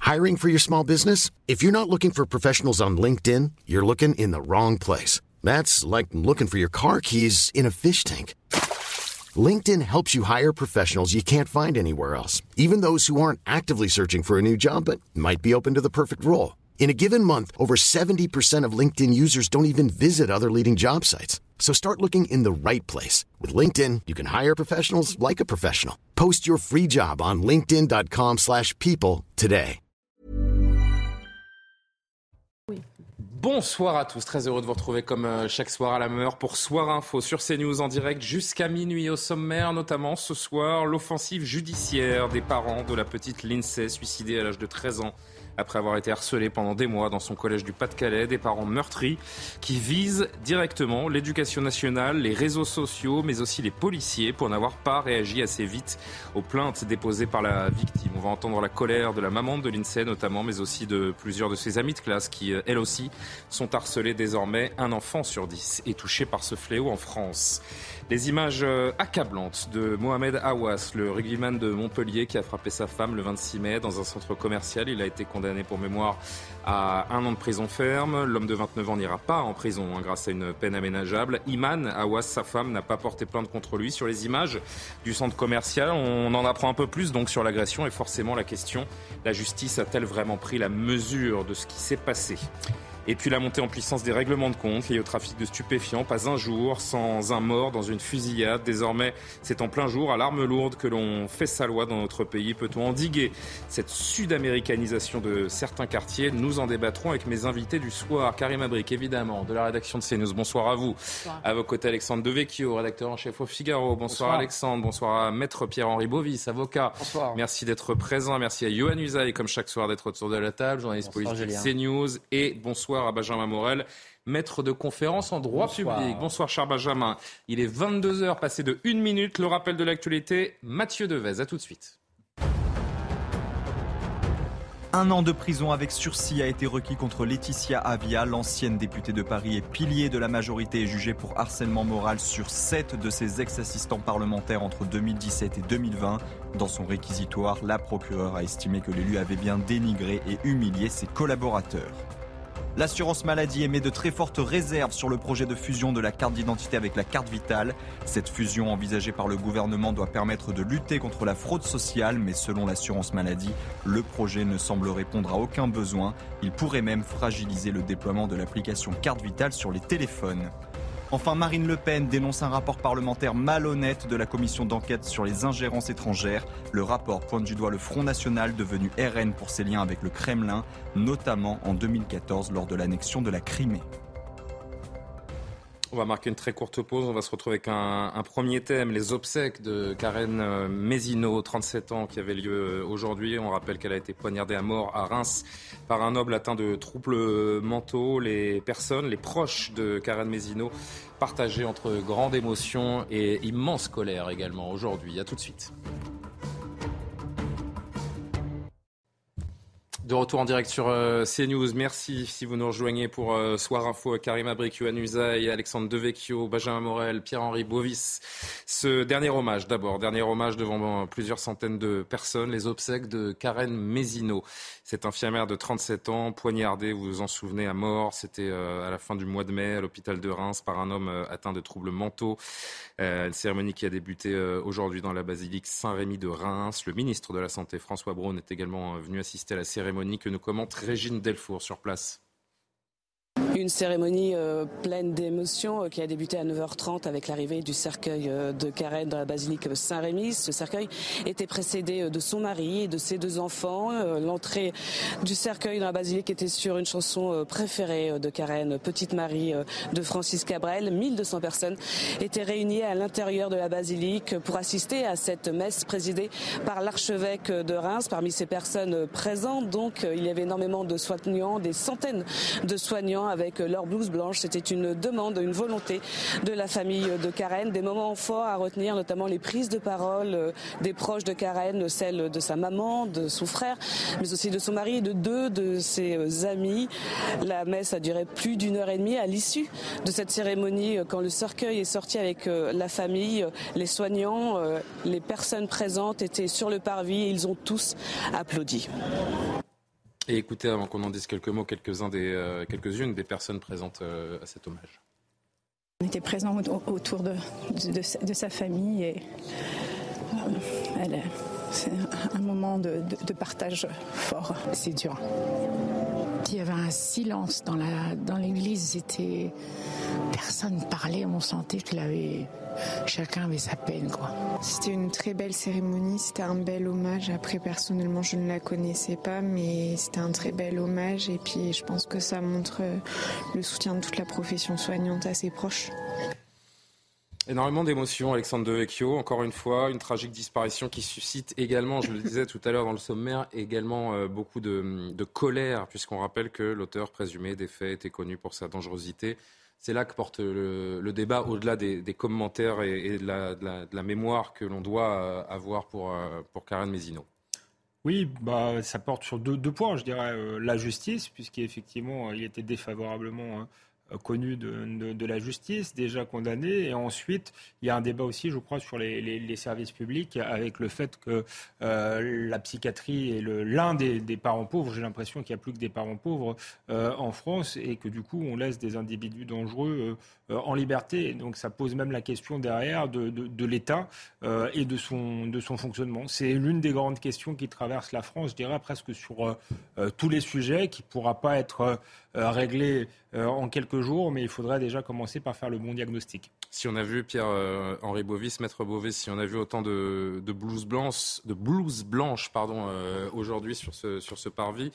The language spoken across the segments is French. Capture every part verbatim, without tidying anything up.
Hiring for your small business? If you're not looking for professionals on LinkedIn, you're looking in the wrong place. That's like looking for your car keys in a fish tank. LinkedIn helps you hire professionals you can't find anywhere else, even those who aren't actively searching for a new job but might be open to the perfect role. In a given month, over seventy percent of LinkedIn users don't even visit other leading job sites. So start looking in the right place. With LinkedIn, you can hire professionals like a professional. Post your free job on linkedin.com slash people today. Bonsoir à tous, très heureux de vous retrouver comme chaque soir à la même heure pour Soir Info sur CNews en direct jusqu'à minuit. Au sommaire, notamment ce soir, l'offensive judiciaire des parents de la petite Lindsay, suicidée à l'âge de treize ans. Après avoir été harcelée pendant des mois dans son collège du Pas-de-Calais, des parents meurtris qui visent directement l'éducation nationale, les réseaux sociaux, mais aussi les policiers pour n'avoir pas réagi assez vite aux plaintes déposées par la victime. On va entendre la colère de la maman de Lindsay notamment, mais aussi de plusieurs de ses amies de classe qui, elles aussi, sont harcelées désormais. Un enfant sur dix est touché par ce fléau en France. Les images accablantes de Mohamed Aouas, le rugbyman de Montpellier qui a frappé sa femme le vingt-six mai dans un centre commercial. Il a été condamné pour mémoire à un an de prison ferme. L'homme de vingt-neuf ans n'ira pas en prison hein, grâce à une peine aménageable. Iman Aouas, sa femme, n'a pas porté plainte contre lui. Sur les images du centre commercial, on en apprend un peu plus donc sur l'agression et forcément la question, la justice a-t-elle vraiment pris la mesure de ce qui s'est passé ? Et puis la montée en puissance des règlements de compte liés au trafic de stupéfiants. Pas un jour sans un mort dans une fusillade. Désormais, c'est en plein jour, à l'arme lourde, que l'on fait sa loi dans notre pays. Peut-on endiguer cette sud-américanisation de certains quartiers ? Nous en débattrons avec mes invités du soir. Karim Abric, évidemment, de la rédaction de CNews. Bonsoir à vous. Bonsoir. À vos côtés, Alexandre Devecchio, rédacteur en chef au Figaro. Bonsoir, Bonsoir. Alexandre. Bonsoir à Maître Pierre-Henri Bovis, avocat. Bonsoir. Merci d'être présent. Merci à Yohann Usaï, comme chaque soir, d'être autour de la table, journaliste bonsoir, politique CNews. Et bonsoir à Benjamin Morel, maître de conférence en droit bonsoir. public. Bonsoir cher Benjamin. Il est vingt-deux heures passé de une minute. Le rappel de l'actualité, Mathieu Devez. À tout de suite. Un an de prison avec sursis a été requis contre Laetitia Avia, l'ancienne députée de Paris et pilier de la majorité, est jugée pour harcèlement moral sur sept de ses ex-assistants parlementaires entre deux mille dix-sept et deux mille vingt. Dans son réquisitoire, la procureure a estimé que l'élu avait bien dénigré et humilié ses collaborateurs. L'assurance maladie émet de très fortes réserves sur le projet de fusion de la carte d'identité avec la carte vitale. Cette fusion envisagée par le gouvernement doit permettre de lutter contre la fraude sociale, mais selon l'assurance maladie, le projet ne semble répondre à aucun besoin. Il pourrait même fragiliser le déploiement de l'application carte vitale sur les téléphones. Enfin, Marine Le Pen dénonce un rapport parlementaire malhonnête de la commission d'enquête sur les ingérences étrangères. Le rapport pointe du doigt le Front National, devenu R N pour ses liens avec le Kremlin, notamment en deux mille quatorze lors de l'annexion de la Crimée. On va marquer une très courte pause. On va se retrouver avec un, un premier thème, les obsèques de Karen Mézineau, trente-sept ans, qui avait lieu aujourd'hui. On rappelle qu'elle a été poignardée à mort à Reims par un homme atteint de troubles mentaux. Les personnes, les proches de Karen Mézineau, partagés entre grande émotion et immense colère également aujourd'hui. À tout de suite. De retour en direct sur euh, CNews. Merci si vous nous rejoignez pour euh, Soir Info. Karim Abric, Yohann Usaï, Alexandre Devecchio, Benjamin Morel, Pierre-Henri Bovis. Ce dernier hommage d'abord, dernier hommage devant bon, plusieurs centaines de personnes, les obsèques de Karen Mézineau. Cette infirmière de trente-sept ans, poignardée, vous vous en souvenez, à mort. C'était euh, à la fin du mois de mai à l'hôpital de Reims par un homme euh, atteint de troubles mentaux. Euh, une cérémonie qui a débuté euh, aujourd'hui dans la basilique Saint-Rémy de Reims. Le ministre de la Santé, François Braun, est également euh, venu assister à la cérémonie que nous commente Régine Delfour sur place. Une cérémonie euh, pleine d'émotions euh, qui a débuté à neuf heures trente avec l'arrivée du cercueil euh, de Karen dans la basilique Saint-Rémy. Ce cercueil était précédé euh, de son mari et de ses deux enfants. Euh, l'entrée du cercueil dans la basilique était sur une chanson euh, préférée euh, de Karen, Petite Marie euh, de Francis Cabrel. mille deux cents personnes étaient réunies à l'intérieur de la basilique pour assister à cette messe présidée par l'archevêque de Reims. Parmi ces personnes présentes, donc, euh, il y avait énormément de soignants, des centaines de soignants avec leur blouse blanche. C'était une demande, une volonté de la famille de Karen. Des moments forts à retenir, notamment les prises de parole des proches de Karen, celle de sa maman, de son frère, mais aussi de son mari et de deux de ses amis. La messe a duré plus d'une heure et demie. À l'issue de cette cérémonie, quand le cercueil est sorti avec la famille, les soignants, les personnes présentes étaient sur le parvis et ils ont tous applaudi. Et écoutez, avant qu'on en dise quelques mots, quelques-uns des, euh, quelques-unes des personnes présentes euh, à cet hommage. On était présents autour de, de, de, de sa famille et euh, elle, c'est un moment de, de, de partage fort. C'est dur. Il y avait un silence dans, la, dans l'église, c'était... personne ne parlait, on sentait qu'il avait... chacun avait sa peine, quoi. C'était une très belle cérémonie, c'était un bel hommage. Après, personnellement, je ne la connaissais pas, mais c'était un très bel hommage. Et puis, je pense que ça montre le soutien de toute la profession soignante à ses proches. Énormément d'émotions, Alexandre Devecchio. Encore une fois, une tragique disparition qui suscite également, je le disais tout à l'heure dans le sommaire, également euh, beaucoup de, de colère, puisqu'on rappelle que l'auteur présumé des faits était connu pour sa dangerosité. C'est là que porte le, le débat, au-delà des, des commentaires et, et de, la, de, la, de la mémoire que l'on doit euh, avoir pour, euh, pour Karen Mézineau. Oui, bah, ça porte sur deux, deux points, je dirais. Euh, la justice, puisqu'effectivement, il était défavorablement... Hein, connu de, de, de la justice, déjà condamné. Et ensuite, il y a un débat aussi, je crois, sur les, les, les services publics, avec le fait que euh, la psychiatrie est le, l'un des, des parents pauvres. J'ai l'impression qu'il n'y a plus que des parents pauvres euh, en France et que du coup, on laisse des individus dangereux euh, en liberté. Donc ça pose même la question derrière de, de, de l'État euh, et de son, de son fonctionnement. C'est l'une des grandes questions qui traverse la France, je dirais, presque sur euh, tous les sujets, qui ne pourra pas être euh, réglée euh, en quelques jours, mais il faudrait déjà commencer par faire le bon diagnostic. Si on a vu, Pierre-Henri euh, Bovis, Maître Bovis, si on a vu autant de, de blouses blanches, de blouses blanches pardon, euh, aujourd'hui sur ce, sur ce parvis,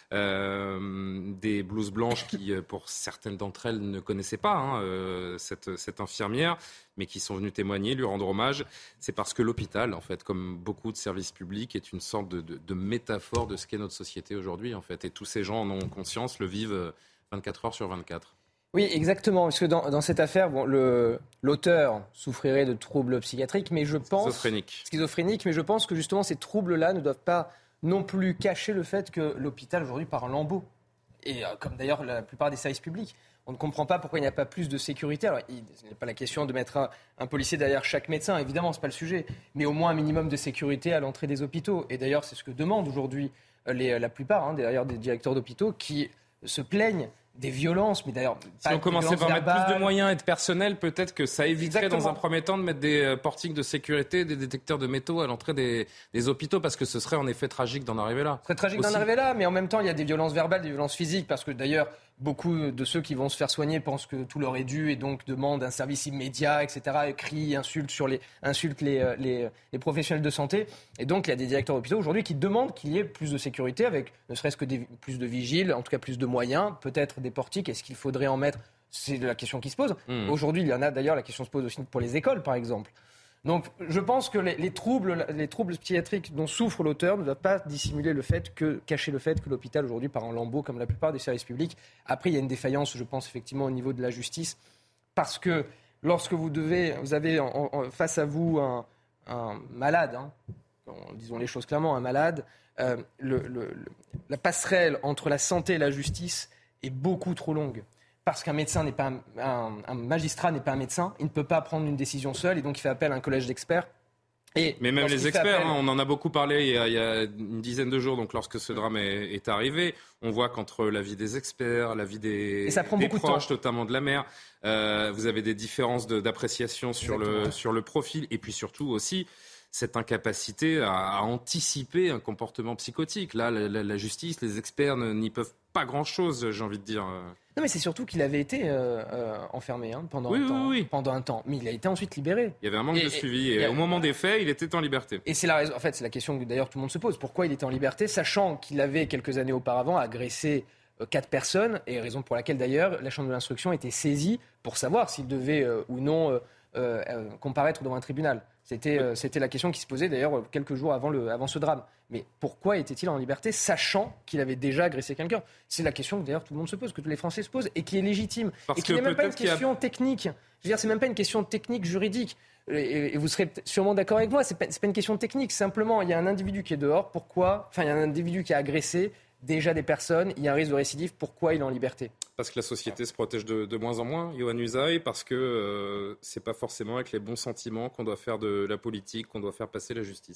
euh, des blouses blanches qui, pour certaines d'entre elles, ne connaissaient pas hein, euh, cette, cette infirmière, mais qui sont venues témoigner, lui rendre hommage, c'est parce que l'hôpital, en fait, comme beaucoup de services publics, est une sorte de, de, de métaphore de ce qu'est notre société aujourd'hui, en fait. Et tous ces gens en ont conscience, le vivent vingt-quatre heures sur vingt-quatre. Oui, exactement, parce que dans, dans cette affaire, bon, le, l'auteur souffrirait de troubles psychiatriques, mais je pense... Schizophréniques. Schizophréniques, mais je pense que justement ces troubles-là ne doivent pas non plus cacher le fait que l'hôpital aujourd'hui part en lambeaux. Et euh, comme d'ailleurs la plupart des services publics. On ne comprend pas pourquoi il n'y a pas plus de sécurité. Alors, il n'est pas la question de mettre un, un policier derrière chaque médecin, évidemment, ce n'est pas le sujet. Mais au moins un minimum de sécurité à l'entrée des hôpitaux. Et d'ailleurs, c'est ce que demandent aujourd'hui les, la plupart, hein, d'ailleurs, des directeurs d'hôpitaux qui se plaignent des violences, mais d'ailleurs... Si on commençait par verbales. mettre plus de moyens et de personnel, peut-être que ça éviterait Exactement. Dans un premier temps de mettre des portiques de sécurité, des détecteurs de métaux à l'entrée des, des hôpitaux, parce que ce serait en effet tragique d'en arriver là. Ce serait tragique Aussi. d'en arriver là, mais en même temps, il y a des violences verbales, des violences physiques, parce que d'ailleurs, beaucoup de ceux qui vont se faire soigner pensent que tout leur est dû et donc demandent un service immédiat, et cetera, et crient, insultent, sur les, insultent les, les, les professionnels de santé. Et donc, il y a des directeurs d'hôpitaux aujourd'hui qui demandent qu'il y ait plus de sécurité, avec ne serait-ce que des, plus de vigiles, en tout cas plus de moyens, peut-être des portiques. Est-ce qu'il faudrait en mettre ? C'est la question qui se pose. Mmh. Aujourd'hui, il y en a d'ailleurs, la question se pose aussi pour les écoles, par exemple. Donc, je pense que les, les, troubles, les troubles psychiatriques dont souffre l'auteur ne doivent pas dissimuler le fait que, cacher le fait que l'hôpital aujourd'hui part en lambeaux, comme la plupart des services publics. Après, il y a une défaillance, je pense, effectivement, au niveau de la justice, parce que lorsque vous devez, vous avez en, en, face à vous un, un malade, hein, disons les choses clairement, un malade, euh, le, le, le, la passerelle entre la santé et la justice est beaucoup trop longue. Parce qu'un médecin n'est pas un, un, un magistrat n'est pas un médecin, il ne peut pas prendre une décision seul et donc il fait appel à un collège d'experts. Et mais même les experts, appel... hein, on en a beaucoup parlé il y a, il y a une dizaine de jours, donc lorsque ce drame est, est arrivé, on voit qu'entre l'avis des experts, l'avis des, et ça prend des beaucoup proches, de temps. notamment de la mère, euh, vous avez des différences de, d'appréciation sur le, sur le profil et puis surtout aussi cette incapacité à, à anticiper un comportement psychotique. Là, la, la, la justice, les experts n'y peuvent pas grand-chose, j'ai envie de dire. Non, mais c'est surtout qu'il avait été euh, euh, enfermé hein, pendant, oui, un temps, oui, oui. pendant un temps. Mais il a été ensuite libéré. Il y avait un manque et, de suivi. Et, et, et au moment des faits, il était en liberté. Et c'est la raison. En fait, c'est la question que d'ailleurs tout le monde se pose. Pourquoi il était en liberté, sachant qu'il avait quelques années auparavant agressé euh, quatre personnes, et raison pour laquelle d'ailleurs la Chambre de l'instruction était saisie pour savoir s'il devait euh, ou non euh, euh, comparaître devant un tribunal. C'était, euh, c'était la question qui se posait d'ailleurs quelques jours avant, le, avant ce drame. Mais pourquoi était-il en liberté, sachant qu'il avait déjà agressé quelqu'un ? C'est la question que d'ailleurs tout le monde se pose, que tous les Français se posent, et qui est légitime. Parce et qui n'est même pas une question a... technique. Je veux dire, c'est même pas une question technique, juridique. Et, et vous serez sûrement d'accord avec moi, c'est pas, c'est pas une question technique. Simplement, il y a un individu qui est dehors, pourquoi ? Enfin, il y a un individu qui a agressé déjà des personnes, il y a un risque de récidive, pourquoi il est en liberté ? Parce que la société se protège de, de moins en moins, Yohann Usaï, parce que euh, c'est pas forcément avec les bons sentiments qu'on doit faire de la politique, qu'on doit faire passer la justice.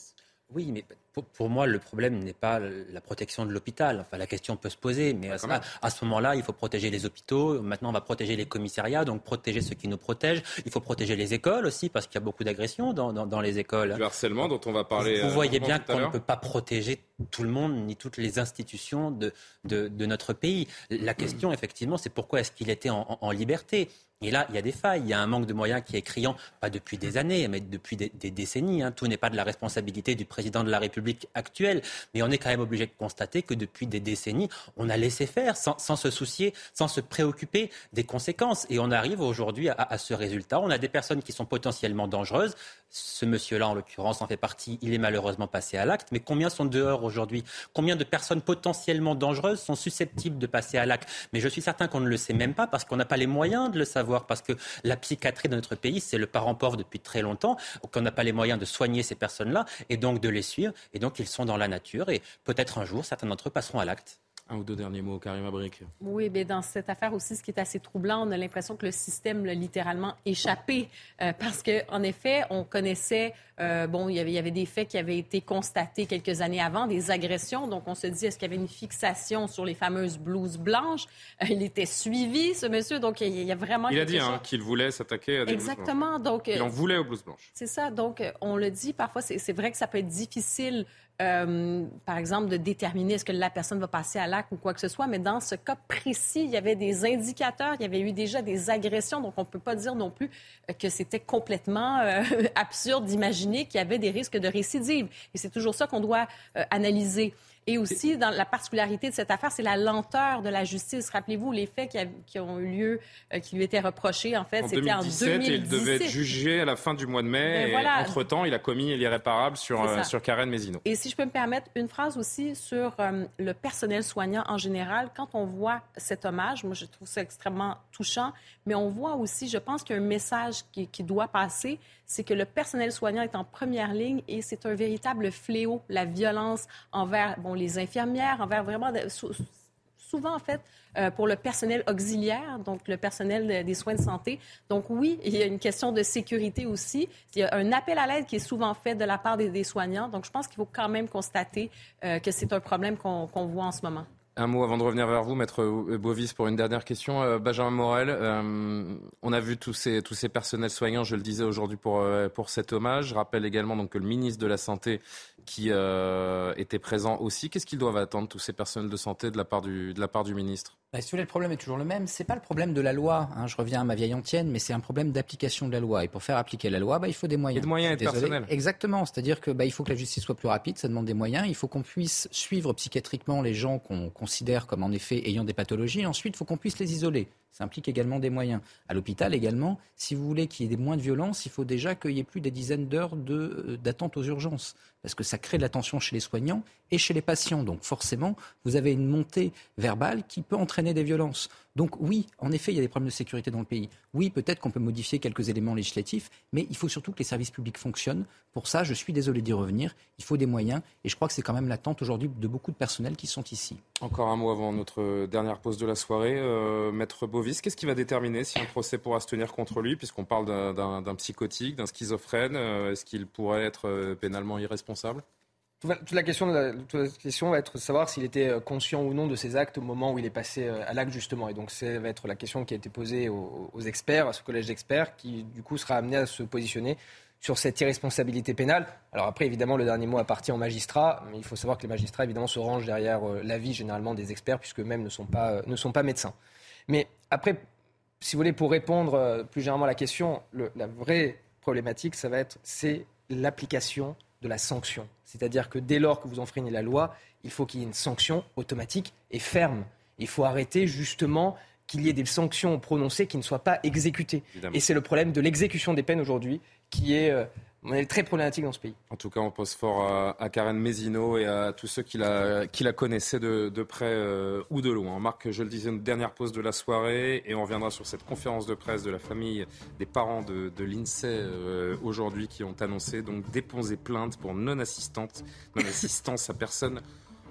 Oui, mais pour, pour moi, le problème n'est pas la protection de l'hôpital. Enfin, la question peut se poser, mais à, à ce moment-là, il faut protéger les hôpitaux. Maintenant, on va protéger les commissariats, donc protéger ceux qui nous protègent. Il faut protéger les écoles aussi, parce qu'il y a beaucoup d'agressions dans, dans, dans les écoles. Le harcèlement dont on va parler. Vous, vous voyez bien qu'on ne peut pas protéger tout le monde, ni toutes les institutions de, de, de notre pays. La question, effectivement, c'est pourquoi est-ce qu'il était en, en, en liberté ? Et là, il y a des failles, il y a un manque de moyens qui est criant, pas depuis des années, mais depuis des, des décennies. Hein. Tout n'est pas de la responsabilité du président de la République actuel, mais on est quand même obligé de constater que depuis des décennies, on a laissé faire sans, sans se soucier, sans se préoccuper des conséquences. Et on arrive aujourd'hui à, à ce résultat. On a des personnes qui sont potentiellement dangereuses. Ce monsieur-là, en l'occurrence, en fait partie. Il est malheureusement passé à l'acte. Mais combien sont dehors aujourd'hui ? Combien de personnes potentiellement dangereuses sont susceptibles de passer à l'acte ? Mais je suis certain qu'on ne le sait même pas parce qu'on n'a pas les moyens de le savoir. Parce que la psychiatrie de notre pays, c'est le parent pauvre depuis très longtemps, qu'on n'a pas les moyens de soigner ces personnes-là et donc de les suivre. Et donc, ils sont dans la nature et peut-être un jour, certains d'entre eux passeront à l'acte. Un ou deux derniers mots, Karima Brick. Oui, bien dans cette affaire aussi, ce qui est assez troublant, on a l'impression que le système l'a littéralement échappé euh, parce qu'en effet, on connaissait, euh, bon, il y, avait, il y avait des faits qui avaient été constatés quelques années avant, des agressions, donc on se dit, est-ce qu'il y avait une fixation sur les fameuses blouses blanches? Euh, il était suivi, ce monsieur, donc il y a vraiment... Il a dit chose... hein, qu'il voulait s'attaquer à des Exactement, blouses blanches. Donc... Il en voulait aux blouses blanches. C'est ça, donc on le dit, parfois, c'est, c'est vrai que ça peut être difficile Euh, par exemple, de déterminer est-ce que la personne va passer à l'acte ou quoi que ce soit. Mais dans ce cas précis, il y avait des indicateurs, il y avait eu déjà des agressions. Donc, on ne peut pas dire non plus que c'était complètement euh, absurde d'imaginer qu'il y avait des risques de récidive. Et c'est toujours ça qu'on doit euh, analyser. Et aussi, dans la particularité de cette affaire, c'est la lenteur de la justice. Rappelez-vous, les faits qui, a, qui ont eu lieu, euh, qui lui étaient reprochés, en fait, en c'était en deux mille dix-sept. Et il devait être jugé à la fin du mois de mai. Ben et voilà. Entre-temps, il a commis l'irréparable sur, euh, sur Karen Mézineau. Et si je peux me permettre, une phrase aussi sur euh, le personnel soignant en général. Quand on voit cet hommage, moi, je trouve ça extrêmement touchant, mais on voit aussi, je pense qu'il y a un message qui, qui doit passer, c'est que le personnel soignant est en première ligne et c'est un véritable fléau, la violence envers bon, les infirmières, envers vraiment... De, sou, souvent, en fait, euh, pour le personnel auxiliaire, donc le personnel de, des soins de santé. Donc oui, il y a une question de sécurité aussi. Il y a un appel à l'aide qui est souvent fait de la part des, des soignants. Donc je pense qu'il faut quand même constater euh, que c'est un problème qu'on, qu'on voit en ce moment. Un mot avant de revenir vers vous, Maître Bovis, pour une dernière question. Euh, Benjamin Morel, euh, on a vu tous ces, tous ces personnels soignants, je le disais aujourd'hui pour, euh, pour cet hommage. Je rappelle également donc, que le ministre de la Santé qui euh, était présent aussi. Qu'est-ce qu'ils doivent attendre, tous ces personnels de santé, de la part du, de la part du ministre ? Bah, si vous voulez, le problème est toujours le même. C'est pas le problème de la loi. Hein. Je reviens à ma vieille antienne, mais c'est un problème d'application de la loi. Et pour faire appliquer la loi, bah, il faut des moyens. Et de moyens et de personnel. Exactement. C'est-à-dire que bah, il faut que la justice soit plus rapide. Ça demande des moyens. Il faut qu'on puisse suivre psychiatriquement les gens qu'on considère comme en effet ayant des pathologies. Ensuite, il faut qu'on puisse les isoler. Ça implique également des moyens. À l'hôpital également, si vous voulez qu'il y ait moins de violence, il faut déjà qu'il y ait plus des dizaines d'heures de, euh, d'attente aux urgences. Parce que ça crée de la tension chez les soignants et chez les patients. Donc forcément, vous avez une montée verbale qui peut entraîner des violences. Donc oui, en effet, il y a des problèmes de sécurité dans le pays. Oui, peut-être qu'on peut modifier quelques éléments législatifs, mais il faut surtout que les services publics fonctionnent. Pour ça, je suis désolé d'y revenir, il faut des moyens. Et je crois que c'est quand même l'attente aujourd'hui de beaucoup de personnels qui sont ici. Encore un mot avant notre dernière pause de la soirée. Euh, Maître Bovis, qu'est-ce qui va déterminer si un procès pourra se tenir contre lui, puisqu'on parle d'un, d'un, d'un psychotique, d'un schizophrène? euh, Est-ce qu'il pourrait être euh, pénalement irresponsable? Toute la question, la, toute la question va être de savoir s'il était conscient ou non de ses actes au moment où il est passé à l'acte, justement. Et donc, ça va être la question qui a été posée aux, aux experts, à ce collège d'experts, qui, du coup, sera amené à se positionner sur cette irresponsabilité pénale. Alors après, évidemment, le dernier mot appartient aux magistrats, mais il faut savoir que les magistrats, évidemment, se rangent derrière l'avis, généralement, des experts, puisqu'eux-mêmes ne sont pas, ne sont pas médecins. Mais après, si vous voulez, pour répondre plus généralement à la question, le, la vraie problématique, ça va être, c'est l'application de la sanction. C'est-à-dire que dès lors que vous enfreignez la loi, il faut qu'il y ait une sanction automatique et ferme. Il faut arrêter justement qu'il y ait des sanctions prononcées qui ne soient pas exécutées. Évidemment. Et c'est le problème de l'exécution des peines aujourd'hui qui est, euh, est très problématique dans ce pays. En tout cas, on pose fort à, à Karen Mézineau et à tous ceux qui la, qui la connaissaient de, de près euh, ou de loin. On marque, je le disais, une dernière pause de la soirée et on reviendra sur cette conférence de presse de la famille des parents de, de l'INSEE euh, aujourd'hui qui ont annoncé donc déposer plainte pour non-assistance, non-assistance à personne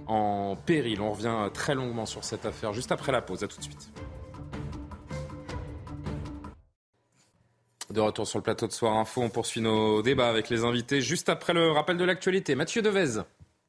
en péril. On revient très longuement sur cette affaire juste après la pause. À tout de suite. De retour sur le plateau de Soir Info, on poursuit nos débats avec les invités juste après le rappel de l'actualité. Mathieu Devez.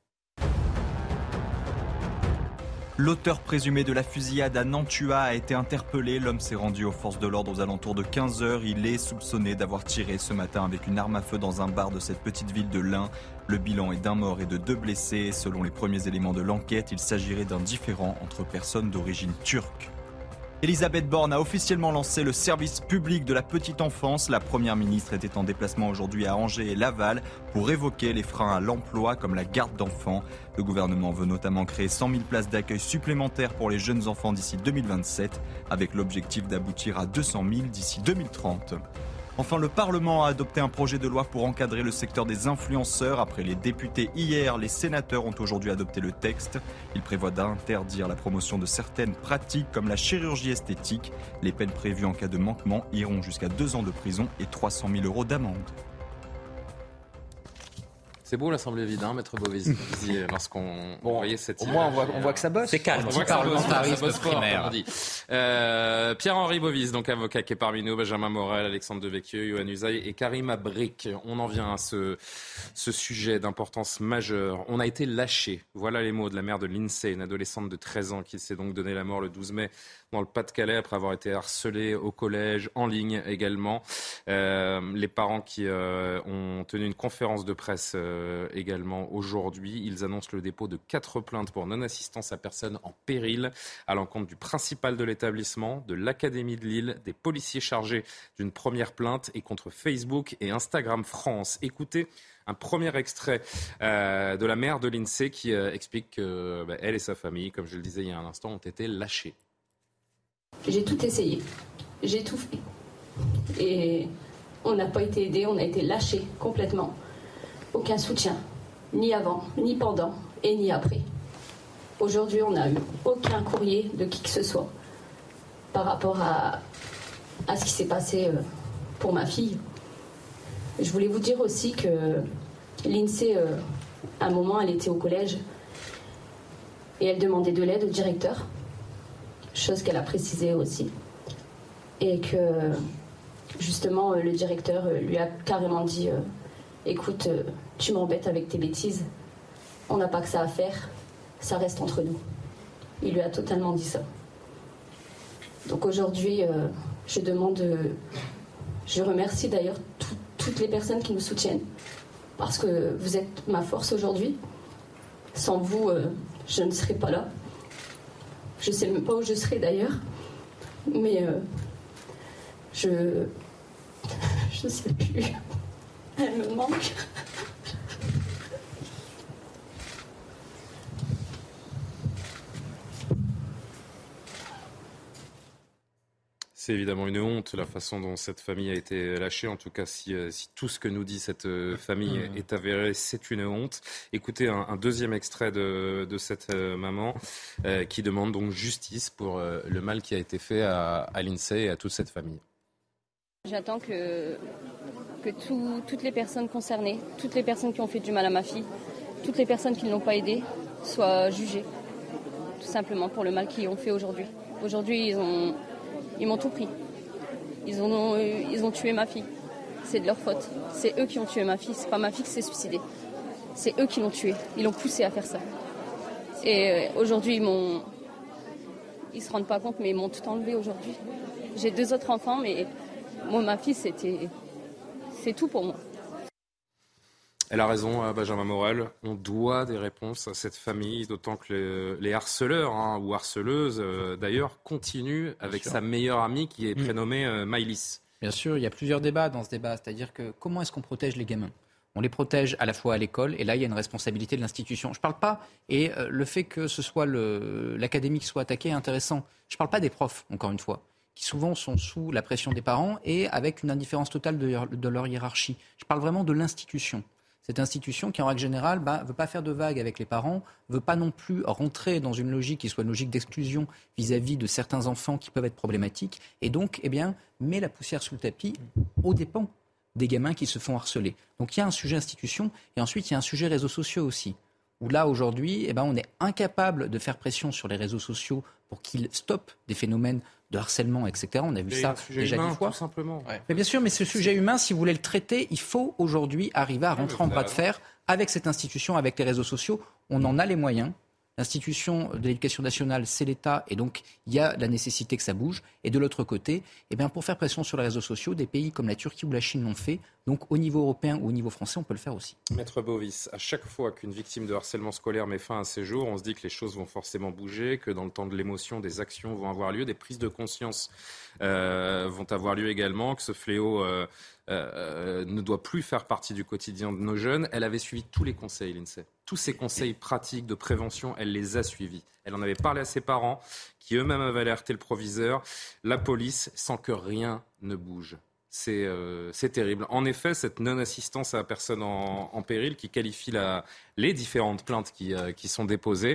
L'auteur présumé de la fusillade à Nantua a été interpellé. L'homme s'est rendu aux forces de l'ordre aux alentours de quinze heures. Il est soupçonné d'avoir tiré ce matin avec une arme à feu dans un bar de cette petite ville de l'Ain. Le bilan est d'un mort et de deux blessés. Selon les premiers éléments de l'enquête, il s'agirait d'un différend entre personnes d'origine turque. Elisabeth Borne a officiellement lancé le service public de la petite enfance. La première ministre était en déplacement aujourd'hui à Angers et Laval pour évoquer les freins à l'emploi comme la garde d'enfants. Le gouvernement veut notamment créer cent mille places d'accueil supplémentaires pour les jeunes enfants d'ici deux mille vingt-sept, avec l'objectif d'aboutir à deux cent mille d'ici deux mille trente. Enfin, le Parlement a adopté un projet de loi pour encadrer le secteur des influenceurs. Après les députés hier, les sénateurs ont aujourd'hui adopté le texte. Il prévoit d'interdire la promotion de certaines pratiques comme la chirurgie esthétique. Les peines prévues en cas de manquement iront jusqu'à deux ans de prison et trois cent mille euros d'amende. C'est beau l'Assemblée vide, hein, Maître Bovis, lorsqu'on bon, voyait cette... Au moins, on voit, on voit que ça bosse. C'est calme. On voit que ça bosse, ça bosse fort, comme on dit. Euh, Pierre-Henri Bovis, donc avocat qui est parmi nous, Benjamin Morel, Alexandre Devecchio, Yohann Usaï et Karim Abrik. On en vient à ce, ce sujet d'importance majeure. On a été lâchés. Voilà les mots de la mère de Lindsay, une adolescente de treize ans qui s'est donc donné la mort le douze mai dans le Pas-de-Calais après avoir été harcelée au collège, en ligne également. Euh, les parents qui euh, ont tenu une conférence de presse euh, également aujourd'hui, ils annoncent le dépôt de quatre plaintes pour non-assistance à personne en péril à l'encontre du principal de l'établissement, de l'Académie de Lille, des policiers chargés d'une première plainte et contre Facebook et Instagram France. Écoutez un premier extrait euh, de la mère de Lindsay qui euh, explique que bah, elle et sa famille, comme je le disais il y a un instant, ont été lâchés. J'ai tout essayé, j'ai tout fait. Et on n'a pas été aidé, on a été lâchés complètement. Aucun soutien, ni avant, ni pendant et ni après. Aujourd'hui, on n'a eu aucun courrier de qui que ce soit par rapport à, à ce qui s'est passé pour ma fille. Je voulais vous dire aussi que Lindsay, à un moment, elle était au collège et elle demandait de l'aide au directeur. Chose qu'elle a précisée aussi. Et que, justement, le directeur lui a carrément dit euh, « Écoute, euh, tu m'embêtes avec tes bêtises. On n'a pas que ça à faire. Ça reste entre nous. » Il lui a totalement dit ça. Donc aujourd'hui, euh, je demande... Euh, je remercie d'ailleurs tout, toutes les personnes qui nous soutiennent. Parce que vous êtes ma force aujourd'hui. Sans vous, euh, je ne serais pas là. Je ne sais même pas où je serai d'ailleurs, mais euh, je je ne sais plus. Elle me manque. C'est évidemment une honte, la façon dont cette famille a été lâchée. En tout cas, si, si tout ce que nous dit cette famille mmh. est avéré, c'est une honte. Écoutez un, un deuxième extrait de, de cette euh, maman euh, qui demande donc justice pour euh, le mal qui a été fait à, à Lindsay et à toute cette famille. J'attends que, que tout, toutes les personnes concernées, toutes les personnes qui ont fait du mal à ma fille, toutes les personnes qui ne l'ont pas aidée, soient jugées. Tout simplement pour le mal qu'ils ont fait aujourd'hui. Aujourd'hui, ils ont... Ils m'ont tout pris. Ils ont, ils ont tué ma fille. C'est de leur faute. C'est eux qui ont tué ma fille. C'est pas ma fille qui s'est suicidée. C'est eux qui l'ont tuée. Ils l'ont poussée à faire ça. Et aujourd'hui, ils m'ont... Ils se rendent pas compte, mais ils m'ont tout enlevé aujourd'hui. J'ai deux autres enfants, mais moi, ma fille, c'était... C'est tout pour moi. Elle a raison, Benjamin Morel. On doit des réponses à cette famille, d'autant que les, les harceleurs hein, ou harceleuses, euh, d'ailleurs, continuent avec sa meilleure amie qui est prénommée euh, Maïlis. Bien sûr, il y a plusieurs débats dans ce débat. C'est-à-dire que comment est-ce qu'on protège les gamins ? On les protège à la fois à l'école, et là, il y a une responsabilité de l'institution. Je ne parle pas, et euh, le fait que ce soit le, l'académie qui soit attaquée est intéressant. Je ne parle pas des profs, encore une fois, qui souvent sont sous la pression des parents et avec une indifférence totale de, de leur hiérarchie. Je parle vraiment de l'institution. Cette institution qui, en règle générale, ne bah, veut pas faire de vagues avec les parents, ne veut pas non plus rentrer dans une logique qui soit une logique d'exclusion vis-à-vis de certains enfants qui peuvent être problématiques, et donc eh bien, met la poussière sous le tapis aux dépens des gamins qui se font harceler. Donc il y a un sujet institution, et ensuite il y a un sujet réseaux sociaux aussi. où là, aujourd'hui, eh ben, on est incapable de faire pression sur les réseaux sociaux pour qu'ils stoppent des phénomènes de harcèlement, et cetera. On a vu et ça déjà humain, dix fois. Tout simplement. Ouais. Mais bien sûr, mais ce sujet humain, si vous voulez le traiter, il faut aujourd'hui arriver à rentrer en bras de fer avec cette institution, avec les réseaux sociaux. On en a les moyens. L'institution de l'éducation nationale, c'est l'État, et donc il y a la nécessité que ça bouge. Et de l'autre côté, eh bien, pour faire pression sur les réseaux sociaux, des pays comme la Turquie ou la Chine l'ont fait. Donc au niveau européen ou au niveau français, on peut le faire aussi. Maître Bovis, à chaque fois qu'une victime de harcèlement scolaire met fin à ses jours, on se dit que les choses vont forcément bouger, que dans le temps de l'émotion, des actions vont avoir lieu, des prises de conscience euh, vont avoir lieu également, que ce fléau euh, euh, ne doit plus faire partie du quotidien de nos jeunes. Elle avait suivi tous les conseils, l'INSEE. Tous ces conseils pratiques de prévention, elle les a suivis. Elle en avait parlé à ses parents, qui eux-mêmes avaient alerté le proviseur, la police, sans que rien ne bouge. C'est, euh, c'est terrible. En effet, cette non-assistance à la personne en, en péril qui qualifie la, les différentes plaintes qui, euh, qui sont déposées,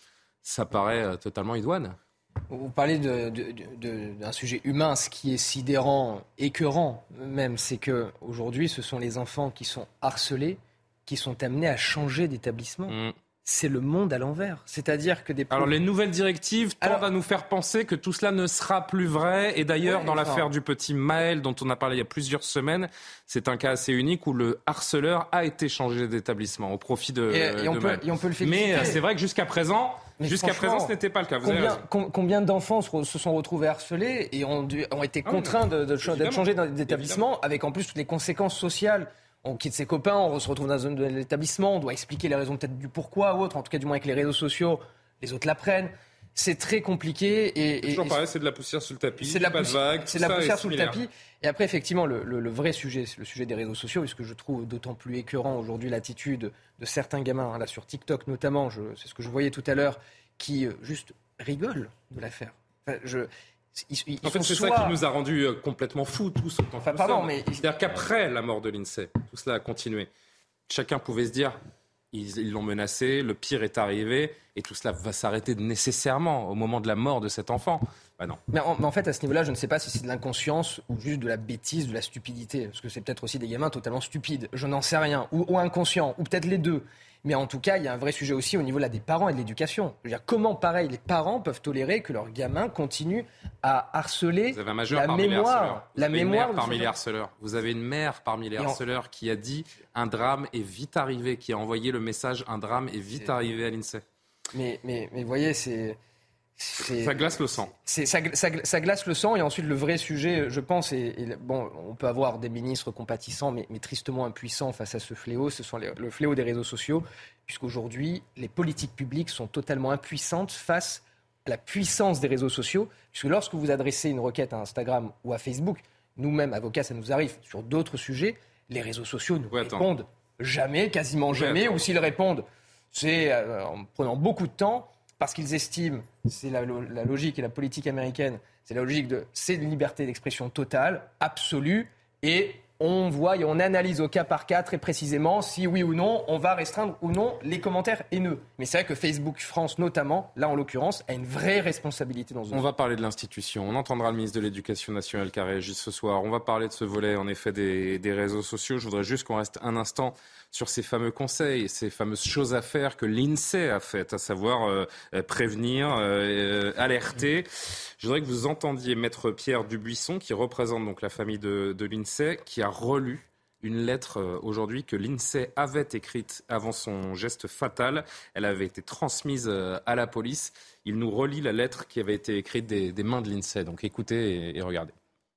ça paraît euh, totalement idoine. Vous parlez de, de, de, d'un sujet humain, ce qui est sidérant, écœurant même, c'est qu'aujourd'hui, ce sont les enfants qui sont harcelés, qui sont amenés à changer d'établissement. Mmh. C'est le monde à l'envers. C'est-à-dire que des... Alors les nouvelles directives tendent Alors... à nous faire penser que tout cela ne sera plus vrai. Et d'ailleurs, ouais, dans enfin... l'affaire du petit Maël, dont on a parlé il y a plusieurs semaines, c'est un cas assez unique où le harceleur a été changé d'établissement au profit de, et, et on de peut, Maël. Et on peut le féliciter. Mais c'est vrai que jusqu'à présent... Mais Jusqu'à présent, ce n'était pas le cas. Vous combien, com- combien d'enfants se sont retrouvés harcelés et ont, dû, ont été contraints de, de, de, d'être changés d'établissement, évidemment, avec en plus toutes les conséquences sociales. On quitte ses copains, on se retrouve dans un zone de l'établissement, on doit expliquer les raisons peut-être du pourquoi ou autre, en tout cas du moins avec les réseaux sociaux, les autres l'apprennent. C'est très compliqué. Et, c'est toujours et, pareil, c'est de la poussière sous le tapis, c'est de la pas poussière, de vague, c'est de la poussière sous le tapis. Et après, effectivement, le, le, le vrai sujet, c'est le sujet des réseaux sociaux, puisque je trouve d'autant plus écœurant aujourd'hui l'attitude de certains gamins, hein, là sur TikTok notamment, je, c'est ce que je voyais tout à l'heure, qui euh, juste rigolent de l'affaire. Enfin, je... Ils, ils en fait, c'est soit... ça qui nous a rendus complètement fous, tous, autant enfin, pardon, mais... C'est-à-dire qu'après la mort de l'INSEE, tout cela a continué. Chacun pouvait se dire, ils, ils l'ont menacé, le pire est arrivé, et tout cela va s'arrêter nécessairement au moment de la mort de cet enfant. Bah non. Mais en, mais en fait, à ce niveau-là, je ne sais pas si c'est de l'inconscience ou juste de la bêtise, de la stupidité. Parce que c'est peut-être aussi des gamins totalement stupides. Je n'en sais rien. Ou, ou inconscients. Ou peut-être les deux. Mais en tout cas, il y a un vrai sujet aussi au niveau là, des parents et de l'éducation. Je veux dire, comment, pareil, les parents peuvent tolérer que leurs gamins continuent à harceler Vous avez un majeur la parmi mémoire, les la Vous mémoire avez une mère de parmi les harceleurs. Vous avez une mère parmi les harceleurs qui a dit un drame est vite arrivé, qui a envoyé le message un drame est vite c'est... arrivé à l'INSEE. Mais, mais, mais vous voyez, c'est... C'est, ça glace le sang. C'est, ça, ça, ça glace le sang et ensuite le vrai sujet, je pense, et, et bon, on peut avoir des ministres compatissants mais, mais tristement impuissants face à ce fléau, ce sont les, le fléau des réseaux sociaux, puisqu'aujourd'hui les politiques publiques sont totalement impuissantes face à la puissance des réseaux sociaux, puisque lorsque vous adressez une requête à Instagram ou à Facebook, nous-mêmes avocats, ça nous arrive sur d'autres sujets, les réseaux sociaux ne répondent attendre. jamais, quasiment jamais, ou s'ils répondent, c'est euh, en prenant beaucoup de temps. Parce qu'ils estiment, c'est la, la logique et la politique américaine, c'est la logique de c'est une liberté d'expression totale, absolue, et on voit et on analyse au cas par cas très précisément si oui ou non on va restreindre ou non les commentaires haineux. Mais c'est vrai que Facebook France notamment, là en l'occurrence, a une vraie responsabilité dans ce On va parler de l'institution, on entendra le ministre de l'Éducation nationale qui a réagi ce soir, on va parler de ce volet en effet des, des réseaux sociaux. Je voudrais juste qu'on reste un instant sur ces fameux conseils, ces fameuses choses à faire que l'INSEE a faites, à savoir euh, prévenir, euh, alerter. Je voudrais que vous entendiez Maître Pierre Dubuisson, qui représente donc la famille de, de l'INSEE, qui a relu une lettre euh, aujourd'hui que l'INSEE avait écrite avant son geste fatal. Elle avait été transmise euh, à la police. Il nous relit la lettre qui avait été écrite des, des mains de l'INSEE. Donc écoutez et, et regardez.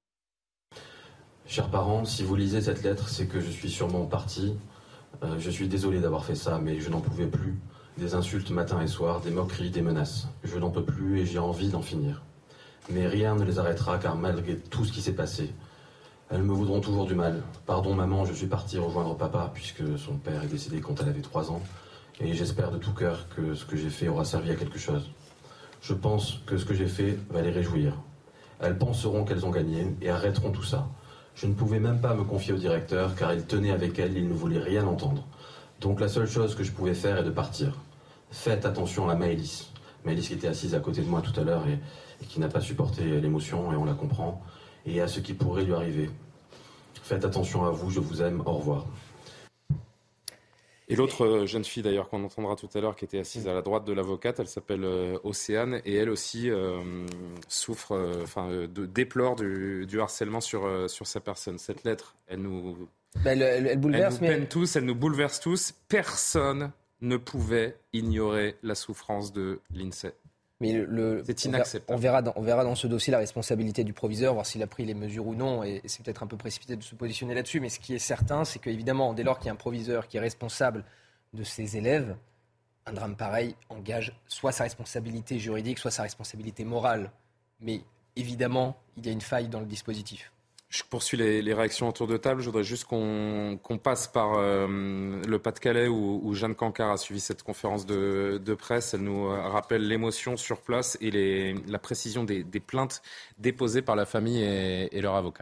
Chers parents, si vous lisez cette lettre, c'est que je suis sûrement parti. Euh, je suis désolé d'avoir fait ça, mais je n'en pouvais plus. Des insultes matin et soir, des moqueries, des menaces. Je n'en peux plus et j'ai envie d'en finir. Mais rien ne les arrêtera car malgré tout ce qui s'est passé, elles me voudront toujours du mal. Pardon maman, je suis parti rejoindre papa puisque son père est décédé quand elle avait trois ans. Et j'espère de tout cœur que ce que j'ai fait aura servi à quelque chose. Je pense que ce que j'ai fait va les réjouir. Elles penseront qu'elles ont gagné et arrêteront tout ça. Je ne pouvais même pas me confier au directeur car il tenait avec elle, il ne voulait rien entendre. Donc la seule chose que je pouvais faire est de partir. Faites attention à Maëlys. Maëlys qui était assise à côté de moi tout à l'heure et, et qui n'a pas supporté l'émotion et on la comprend. Et à ce qui pourrait lui arriver. Faites attention à vous, je vous aime, au revoir. Et l'autre jeune fille d'ailleurs qu'on entendra tout à l'heure qui était assise à la droite de l'avocate, elle s'appelle euh, Océane et elle aussi euh, souffre, euh, enfin euh, de, déplore du, du harcèlement sur, euh, sur sa personne. Cette lettre, elle nous, bah, elle, elle, elle bouleverse, elle nous peine mais... tous, elle nous bouleverse tous. Personne ne pouvait ignorer la souffrance de l'INSEE. Mais le, le, c'est inacceptable. On verra, dans, on verra dans ce dossier la responsabilité du proviseur, voir s'il a pris les mesures ou non, et, et c'est peut-être un peu précipité de se positionner là-dessus, mais ce qui est certain, c'est qu'évidemment, dès lors qu'il y a un proviseur qui est responsable de ses élèves, un drame pareil engage soit sa responsabilité juridique, soit sa responsabilité morale. Mais évidemment, il y a une faille dans le dispositif. Je poursuis les, les réactions autour de table. Je voudrais juste qu'on, qu'on passe par euh, le Pas-de-Calais où, où Jeanne Cancard a suivi cette conférence de, de presse. Elle nous rappelle l'émotion sur place et les, la précision des, des plaintes déposées par la famille et, et leur avocat.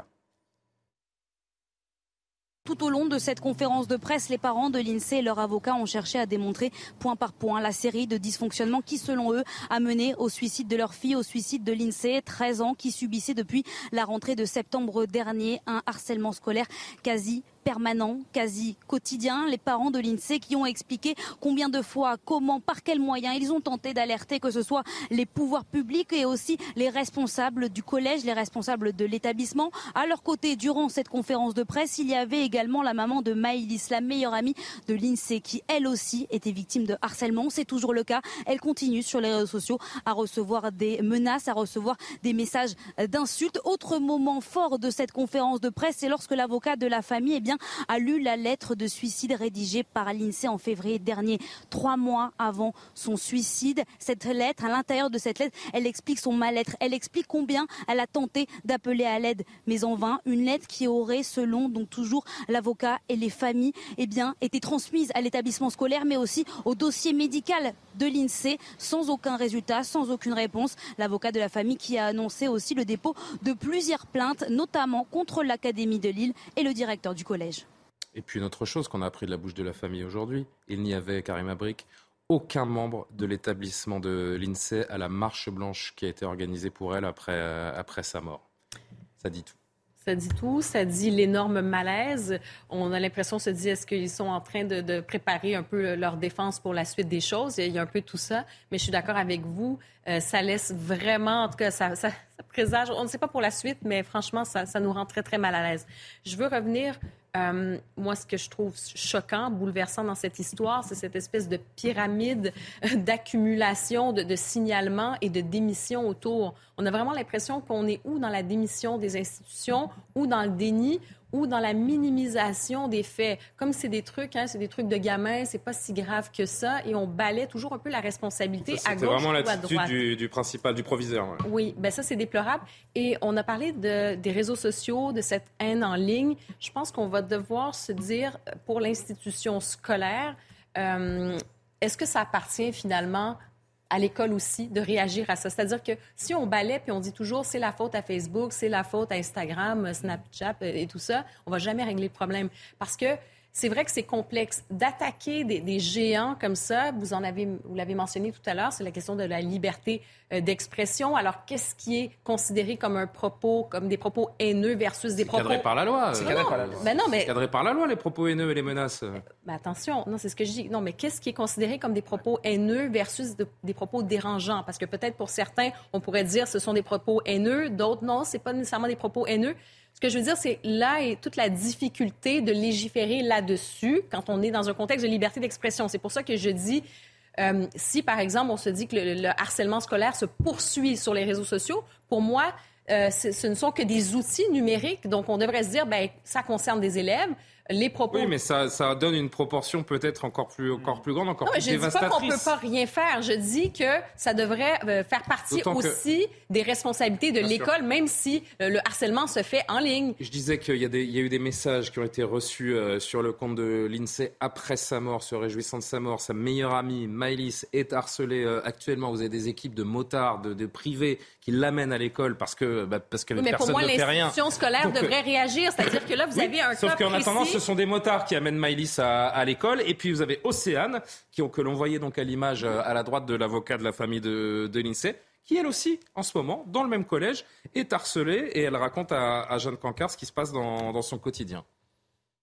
Tout au long de cette conférence de presse, les parents de l'INSEE et leurs avocats ont cherché à démontrer point par point la série de dysfonctionnements qui, selon eux, a mené au suicide de leur fille, au suicide de l'INSEE, treize ans, qui subissait depuis la rentrée de septembre dernier un harcèlement scolaire quasi permanent, quasi quotidien. Les parents de l'INSEE qui ont expliqué combien de fois, comment, par quels moyens ils ont tenté d'alerter que ce soit les pouvoirs publics et aussi les responsables du collège, les responsables de l'établissement. À leur côté, durant cette conférence de presse, il y avait également la maman de Maëlys, la meilleure amie de l'INSEE, qui elle aussi était victime de harcèlement. C'est toujours le cas. Elle continue sur les réseaux sociaux à recevoir des menaces, à recevoir des messages d'insultes. Autre moment fort de cette conférence de presse, c'est lorsque l'avocat de la famille, eh bien, a lu la lettre de suicide rédigée par l'INSEE en février dernier, trois mois avant son suicide. Cette lettre, à l'intérieur de cette lettre, elle explique son mal-être. Elle explique combien elle a tenté d'appeler à l'aide, mais en vain. Une lettre qui aurait, selon donc toujours l'avocat et les familles, eh bien, été transmise à l'établissement scolaire, mais aussi au dossier médical de l'INSEE, sans aucun résultat, sans aucune réponse. L'avocat de la famille qui a annoncé aussi le dépôt de plusieurs plaintes, notamment contre l'Académie de Lille et le directeur du collège. Et puis une autre chose qu'on a appris de la bouche de la famille aujourd'hui, il n'y avait, Karima Brick, aucun membre de l'établissement de l'INSEE à la marche blanche qui a été organisée pour elle après, euh, après sa mort. Ça dit tout. Ça dit tout, ça dit l'énorme malaise. On a l'impression, on se dit, est-ce qu'ils sont en train de, de préparer un peu leur défense pour la suite des choses? Il y a un peu tout ça, mais je suis d'accord avec vous. Euh, ça laisse vraiment, en tout cas, ça, ça, ça présage, on ne sait pas pour la suite, mais franchement, ça, ça nous rend très, très mal à l'aise. Je veux revenir... Euh, moi, ce que je trouve choquant, bouleversant dans cette histoire, c'est cette espèce de pyramide d'accumulation, de, de signalements et de démission autour. On a vraiment l'impression qu'on est ou dans la démission des institutions, ou dans le déni, ou dans la minimisation des faits. Comme c'est des trucs, hein, c'est des trucs de gamins, c'est pas si grave que ça, et on balaie toujours un peu la responsabilité ça, à gauche ou à droite. C'est vraiment l'attitude du, du principal, du proviseur. Ouais. Oui, ben ça, c'est déplorable. Et on a parlé de, des réseaux sociaux, de cette haine en ligne. Je pense qu'on va devoir se dire, pour l'institution scolaire, euh, est-ce que ça appartient finalement à l'école aussi de réagir à ça? C'est-à-dire que si on balaie puis on dit toujours c'est la faute à Facebook, c'est la faute à Instagram, Snapchat et tout ça, on va jamais régler le problème. Parce que c'est vrai que c'est complexe. D'attaquer des, des géants comme ça, vous en avez, vous l'avez mentionné tout à l'heure, c'est la question de la liberté euh, d'expression. Alors, qu'est-ce qui est considéré comme un propos, comme des propos haineux versus des c'est propos... C'est cadré par la loi. C'est cadré par la loi. Ben non, mais... C'est cadré par la loi, les propos haineux et les menaces. Ben attention, non, c'est ce que je dis. Non, mais qu'est-ce qui est considéré comme des propos haineux versus de, des propos dérangeants? Parce que peut-être pour certains, on pourrait dire ce sont des propos haineux, d'autres non, c'est pas nécessairement des propos haineux. Ce que je veux dire, c'est là est toute la difficulté de légiférer là-dessus quand on est dans un contexte de liberté d'expression. C'est pour ça que je dis, euh, si par exemple on se dit que le, le harcèlement scolaire se poursuit sur les réseaux sociaux, pour moi, euh, ce ne sont que des outils numériques. Donc on devrait se dire, ben ça concerne des élèves. Les propos... Oui, mais ça, ça donne une proportion peut-être encore plus, encore plus grande, encore non, plus dévastatrice. Je ne dis pas qu'on ne peut pas rien faire. Je dis que ça devrait euh, faire partie D'autant aussi que... des responsabilités de Bien l'école, sûr. Même si euh, le harcèlement se fait en ligne. Je disais qu'il y a, des, il y a eu des messages qui ont été reçus euh, sur le compte de l'INSEE après sa mort, se réjouissant de sa mort. Sa meilleure amie, Maëlys, est harcelée euh, actuellement. Vous avez des équipes de motards, de, de privés qui l'amènent à l'école parce que, bah, parce que oui, personne moi, ne fait rien. Mais pour moi, l'institution scolaire Donc, devrait réagir. C'est-à-dire que là, vous oui, avez un sauf cas qu'en précis... attendant, ce sont des motards qui amènent Maëlys à, à l'école. Et puis, vous avez Océane, qui, que l'on voyait donc à l'image à la droite de l'avocat de la famille de, de l'INSEE, qui, elle aussi, en ce moment, dans le même collège, est harcelée. Et elle raconte à, à Jeanne Cancard ce qui se passe dans, dans son quotidien.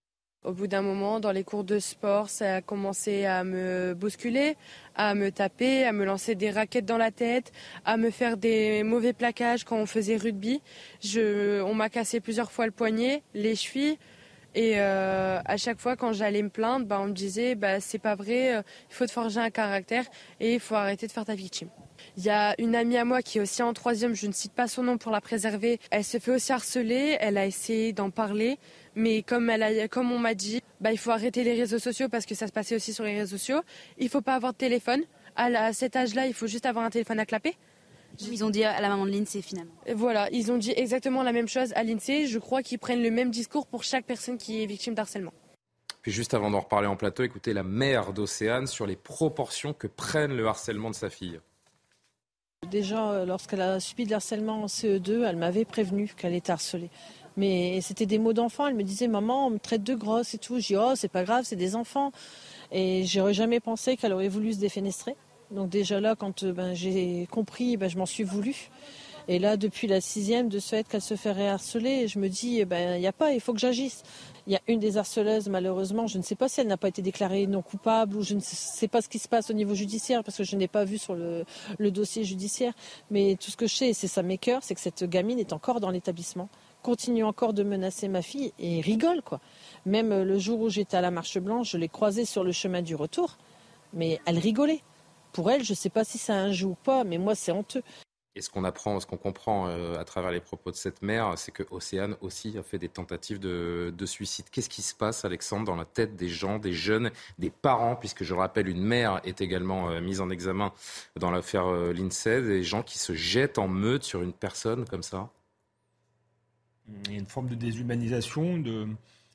Au bout d'un moment, dans les cours de sport, ça a commencé à me bousculer, à me taper, à me lancer des raquettes dans la tête, à me faire des mauvais plaquages quand on faisait rugby. Je, on m'a cassé plusieurs fois le poignet, les chevilles. Et euh, à chaque fois, quand j'allais me plaindre, bah, on me disait bah, « c'est pas vrai, euh, il faut te forger un caractère et il faut arrêter de faire ta victime ». Il y a une amie à moi qui est aussi en troisième, je ne cite pas son nom pour la préserver. Elle se fait aussi harceler, elle a essayé d'en parler, mais comme, elle a, comme on m'a dit, bah, il faut arrêter les réseaux sociaux parce que ça se passait aussi sur les réseaux sociaux. Il ne faut pas avoir de téléphone. À, la, à cet âge-là, il faut juste avoir un téléphone à clapper. Ils ont dit à la maman de l'INSEE finalement. Voilà, ils ont dit exactement la même chose à l'INSEE. Je crois qu'ils prennent le même discours pour chaque personne qui est victime d'harcèlement. Puis juste avant d'en reparler en plateau, écoutez la mère d'Océane sur les proportions que prennent le harcèlement de sa fille. Déjà, lorsqu'elle a subi de l'harcèlement en C E deux, elle m'avait prévenu qu'elle était harcelée. Mais c'était des mots d'enfant. Elle me disait « Maman, on me traite de grosse et tout ». Je dis « Oh, c'est pas grave, c'est des enfants ». Et j'aurais jamais pensé qu'elle aurait voulu se défenestrer. Donc déjà là, quand ben, j'ai compris, ben, je m'en suis voulu. Et là, depuis la sixième, de ce fait qu'elle se fait harceler, je me dis, il ben, n'y a pas, il faut que j'agisse. Il y a une des harceleuses, malheureusement, je ne sais pas si elle n'a pas été déclarée non coupable ou je ne sais pas ce qui se passe au niveau judiciaire parce que je n'ai pas vu sur le, le dossier judiciaire. Mais tout ce que je sais, et c'est ça m'écoeure, c'est que cette gamine est encore dans l'établissement, continue encore de menacer ma fille et rigole, quoi. Même le jour où j'étais à la Marche Blanche, je l'ai croisée sur le chemin du retour, mais elle rigolait. Pour elle, je ne sais pas si c'est un jeu ou pas, mais moi, c'est honteux. Et ce qu'on apprend, ce qu'on comprend euh, à travers les propos de cette mère, c'est que Océane aussi a fait des tentatives de, de suicide. Qu'est-ce qui se passe, Alexandre, dans la tête des gens, des jeunes, des parents, puisque je le rappelle, une mère est également euh, mise en examen dans l'affaire euh, l'INSEE, des gens qui se jettent en meute sur une personne comme ça? Il y a une forme de déshumanisation, de...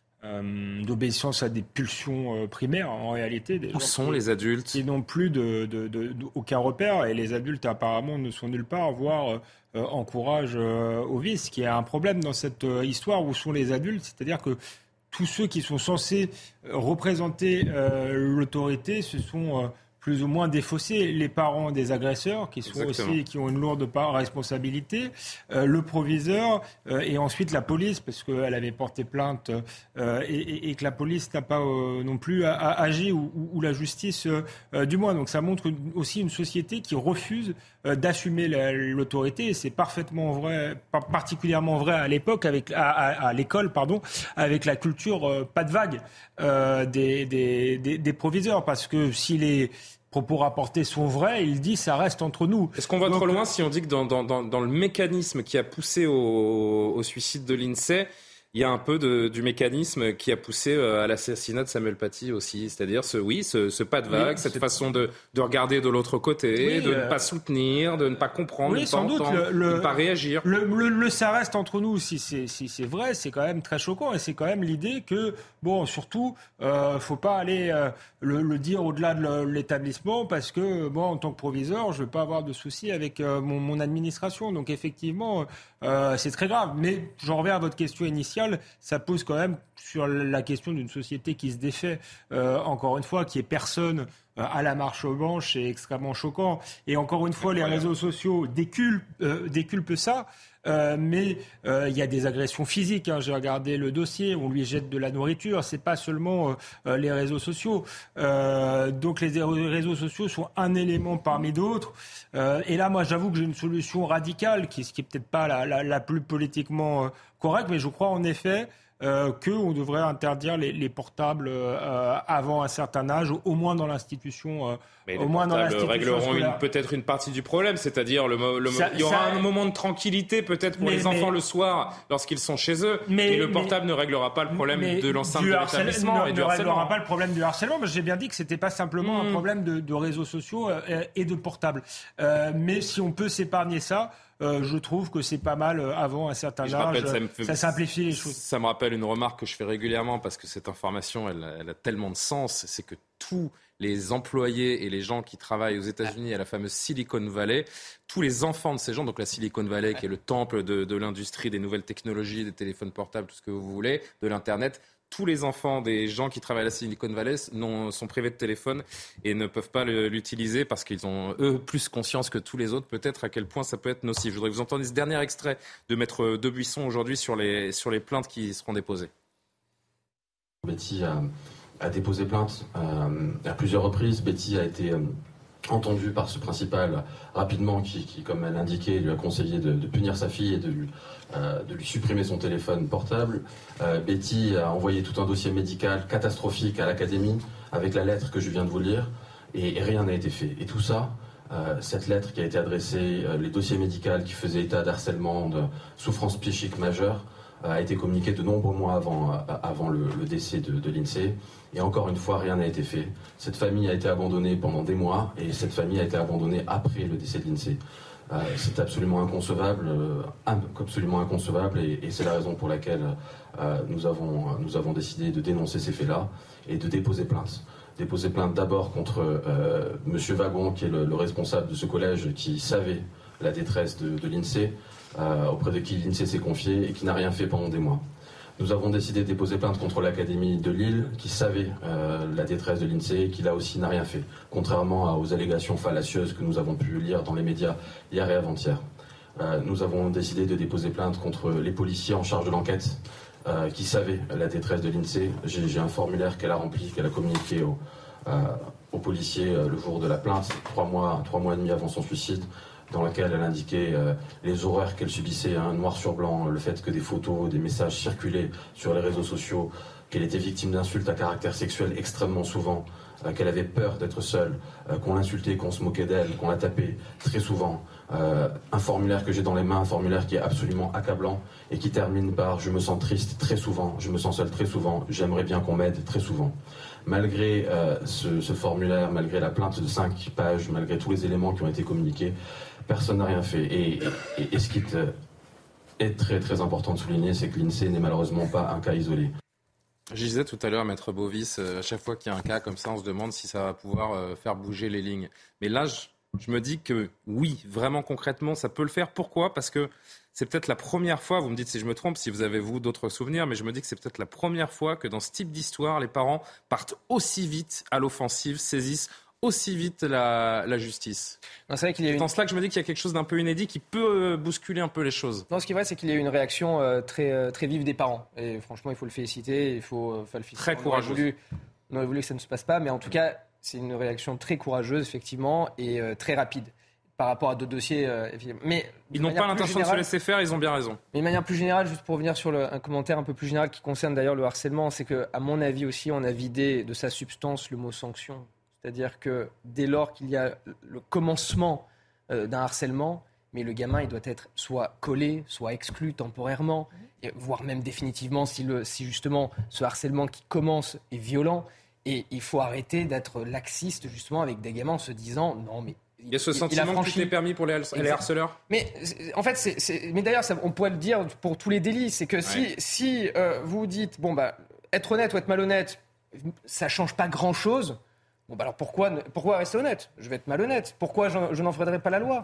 Euh, d'obéissance à des pulsions euh, primaires en réalité. Des Où sont qui, les adultes qui n'ont plus de, de, de, de, aucun repère et les adultes apparemment ne sont nulle part, voire euh, encouragent euh, au vice, qui est un problème dans cette euh, histoire. Où sont les adultes? C'est-à-dire que tous ceux qui sont censés représenter euh, l'autorité se sont euh, plus ou moins défaussés, les parents des agresseurs qui sont Exactement. aussi qui ont une lourde part responsabilité, euh, le proviseur euh, et ensuite la police parce qu'elle avait porté plainte euh, et, et, et que la police n'a pas euh, non plus a, a agi ou, ou, ou la justice euh, du moins. Donc ça montre une, aussi une société qui refuse euh, d'assumer la, l'autorité et c'est parfaitement vrai, particulièrement vrai à l'époque avec à, à, à l'école pardon avec la culture euh, pas de vague euh, des, des, des, des proviseurs parce que si les propos rapportés sont vrais, il dit ça reste entre nous. Est-ce qu'on va Donc, trop loin si on dit que dans, dans, dans, dans le mécanisme qui a poussé au, au suicide de l'INSEE, il y a un peu de, du mécanisme qui a poussé à l'assassinat de Samuel Paty aussi, c'est-à-dire ce, oui, ce, ce pas de vague, oui, cette c'est... façon de, de regarder de l'autre côté, oui, de euh... ne pas soutenir, de ne pas comprendre, oui, de ne pas entendre, le, le, de ne pas réagir. Le, le, le ça reste entre nous, si c'est, si c'est vrai, c'est quand même très choquant et c'est quand même l'idée que, bon, surtout, euh, faut pas aller euh, le, le dire au-delà de l'établissement parce que, bon, en tant que proviseur, je ne veux pas avoir de soucis avec euh, mon, mon administration. Donc effectivement, euh, c'est très grave. Mais j'en reviens à votre question initiale. Ça pose quand même sur la question d'une société qui se défait, euh, encore une fois, qui est personne euh, à la marche blanche, c'est extrêmement choquant. Et encore une fois, les réseaux sociaux déculpent, euh, déculpent ça. Euh, mais il euh, y a des agressions physiques. Hein. J'ai regardé le dossier. On lui jette de la nourriture. C'est pas seulement euh, les réseaux sociaux. Euh, donc les réseaux sociaux sont un élément parmi d'autres. Euh, et là, moi, j'avoue que j'ai une solution radicale, qui, qui est peut-être pas la, la, la plus politiquement euh, correcte, mais je crois en effet. Euh, qu'on devrait interdire les, les portables euh, avant un certain âge, au, au moins dans l'institution. Euh, Mais au les moins dans l'institution régleront une, peut-être une partie du problème, c'est-à-dire le, le, ça, il y aura ça, un moment de tranquillité peut-être pour mais, les enfants mais, le soir lorsqu'ils sont chez eux, mais, mais le portable mais, ne réglera pas le problème de l'enceinte de l'établissement et du harcèlement. Ne réglera pas le problème du harcèlement, mais j'ai bien dit que c'était pas simplement mmh. un problème de, de réseaux sociaux euh, et de portables. Euh, mais si on peut s'épargner ça, Euh, je trouve que c'est pas mal euh, avant un certain âge. Rappelle, ça, me fait, ça simplifie les choses. Ça me rappelle une remarque que je fais régulièrement parce que cette information, elle, elle a tellement de sens. C'est que tous les employés et les gens qui travaillent aux États-Unis à la fameuse Silicon Valley, tous les enfants de ces gens, donc la Silicon Valley qui est le temple de, de l'industrie des nouvelles technologies, des téléphones portables, tout ce que vous voulez, de l'Internet. Tous les enfants des gens qui travaillent à la Silicon Valley sont privés de téléphone et ne peuvent pas l'utiliser parce qu'ils ont, eux, plus conscience que tous les autres, peut-être à quel point ça peut être nocif. Je voudrais que vous entendiez ce dernier extrait de Maître Debuisson aujourd'hui sur les, sur les plaintes qui seront déposées. Betty a, a déposé plainte euh, à plusieurs reprises. Betty a été euh, entendue par ce principal rapidement qui, qui, comme elle l'indiquait, lui a conseillé de, de punir sa fille et de lui, euh, de lui supprimer son téléphone portable. Euh, Betty a envoyé tout un dossier médical catastrophique à l'académie avec la lettre que je viens de vous lire et, et rien n'a été fait. Et tout ça, euh, cette lettre qui a été adressée, euh, les dossiers médicaux qui faisaient état d'harcèlement, de souffrance psychique majeure, a été communiqué de nombreux mois avant, avant le, le décès de, de l'INSEE. Et encore une fois, rien n'a été fait. Cette famille a été abandonnée pendant des mois et cette famille a été abandonnée après le décès de l'INSEE. Euh, c'est absolument inconcevable, euh, absolument inconcevable et, et c'est la raison pour laquelle euh, nous, avons, nous avons décidé de dénoncer ces faits-là et de déposer plainte. Déposer plainte d'abord contre euh, M. Wagon, qui est le, le responsable de ce collège, qui savait la détresse de, de l'INSEE, Euh, auprès de qui l'INSEE s'est confié et qui n'a rien fait pendant des mois. Nous avons décidé de déposer plainte contre l'Académie de Lille, qui savait euh, la détresse de l'INSEE et qui là aussi n'a rien fait, contrairement aux allégations fallacieuses que nous avons pu lire dans les médias hier et avant-hier. Euh, nous avons décidé de déposer plainte contre les policiers en charge de l'enquête, euh, qui savaient la détresse de l'INSEE. J'ai, j'ai un formulaire qu'elle a rempli, qu'elle a communiqué au, euh, aux policiers euh, le jour de la plainte, trois mois, trois mois et demi avant son suicide, dans laquelle elle indiquait euh, les horreurs qu'elle subissait, hein, noir sur blanc, le fait que des photos, des messages circulaient sur les réseaux sociaux, qu'elle était victime d'insultes à caractère sexuel extrêmement souvent, euh, qu'elle avait peur d'être seule, euh, qu'on l'insultait, qu'on se moquait d'elle, qu'on la tapait très souvent. Euh, un formulaire que j'ai dans les mains, un formulaire qui est absolument accablant et qui termine par « je me sens triste très souvent, je me sens seule très souvent, j'aimerais bien qu'on m'aide très souvent ». Malgré euh, ce, ce formulaire, malgré la plainte de cinq pages, malgré tous les éléments qui ont été communiqués, personne n'a rien fait. Et, et, et ce qui est très très important de souligner, c'est que l'INSEE n'est malheureusement pas un cas isolé. Je disais tout à l'heure, Maître Bovis, à chaque fois qu'il y a un cas comme ça, on se demande si ça va pouvoir faire bouger les lignes. Mais là, je, je me dis que oui, vraiment concrètement, ça peut le faire. Pourquoi ? Parce que c'est peut-être la première fois, vous me dites si je me trompe, si vous avez vous d'autres souvenirs, mais je me dis que c'est peut-être la première fois que dans ce type d'histoire, les parents partent aussi vite à l'offensive, saisissent aussi vite la, la justice. Non, c'est vrai qu'il y a c'est une... dans cela que je me dis qu'il y a quelque chose d'un peu inédit qui peut euh, bousculer un peu les choses. Non, ce qui est vrai, c'est qu'il y a eu une réaction euh, très, euh, très vive des parents. Et franchement, il faut le féliciter, il faut, euh, faut le féliciter. Très courageux. On aurait voulu, on aurait voulu que ça ne se passe pas, mais en tout cas, c'est une réaction très courageuse, effectivement, et euh, très rapide par rapport à d'autres dossiers. Euh, mais ils n'ont pas l'intention générale, de se laisser faire, ils ont bien raison. Mais de manière plus générale, juste pour revenir sur le, un commentaire un peu plus général qui concerne d'ailleurs le harcèlement, c'est qu'à mon avis aussi, on a vidé de sa substance le mot sanction. C'est-à-dire que dès lors qu'il y a le commencement euh, d'un harcèlement, mais le gamin il doit être soit collé, soit exclu temporairement, et, voire même définitivement si, le, si justement ce harcèlement qui commence est violent. Et il faut arrêter d'être laxiste justement avec des gamins en se disant non mais... Il y a ce sentiment il a franchi... que tout est permis pour les, les harceleurs. Mais en fait, c'est, c'est, mais d'ailleurs, ça, on pourrait le dire pour tous les délits. C'est que ouais. si, si euh, vous dites, bon bah, être honnête ou être malhonnête, ça change pas grand-chose. Bon bah alors pourquoi, pourquoi rester honnête ? Je vais être malhonnête. Pourquoi je, je n'enfreindrai pas la loi ?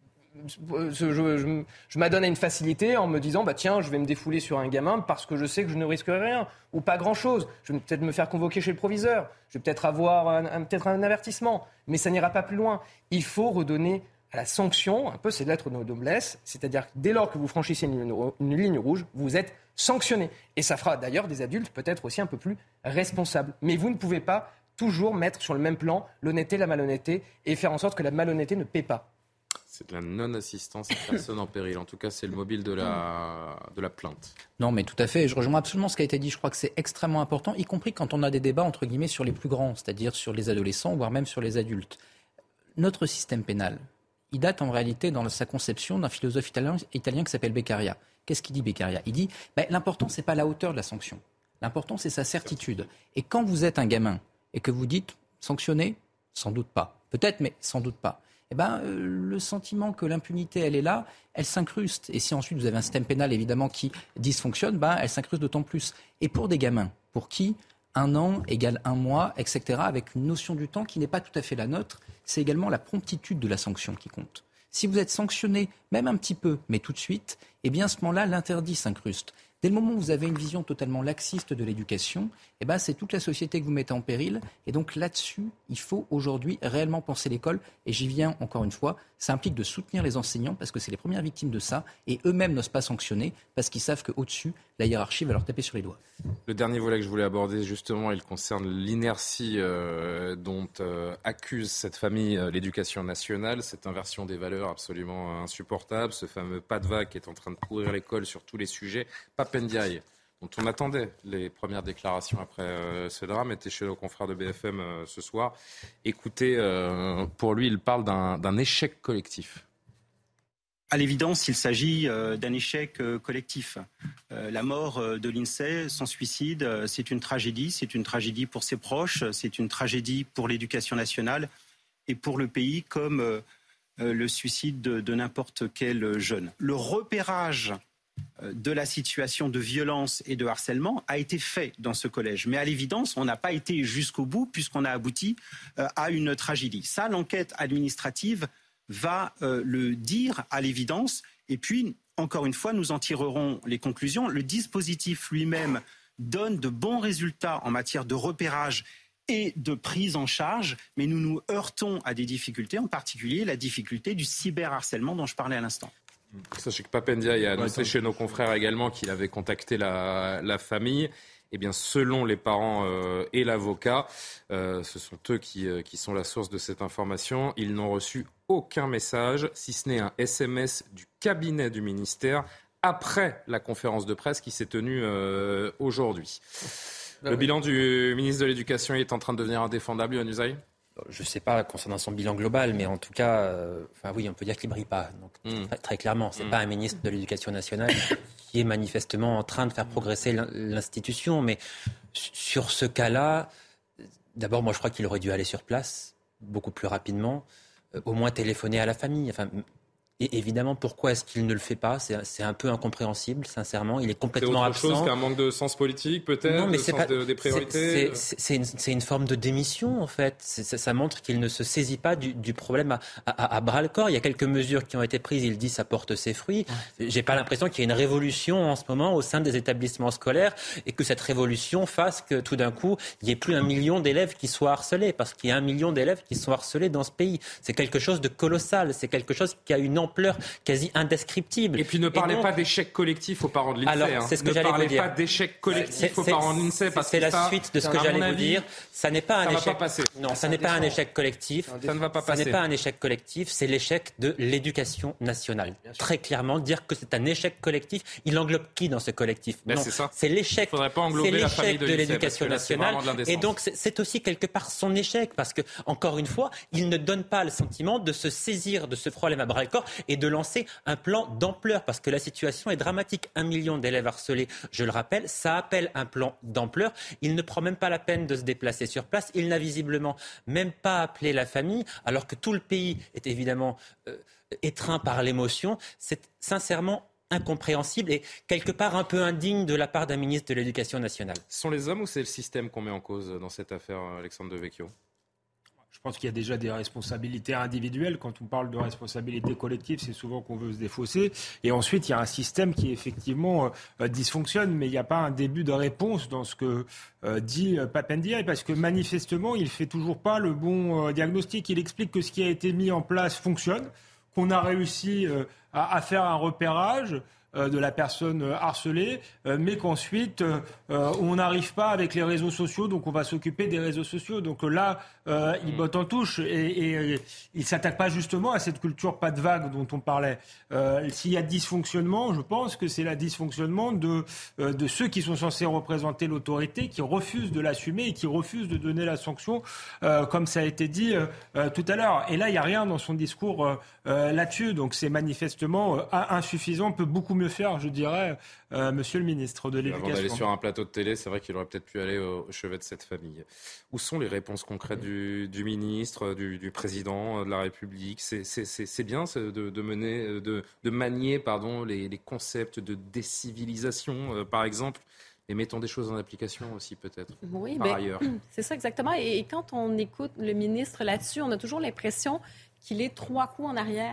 Je, je, je, je m'adonne à une facilité en me disant bah tiens je vais me défouler sur un gamin parce que je sais que je ne risquerai rien ou pas grand chose. Je vais peut-être me faire convoquer chez le proviseur, je vais peut-être avoir un, un, peut-être un avertissement, mais ça n'ira pas plus loin. Il faut redonner à la sanction un peu ces lettres de noblesse, c'est-à-dire que dès lors que vous franchissez une, une ligne rouge, vous êtes sanctionné et ça fera d'ailleurs des adultes peut-être aussi un peu plus responsables. Mais vous ne pouvez pas toujours mettre sur le même plan l'honnêteté, la malhonnêteté et faire en sorte que la malhonnêteté ne paie pas. C'est de la non-assistance à personne en péril. En tout cas, c'est le mobile de la, de la plainte. Non, mais tout à fait. Je rejoins absolument ce qui a été dit. Je crois que c'est extrêmement important, y compris quand on a des débats, entre guillemets, sur les plus grands, c'est-à-dire sur les adolescents, voire même sur les adultes. Notre système pénal, il date en réalité dans sa conception d'un philosophe italien, italien qui s'appelle Beccaria. Qu'est-ce qu'il dit, Beccaria ? Il dit ben, l'important, ce n'est pas la hauteur de la sanction. L'important, c'est sa certitude. Et quand vous êtes un gamin et que vous dites sanctionner, sans doute pas. Peut-être, mais sans doute pas. Eh ben, euh, le sentiment que l'impunité, elle est là, elle s'incruste. Et si ensuite vous avez un système pénal, évidemment, qui dysfonctionne, ben, elle s'incruste d'autant plus. Et pour des gamins, pour qui un an égale un mois, et cetera, avec une notion du temps qui n'est pas tout à fait la nôtre, c'est également la promptitude de la sanction qui compte. Si vous êtes sanctionné, même un petit peu, mais tout de suite, eh bien, à ce moment-là, l'interdit s'incruste. Dès le moment où vous avez une vision totalement laxiste de l'éducation, eh ben, c'est toute la société que vous mettez en péril. Et donc là-dessus, il faut aujourd'hui réellement penser l'école. Et j'y viens encore une fois, ça implique de soutenir les enseignants parce que c'est les premières victimes de ça. Et eux-mêmes n'osent pas sanctionner parce qu'ils savent qu'au-dessus, la hiérarchie va leur taper sur les doigts. Le dernier volet que je voulais aborder, justement, il concerne l'inertie euh, dont euh, accuse cette famille euh, l'éducation nationale, cette inversion des valeurs absolument insupportable, ce fameux pas de vague qui est en train de courir l'école sur tous les sujets. Pap Ndiaye, dont on attendait les premières déclarations après euh, ce drame, était chez nos confrères de B F M euh, ce soir. Écoutez, euh, pour lui, il parle d'un, d'un échec collectif. À l'évidence, il s'agit euh, d'un échec euh, collectif. Euh, la mort euh, de Lindsay, son suicide, euh, c'est une tragédie. C'est une tragédie pour ses proches, c'est une tragédie pour l'éducation nationale et pour le pays, comme euh, euh, le suicide de, de n'importe quel jeune. Le repérage euh, de la situation de violence et de harcèlement a été fait dans ce collège. Mais à l'évidence, on n'a pas été jusqu'au bout puisqu'on a abouti euh, à une tragédie. Ça, l'enquête administrative va euh, le dire à l'évidence. Et puis, encore une fois, nous en tirerons les conclusions. Le dispositif lui-même donne de bons résultats en matière de repérage et de prise en charge, mais nous nous heurtons à des difficultés, en particulier la difficulté du cyberharcèlement dont je parlais à l'instant. Sachez que Pap Ndiaye a annoncé ouais, chez nos confrères également qu'il avait contacté la, la famille. Eh bien, selon les parents euh, et l'avocat, euh, ce sont eux qui, euh, qui sont la source de cette information. Ils n'ont reçu aucun message, si ce n'est un S M S du cabinet du ministère après la conférence de presse qui s'est tenue euh, aujourd'hui. Le bilan du ministre de l'Éducation est en train de devenir indéfendable, Yohann Usaï ? Je ne sais pas concernant son bilan global, mais en tout cas, euh, enfin oui, on peut dire qu'il ne brille pas. Donc, mm. très, très clairement, ce n'est mm. pas un ministre de l'Éducation nationale qui est manifestement en train de faire progresser l'institution. Mais sur ce cas-là, d'abord, moi, je crois qu'il aurait dû aller sur place beaucoup plus rapidement, euh, au moins téléphoner à la famille. Enfin, et évidemment, pourquoi est-ce qu'il ne le fait pas ? c'est, c'est un peu incompréhensible, sincèrement. Il est complètement absent. C'est autre chose qu'un manque de sens politique, peut-être, non, mais de c'est sens pas, de, des priorités. C'est, c'est, c'est, une, c'est une forme de démission, en fait. C'est, ça, ça montre qu'il ne se saisit pas du, du problème à, à, à bras-le-corps. Il y a quelques mesures qui ont été prises. Il dit ça porte ses fruits. Ouais. J'ai pas l'impression qu'il y ait une révolution en ce moment au sein des établissements scolaires et que cette révolution fasse que tout d'un coup, il n'y ait plus un million d'élèves qui soient harcelés, parce qu'il y a un million d'élèves qui sont harcelés dans ce pays. C'est quelque chose de colossal. C'est quelque chose qui a une ampleur quasi indescriptible. Et puis ne parlez donc... pas d'échec collectif aux parents de l'INSEE. Alors, c'est ce que ne j'allais vous dire. Ne parlez pas d'échec collectif aux parents de l'INSEE. Parce c'est que la ça, suite de ce que j'allais vous dire. Ça n'est pas un échec. Ça va pas passer. Non, ça n'est pas un échec collectif. Ça ne va pas passer. Ça n'est pas un échec collectif. C'est l'échec de l'éducation nationale. Très clairement, dire que c'est un échec collectif, il englobe qui dans ce collectif ? Ben non, c'est ça. C'est l'échec. Il faudrait pas englober c'est l'échec la famille de, de l'INSEE, l'éducation nationale. Et donc, c'est, c'est aussi quelque part son échec, parce que encore une fois, il ne donne pas le sentiment de se saisir de ce problème à bras-le-corps et de lancer un plan d'ampleur, parce que la situation est dramatique. Un million d'élèves harcelés, je le rappelle, ça appelle un plan d'ampleur. Il ne prend même pas la peine de se déplacer sur place. Il n'a visiblement même pas appelé la famille, alors que tout le pays est évidemment euh, étreint par l'émotion. C'est sincèrement incompréhensible et quelque part un peu indigne de la part d'un ministre de l'Éducation nationale. Ce sont les hommes ou c'est le système qu'on met en cause dans cette affaire, Alexandre Devecchio ? Je pense qu'il y a déjà des responsabilités individuelles. Quand on parle de responsabilité collective, c'est souvent qu'on veut se défausser. Et ensuite, il y a un système qui effectivement euh, dysfonctionne, mais il n'y a pas un début de réponse dans ce que euh, dit euh, Pap Ndiaye, parce que manifestement, il ne fait toujours pas le bon euh, diagnostic. Il explique que ce qui a été mis en place fonctionne, qu'on a réussi euh, à, à faire un repérage de la personne harcelée, mais qu'ensuite euh, on n'arrive pas avec les réseaux sociaux, donc on va s'occuper des réseaux sociaux. Donc là, euh, il botte en touche et, et, et il ne s'attaque pas justement à cette culture pas de vague dont on parlait. Euh, s'il y a dysfonctionnement, je pense que c'est le dysfonctionnement de, euh, de ceux qui sont censés représenter l'autorité, qui refusent de l'assumer et qui refusent de donner la sanction, euh, comme ça a été dit euh, tout à l'heure. Et là, il n'y a rien dans son discours euh, euh, là-dessus, donc c'est manifestement euh, insuffisant, on peut beaucoup mieux faire, je dirais, euh, monsieur le ministre de l'Éducation. Avant d'aller sur un plateau de télé, c'est vrai qu'il aurait peut-être pu aller au, au chevet de cette famille. Où sont les réponses concrètes du, du ministre, du, du président de la République ? C'est, c'est, c'est, c'est bien de, de mener, de, de manier, pardon, les, les concepts de décivilisation, euh, par exemple. Et mettons des choses en application aussi, peut-être, oui, par ben, ailleurs. C'est ça, exactement. Et, et quand on écoute le ministre là-dessus, on a toujours l'impression qu'il est trois coups en arrière.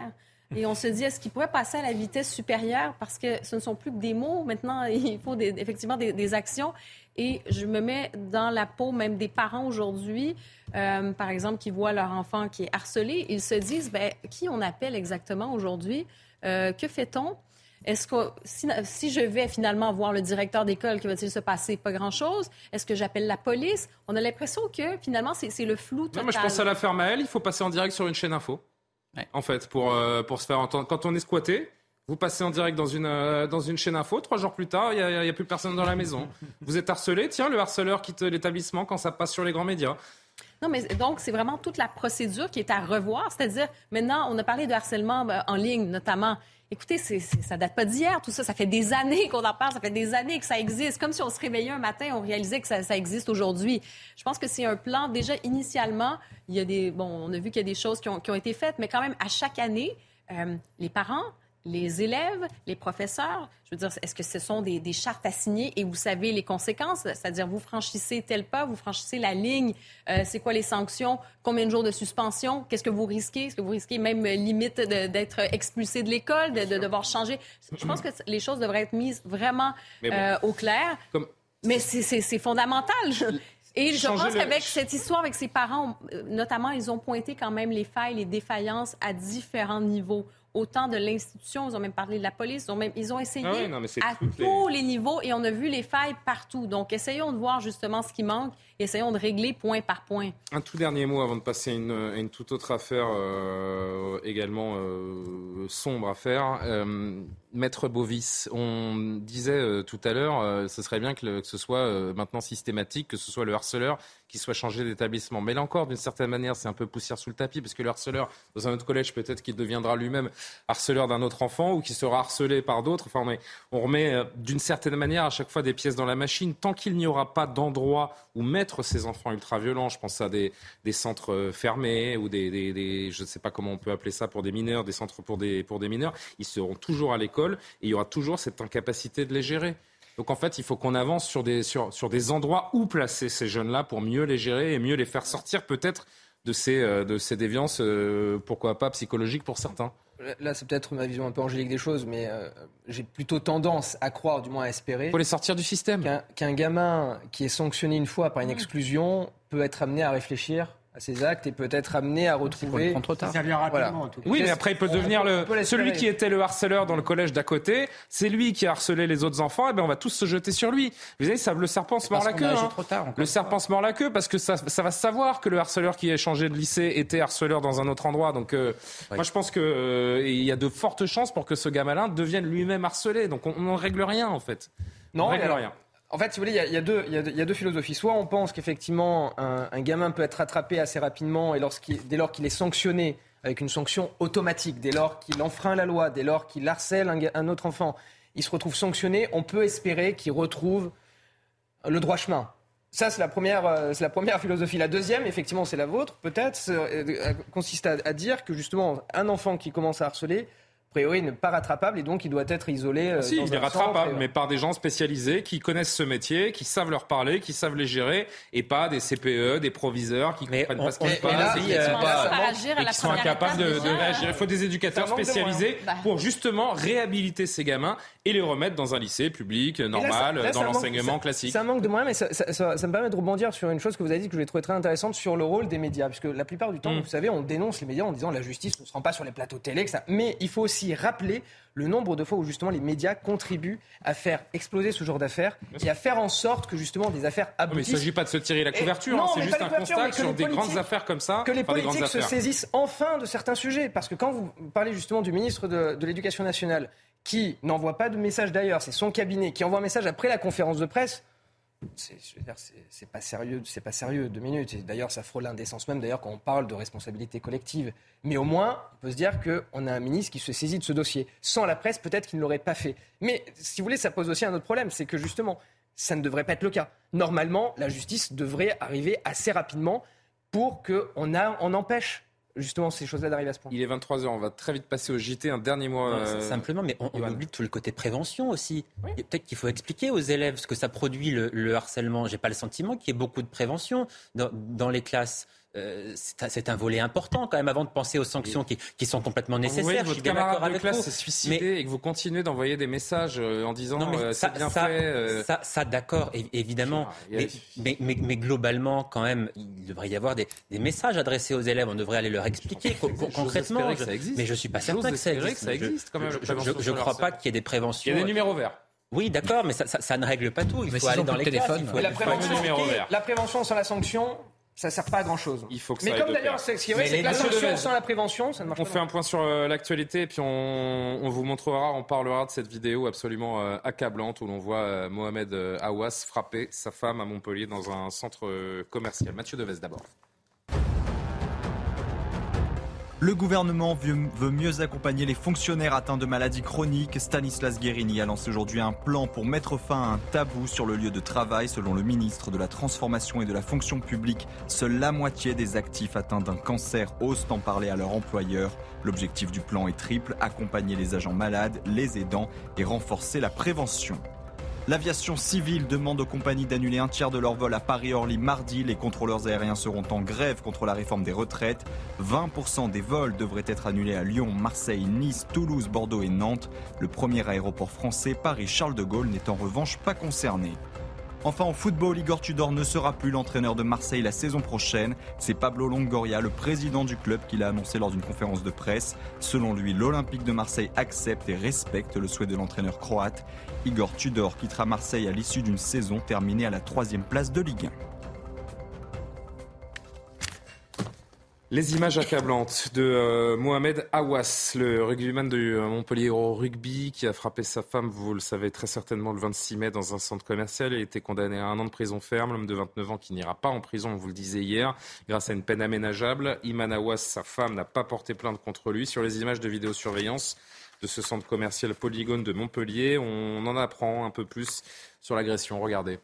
Et on se dit, est-ce qu'ils pourraient passer à la vitesse supérieure? Parce que ce ne sont plus que des mots. Maintenant, il faut des, effectivement des, des actions. Et je me mets dans la peau même des parents aujourd'hui, euh, par exemple, qui voient leur enfant qui est harcelé. Ils se disent, ben, qui on appelle exactement aujourd'hui? Euh, que fait-on? Est-ce que si, si je vais finalement voir le directeur d'école, que va-t-il se passer? Pas grand-chose. Est-ce que j'appelle la police? On a l'impression que finalement, c'est, c'est le flou total. Non, mais je pense à l'affaire Maëlle, il faut passer en direct sur une chaîne info. Ouais. En fait, pour, euh, pour se faire entendre. Quand on est squatté, vous passez en direct dans une, euh, dans une chaîne info. Trois jours plus tard, il n'y a, a plus personne dans la maison. Vous êtes harcelé. Tiens, le harceleur quitte l'établissement quand ça passe sur les grands médias. Non, mais donc, c'est vraiment toute la procédure qui est à revoir. C'est-à-dire, maintenant, on a parlé de harcèlement ben, en ligne, notamment. Écoutez, c'est, c'est, ça date pas d'hier, tout ça. Ça fait des années qu'on en parle, ça fait des années que ça existe. Comme si on se réveillait un matin, on réalisait que ça, ça existe aujourd'hui. Je pense que c'est un plan, déjà, initialement, il y a des... Bon, on a vu qu'il y a des choses qui ont, qui ont été faites, mais quand même, à chaque année, euh, les parents, les élèves, les professeurs, je veux dire, est-ce que ce sont des, des chartes à signer et vous savez les conséquences? C'est-à-dire, vous franchissez tel pas, vous franchissez la ligne, euh, c'est quoi les sanctions? Combien de jours de suspension? Qu'est-ce que vous risquez? Est-ce que vous risquez même limite de, d'être expulsé de l'école, de, de devoir changer? Je pense que les choses devraient être mises vraiment bon, euh, au clair. Comme... Mais c'est, c'est, c'est fondamental. Et je pense le... qu'avec cette histoire, avec ses parents, notamment, ils ont pointé quand même les failles, les défaillances à différents niveaux. Autant de l'institution, ils ont même parlé de la police, ils ont, même, ils ont essayé ah oui, non, à tous les... les niveaux et on a vu les failles partout. Donc, essayons de voir justement ce qui manque et essayons de régler point par point. Un tout dernier mot avant de passer à une, une toute autre affaire euh, également euh, sombre affaire. Euh, Maître Bovis, on disait euh, tout à l'heure, euh, ce serait bien que, le, que ce soit euh, maintenant systématique, que ce soit le harceleur qui soit changé d'établissement. Mais là encore, d'une certaine manière, c'est un peu poussière sous le tapis, parce que le harceleur, dans un autre collège, peut-être qu'il deviendra lui-même harceleur d'un autre enfant ou qui sera harcelé par d'autres. Enfin, on, met, on remet euh, d'une certaine manière à chaque fois des pièces dans la machine. Tant qu'il n'y aura pas d'endroit où mettre ces enfants ultra-violents, je pense à des, des centres fermés ou des, des, des je ne sais pas comment on peut appeler ça pour des mineurs, des centres pour des, pour des mineurs, ils seront toujours à l'école et il y aura toujours cette incapacité de les gérer. Donc en fait, il faut qu'on avance sur des, sur, sur des endroits où placer ces jeunes-là pour mieux les gérer et mieux les faire sortir peut-être de ces, euh, de ces déviances, euh, pourquoi pas psychologiques pour certains. Là, c'est peut-être ma vision un peu angélique des choses, mais euh, j'ai plutôt tendance à croire, du moins à espérer... Il faut les sortir du système. Qu'un, qu'un gamin qui est sanctionné une fois par une exclusion peut être amené à réfléchir à ses actes et peut être amené à retrouver... C'est trop tard. Ça vient rapidement, voilà. En tout cas. Oui, mais après, il peut on, devenir on le peut celui qui était le harceleur dans le collège d'à côté. C'est lui qui a harcelé les autres enfants. Et ben, on va tous se jeter sur lui. Vous savez, ça, le serpent se mord la queue. Hein. Trop tard, le serpent se mord la queue parce que ça, ça va se savoir que le harceleur qui a changé de lycée était harceleur dans un autre endroit. Donc, euh, oui. moi, je pense qu'il euh, y a de fortes chances pour que ce gamin-là devienne lui-même harcelé. Donc, on ne règle rien, en fait. Non, on règle alors... rien. En fait, si vous voulez, il y, y, y, y a deux philosophies. Soit on pense qu'effectivement, un, un gamin peut être rattrapé assez rapidement et lorsqu'il, dès lors qu'il est sanctionné avec une sanction automatique, dès lors qu'il enfreint la loi, dès lors qu'il harcèle un, un autre enfant, il se retrouve sanctionné, on peut espérer qu'il retrouve le droit chemin. Ça, c'est la première, c'est la première philosophie. La deuxième, effectivement, c'est la vôtre, peut-être, consiste à, à dire que justement, un enfant qui commence à harceler, a priori, n'est pas rattrapable et donc il doit être isolé. Euh, si, dans il est un rattrapable, centre, mais par des gens spécialisés qui connaissent ce métier, qui savent leur parler, qui savent les gérer, et pas des C P E, des proviseurs qui ne comprennent pas ce qui se passe et, et, euh, pas, et qui sont incapables de, de réagir. Il faut des éducateurs spécialisés bah. pour justement réhabiliter ces gamins et les remettre dans un lycée public, normal, là, ça, là, dans l'enseignement manque, classique. C'est un manque de moyens, mais ça, ça, ça, ça me permet de rebondir sur une chose que vous avez dit que je l'ai trouvé très intéressante sur le rôle des médias. Puisque la plupart du temps, mmh. vous savez, on dénonce les médias en disant la justice ne se rend pas sur les plateaux télé, que ça. Mais il faut aussi rappeler le nombre de fois où justement les médias contribuent à faire exploser ce genre d'affaires et à faire en sorte que vous parlez justement des affaires aboutissent. Mais il ne s'agit pas de se tirer la couverture, et, non, hein, c'est juste un constat sur des grandes affaires comme ça. Que les politiques se saisissent enfin de certains sujets. Parce que quand vous parlez justement du ministre de, de l'Éducation nationale qui n'envoie pas de message d'ailleurs, c'est son cabinet qui envoie un message après la conférence de presse, C'est, je veux dire, c'est, c'est pas sérieux, c'est pas sérieux, deux minutes. Et d'ailleurs, ça frôle l'indécence même, d'ailleurs, quand on parle de responsabilité collective. Mais au moins, on peut se dire qu'on a un ministre qui se saisit de ce dossier. Sans la presse, peut-être qu'il ne l'aurait pas fait. Mais, si vous voulez, ça pose aussi un autre problème, c'est que justement, ça ne devrait pas être le cas. Normalement, la justice devrait arriver assez rapidement pour qu'on a, on empêche justement ces choses-là d'arriver à ce point. Il est vingt-trois heures, on va très vite passer au J T, un dernier mot. Non, euh... Simplement, mais on, on oublie tout le côté prévention aussi. Oui. Et peut-être qu'il faut expliquer aux élèves ce que ça produit le, le harcèlement. J'ai pas le sentiment qu'il y ait beaucoup de prévention dans, dans les classes. euh, c'est, c'est un volet important quand même avant de penser aux sanctions qui, qui sont complètement nécessaires. Vous voyez, je suis votre bien d'accord camarade de avec classe vous. s'est suicidé Mais... et que vous continuez d'envoyer des messages en disant non, mais euh, ça, c'est bien ça, fait. Euh... Ça, ça, d'accord, évidemment. Mais, mais, mais, mais globalement, quand même, il devrait y avoir des, des messages adressés aux élèves. On devrait aller leur expliquer co- concrètement. Que ça existe. Mais je suis pas certain que ça existe. Que ça existe quand même. Je ne crois pas qu'il y ait des préventions. Il y a des numéros verts. Oui, d'accord, mais ça, ça, ça ne règle pas tout. Il mais faut aller dans les téléphones. classes. La prévention, la prévention sans la sanction, ça ne sert pas à grand-chose. Il faut que mais ça comme d'ailleurs, c'est, ce qui est vrai, c'est que la sanction sans la prévention, ça ne marche on pas. On fait un point sur euh, l'actualité et puis on, on vous montrera, on parlera de cette vidéo absolument euh, accablante où l'on voit euh, Mohamed euh, Aouas frapper sa femme à Montpellier dans un centre euh, commercial. Mathieu Deves d'abord. Le gouvernement veut mieux accompagner les fonctionnaires atteints de maladies chroniques. Stanislas Guerini a lancé aujourd'hui un plan pour mettre fin à un tabou sur le lieu de travail. Selon le ministre de la Transformation et de la Fonction publique, seule la moitié des actifs atteints d'un cancer osent en parler à leur employeur. L'objectif du plan est triple, accompagner les agents malades, les aidants et renforcer la prévention. L'aviation civile demande aux compagnies d'annuler un tiers de leurs vols à Paris-Orly mardi. Les contrôleurs aériens seront en grève contre la réforme des retraites. vingt pour cent des vols devraient être annulés à Lyon, Marseille, Nice, Toulouse, Bordeaux et Nantes. Le premier aéroport français, Paris-Charles de Gaulle, n'est en revanche pas concerné. Enfin, en football, Igor Tudor ne sera plus l'entraîneur de Marseille la saison prochaine. C'est Pablo Longoria, le président du club, qui l'a annoncé lors d'une conférence de presse. Selon lui, l'Olympique de Marseille accepte et respecte le souhait de l'entraîneur croate. Igor Tudor quittera Marseille à l'issue d'une saison terminée à la troisième place de Ligue un. Les images accablantes de euh, Mohamed Aouas, le rugbyman de euh, Montpellier au rugby, qui a frappé sa femme, vous le savez très certainement, le vingt-six mai dans un centre commercial. Il a été condamné à un an de prison ferme. L'homme de vingt-neuf ans qui n'ira pas en prison, on vous le disait hier, grâce à une peine aménageable. Iman Aouas, sa femme, n'a pas porté plainte contre lui. Sur les images de vidéosurveillance de ce centre commercial Polygone de Montpellier, on en apprend un peu plus sur l'agression. Regardez.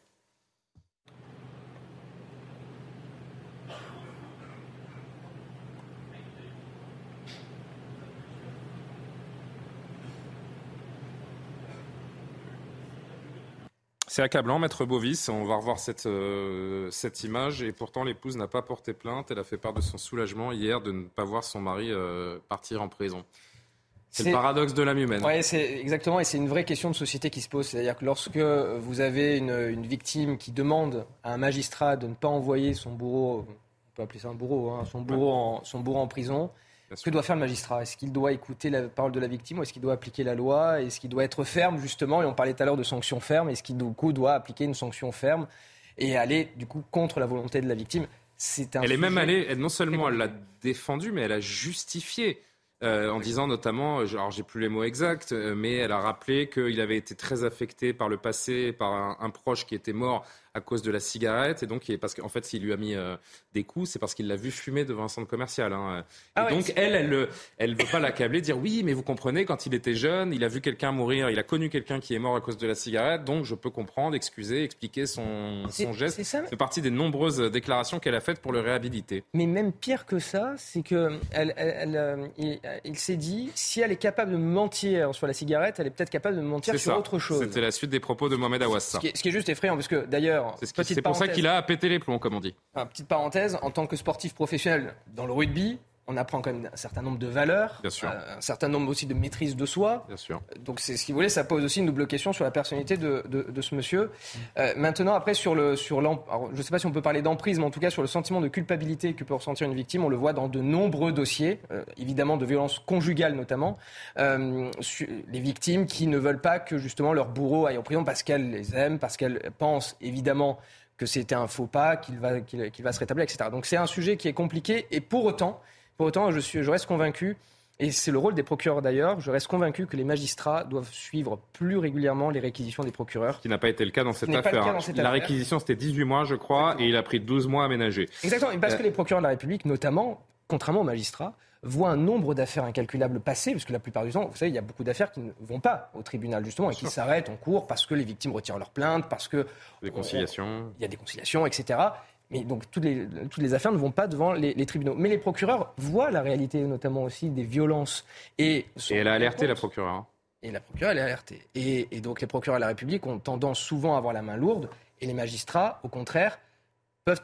C'est accablant, Maître Bovis. On va revoir cette, euh, cette image. Et pourtant, l'épouse n'a pas porté plainte. Elle a fait part de son soulagement hier de ne pas voir son mari euh, partir en prison. C'est, c'est le paradoxe de l'âme humaine. Oui, c'est exactement. Et c'est une vraie question de société qui se pose. C'est-à-dire que lorsque vous avez une, une victime qui demande à un magistrat de ne pas envoyer son bourreau, on peut appeler ça un bourreau, hein, son, bourreau en, son bourreau en prison, que doit faire le magistrat ? Est-ce qu'il doit écouter la parole de la victime ou est-ce qu'il doit appliquer la loi ? Est-ce qu'il doit être ferme, justement ? Et on parlait tout à l'heure de sanctions fermes. Est-ce qu'il, du coup, doit appliquer une sanction ferme et aller, du coup, contre la volonté de la victime ? C'est un Elle est même sujet... allée, elle, non seulement elle l'a défendu, mais elle a justifié. Euh, en disant notamment, alors j'ai plus les mots exacts, mais elle a rappelé qu'il avait été très affecté par le passé, par un, un proche qui était mort à cause de la cigarette, et donc parce qu'en fait s'il lui a mis euh, des coups, c'est parce qu'il l'a vu fumer devant un centre commercial. Hein. Ah et ouais, donc c'est... elle, elle, elle veut pas l'accabler, dire oui, mais vous comprenez, quand il était jeune, il a vu quelqu'un mourir, il a connu quelqu'un qui est mort à cause de la cigarette, donc je peux comprendre, excuser, expliquer son, c'est, son geste. C'est, ça, mais... c'est partie des nombreuses déclarations qu'elle a faites pour le réhabiliter. Mais même pire que ça, c'est que elle, elle, elle, il, il s'est dit, si elle est capable de mentir sur la cigarette, elle est peut-être capable de mentir c'est sur ça. autre chose. C'était la suite des propos de Mohamed Aouas. Ce qui est, ce qui est juste effrayant, parce que d'ailleurs, c'est, ce qui, c'est pour ça qu'il a pété les plombs, comme on dit. Ah, petite parenthèse, en tant que sportif professionnel dans le rugby, on apprend quand même un certain nombre de valeurs, Bien sûr. Euh, un certain nombre aussi de maîtrise de soi. Bien sûr. Donc c'est ce qu'il voulait, ça pose aussi une double question sur la personnalité de, de, de ce monsieur. Euh, maintenant, après, sur le, sur l'em... Alors, je ne sais pas si on peut parler d'emprise, mais en tout cas sur le sentiment de culpabilité que peut ressentir une victime, on le voit dans de nombreux dossiers, euh, évidemment de violences conjugales notamment. Euh, les victimes qui ne veulent pas que justement leur bourreau aille en prison parce qu'elles les aiment, parce qu'elles pensent évidemment que c'était un faux pas, qu'il va, qu'il, qu'il va se rétablir, et cetera. Donc c'est un sujet qui est compliqué et pour autant... Pour autant, je, suis, je reste convaincu, et c'est le rôle des procureurs d'ailleurs, je reste convaincu que les magistrats doivent suivre plus régulièrement les réquisitions des procureurs. Ce qui n'a pas été le cas dans cette affaire. affaire. Dans cette la affaire. réquisition, c'était dix-huit mois, je crois, Exactement. Et il a pris douze mois à aménager. Exactement, parce euh... que les procureurs de la République, notamment, contrairement aux magistrats, voient un nombre d'affaires incalculables passer, parce que la plupart du temps, vous savez, il y a beaucoup d'affaires qui ne vont pas au tribunal, justement, et qui s'arrêtent en cours parce que les victimes retirent leur plainte, parce que... Des conciliations. Il y a des conciliations, et cetera. Mais donc toutes les, toutes les affaires ne vont pas devant les, les tribunaux. Mais les procureurs voient la réalité, notamment aussi des violences. Et, et elle a alerté la procureure. Et la procureure, elle a alerté. Et, et donc les procureurs de la République ont tendance souvent à avoir la main lourde. Et les magistrats, au contraire, peuvent être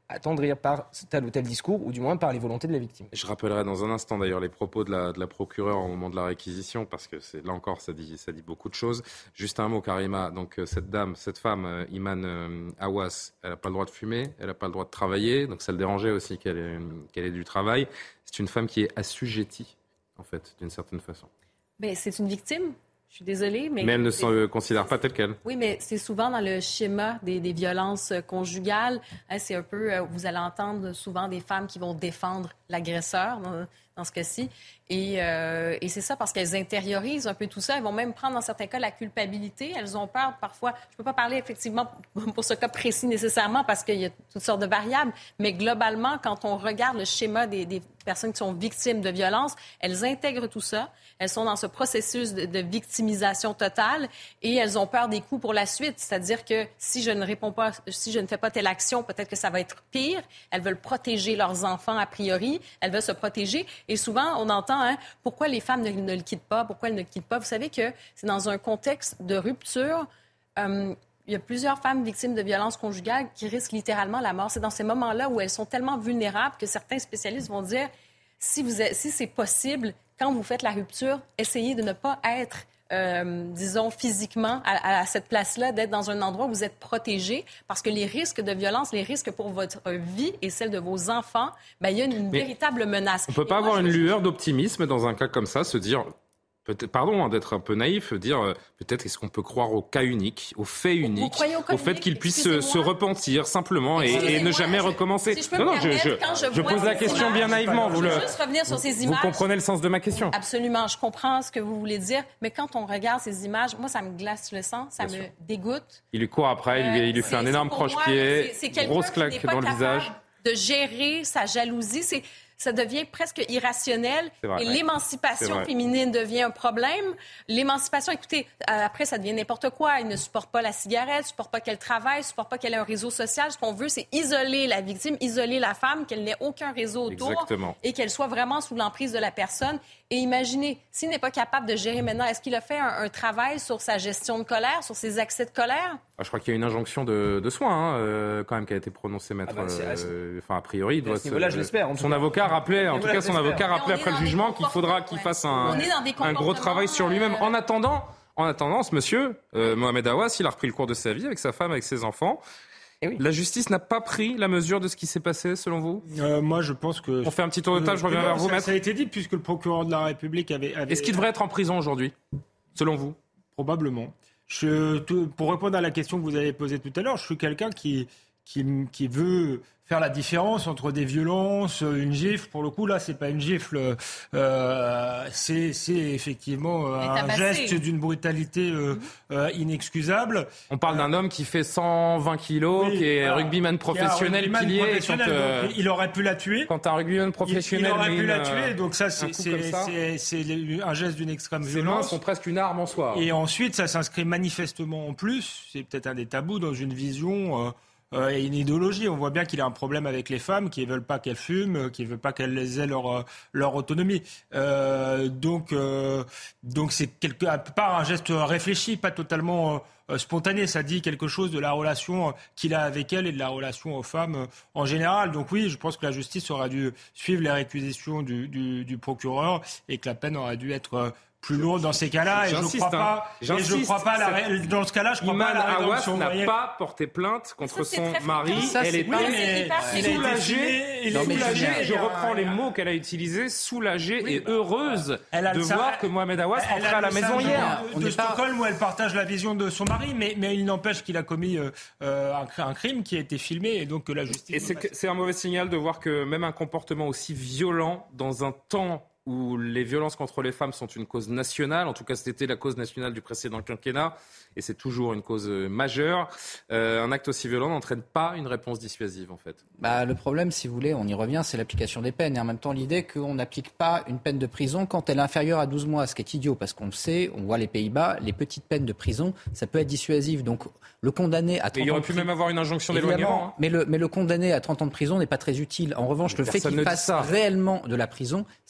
attendrir par tel ou tel discours, ou du moins par les volontés de la victime. Je rappellerai dans un instant d'ailleurs les propos de la, de la procureure au moment de la réquisition, parce que c'est, là encore ça dit, ça dit beaucoup de choses. Juste un mot, Karima. Donc cette dame, cette femme, euh, Iman euh, Hawass, elle n'a pas le droit de fumer, elle n'a pas le droit de travailler, donc ça le dérangeait aussi qu'elle ait, qu'elle ait du travail. C'est une femme qui est assujettie, en fait, d'une certaine façon. Ben, c'est une victime. Je suis désolée, mais... Mais elle ne se considère pas telle qu'elle. Oui, mais c'est souvent dans le schéma des, des violences conjugales. Hein, c'est un peu... Euh, vous allez entendre souvent des femmes qui vont défendre l'agresseur, dans, dans ce cas-ci. Et, euh, et c'est ça, parce qu'elles intériorisent un peu tout ça. Elles vont même prendre, dans certains cas, la culpabilité. Elles ont peur, parfois... Je ne peux pas parler, effectivement, pour ce cas précis nécessairement, parce qu'il y a toutes sortes de variables. Mais globalement, quand on regarde le schéma des, des personnes qui sont victimes de violences, elles intègrent tout ça. Elles sont dans ce processus de, de victimisation totale et elles ont peur des coups pour la suite. C'est-à-dire que si je ne réponds pas, si je ne fais pas telle action, peut-être que ça va être pire. Elles veulent protéger leurs enfants a priori. Elles veulent se protéger. Et souvent, on entend hein, pourquoi les femmes ne, ne le quittent pas, pourquoi elles ne le quittent pas. Vous savez que c'est dans un contexte de rupture. Euh, il y a plusieurs femmes victimes de violences conjugales qui risquent littéralement la mort. C'est dans ces moments-là où elles sont tellement vulnérables que certains spécialistes vont dire si, vous êtes, si c'est possible, quand vous faites la rupture, essayez de ne pas être, euh, disons, physiquement à, à cette place-là, d'être dans un endroit où vous êtes protégé, parce que les risques de violence, les risques pour votre vie et celle de vos enfants, ben, il y a une, une véritable menace. On ne peut pas et avoir moi, une je... lueur d'optimisme dans un cas comme ça, se dire... Peut-être, pardon hein, d'être un peu naïf, dire euh, peut-être est-ce qu'on peut croire au cas unique, au fait unique, au, au fait qu'il puisse se, se repentir simplement et, et ne jamais je, recommencer. Si je non, non, je, je, je, je pose la question bien naïvement. Vous, le, juste revenir sur ces images. Vous comprenez le sens de ma question. Absolument, je comprends ce que vous voulez dire, mais quand on regarde ces images, moi ça me glace le sang, ça bien me sûr. dégoûte. Il lui court après, il lui, il lui fait un énorme croche-pied, grosse claque dans le visage. De gérer sa jalousie, c'est ça devient presque irrationnel. Vrai, et ouais. l'émancipation féminine devient un problème. L'émancipation, écoutez, après, ça devient n'importe quoi. Elle ne supporte pas la cigarette, ne supporte pas qu'elle travaille, ne supporte pas qu'elle ait un réseau social. Ce qu'on veut, c'est isoler la victime, isoler la femme, qu'elle n'ait aucun réseau autour. Exactement. Et qu'elle soit vraiment sous l'emprise de la personne. Et imaginez, s'il n'est pas capable de gérer maintenant, est-ce qu'il a fait un, un travail sur sa gestion de colère, sur ses accès de colère? Ah, je crois qu'il y a une injonction de, de soins, hein, euh, quand même, qui a été prononcée, maître. Ah bah, euh, enfin, a priori, il doit se, là, je l'espère. En son avocat rappelait, en tout cas, son avocat rappelait après le jugement qu'il faudra qu'il fasse un, un gros travail sur lui-même. En attendant, en attendant, ce monsieur, euh, Mohamed Hawass, il a repris le cours de sa vie avec sa femme, avec ses enfants. Et oui. La justice n'a pas pris la mesure de ce qui s'est passé, selon vous? euh, Moi, je pense que... On fait un petit tour de table, je reviens non, vers vous, ça, maître. Ça a été dit, puisque le procureur de la République avait... avait... Est-ce qu'il devrait être en prison aujourd'hui, selon vous? Probablement. Je, tout, pour répondre à la question que vous avez posée tout à l'heure, je suis quelqu'un qui, qui, qui veut faire la différence entre des violences, une gifle. Pour le coup, là, c'est pas une gifle. Euh, c'est, c'est effectivement euh, un geste d'une brutalité euh, euh, inexcusable. On parle d'un homme qui fait cent vingt kilos, oui, qui est voilà, rugbyman professionnel, qui pilier. Professionnel, quand, euh, il aurait pu la tuer. Quand un rugbyman professionnel, il, il aurait pu une, la tuer. Donc ça, c'est, c'est, c'est, ça. c'est, c'est un geste d'une extrême Ses violence. Ses mains sont presque une arme en soi. Et ensuite, ça s'inscrit manifestement en plus. C'est peut-être un des tabous dans une vision. Euh, Euh, et une idéologie. On voit bien qu'il a un problème avec les femmes qui ne veulent pas qu'elles fument, qui ne veulent pas qu'elles aient leur, leur autonomie. Euh, donc, euh, donc c'est quelque part un geste réfléchi, pas totalement euh, spontané. Ça dit quelque chose de la relation qu'il a avec elle et de la relation aux femmes euh, en général. Donc oui, je pense que la justice aurait dû suivre les réquisitions du, du, du procureur et que la peine aurait dû être euh, plus lourd dans ces cas-là, et je crois pas, hein. et je crois pas la ré... dans ce cas-là, je crois Iman pas à la Hawass rédemption. n'a pas porté plainte contre ça, son mari. Ça, elle est oui, soulagée, soulagée, je reprends les mots qu'elle a utilisés, soulagée oui, et heureuse elle a de voir ça, que Mohamed Hawass rentrait à la maison hier. De, de Stockholm, pas... où elle partage la vision de son mari, mais, mais il n'empêche qu'il a commis euh, un, un crime qui a été filmé, et donc que la justice... Et c'est, que, c'est un mauvais signal de voir que même un comportement aussi violent dans un temps où les violences contre les femmes sont une cause nationale, en tout cas c'était la cause nationale du précédent quinquennat, et c'est toujours une cause majeure, euh, un acte aussi violent n'entraîne pas une réponse dissuasive en fait. Bah, le problème, si vous voulez, on y revient, c'est l'application des peines, et en même temps l'idée qu'on n'applique pas une peine de prison quand elle est inférieure à douze mois, ce qui est idiot, parce qu'on le sait, on voit les Pays-Bas, les petites peines de prison, ça peut être dissuasif, donc le condamné à trente ans... Et il aurait pu même avoir une injonction d'éloignement. Hein. Mais, le, mais le condamné à trente ans de prison n'est pas très utile. En revanche, le Personne fait qu'il fasse réellement de la prison, ça, ça aurait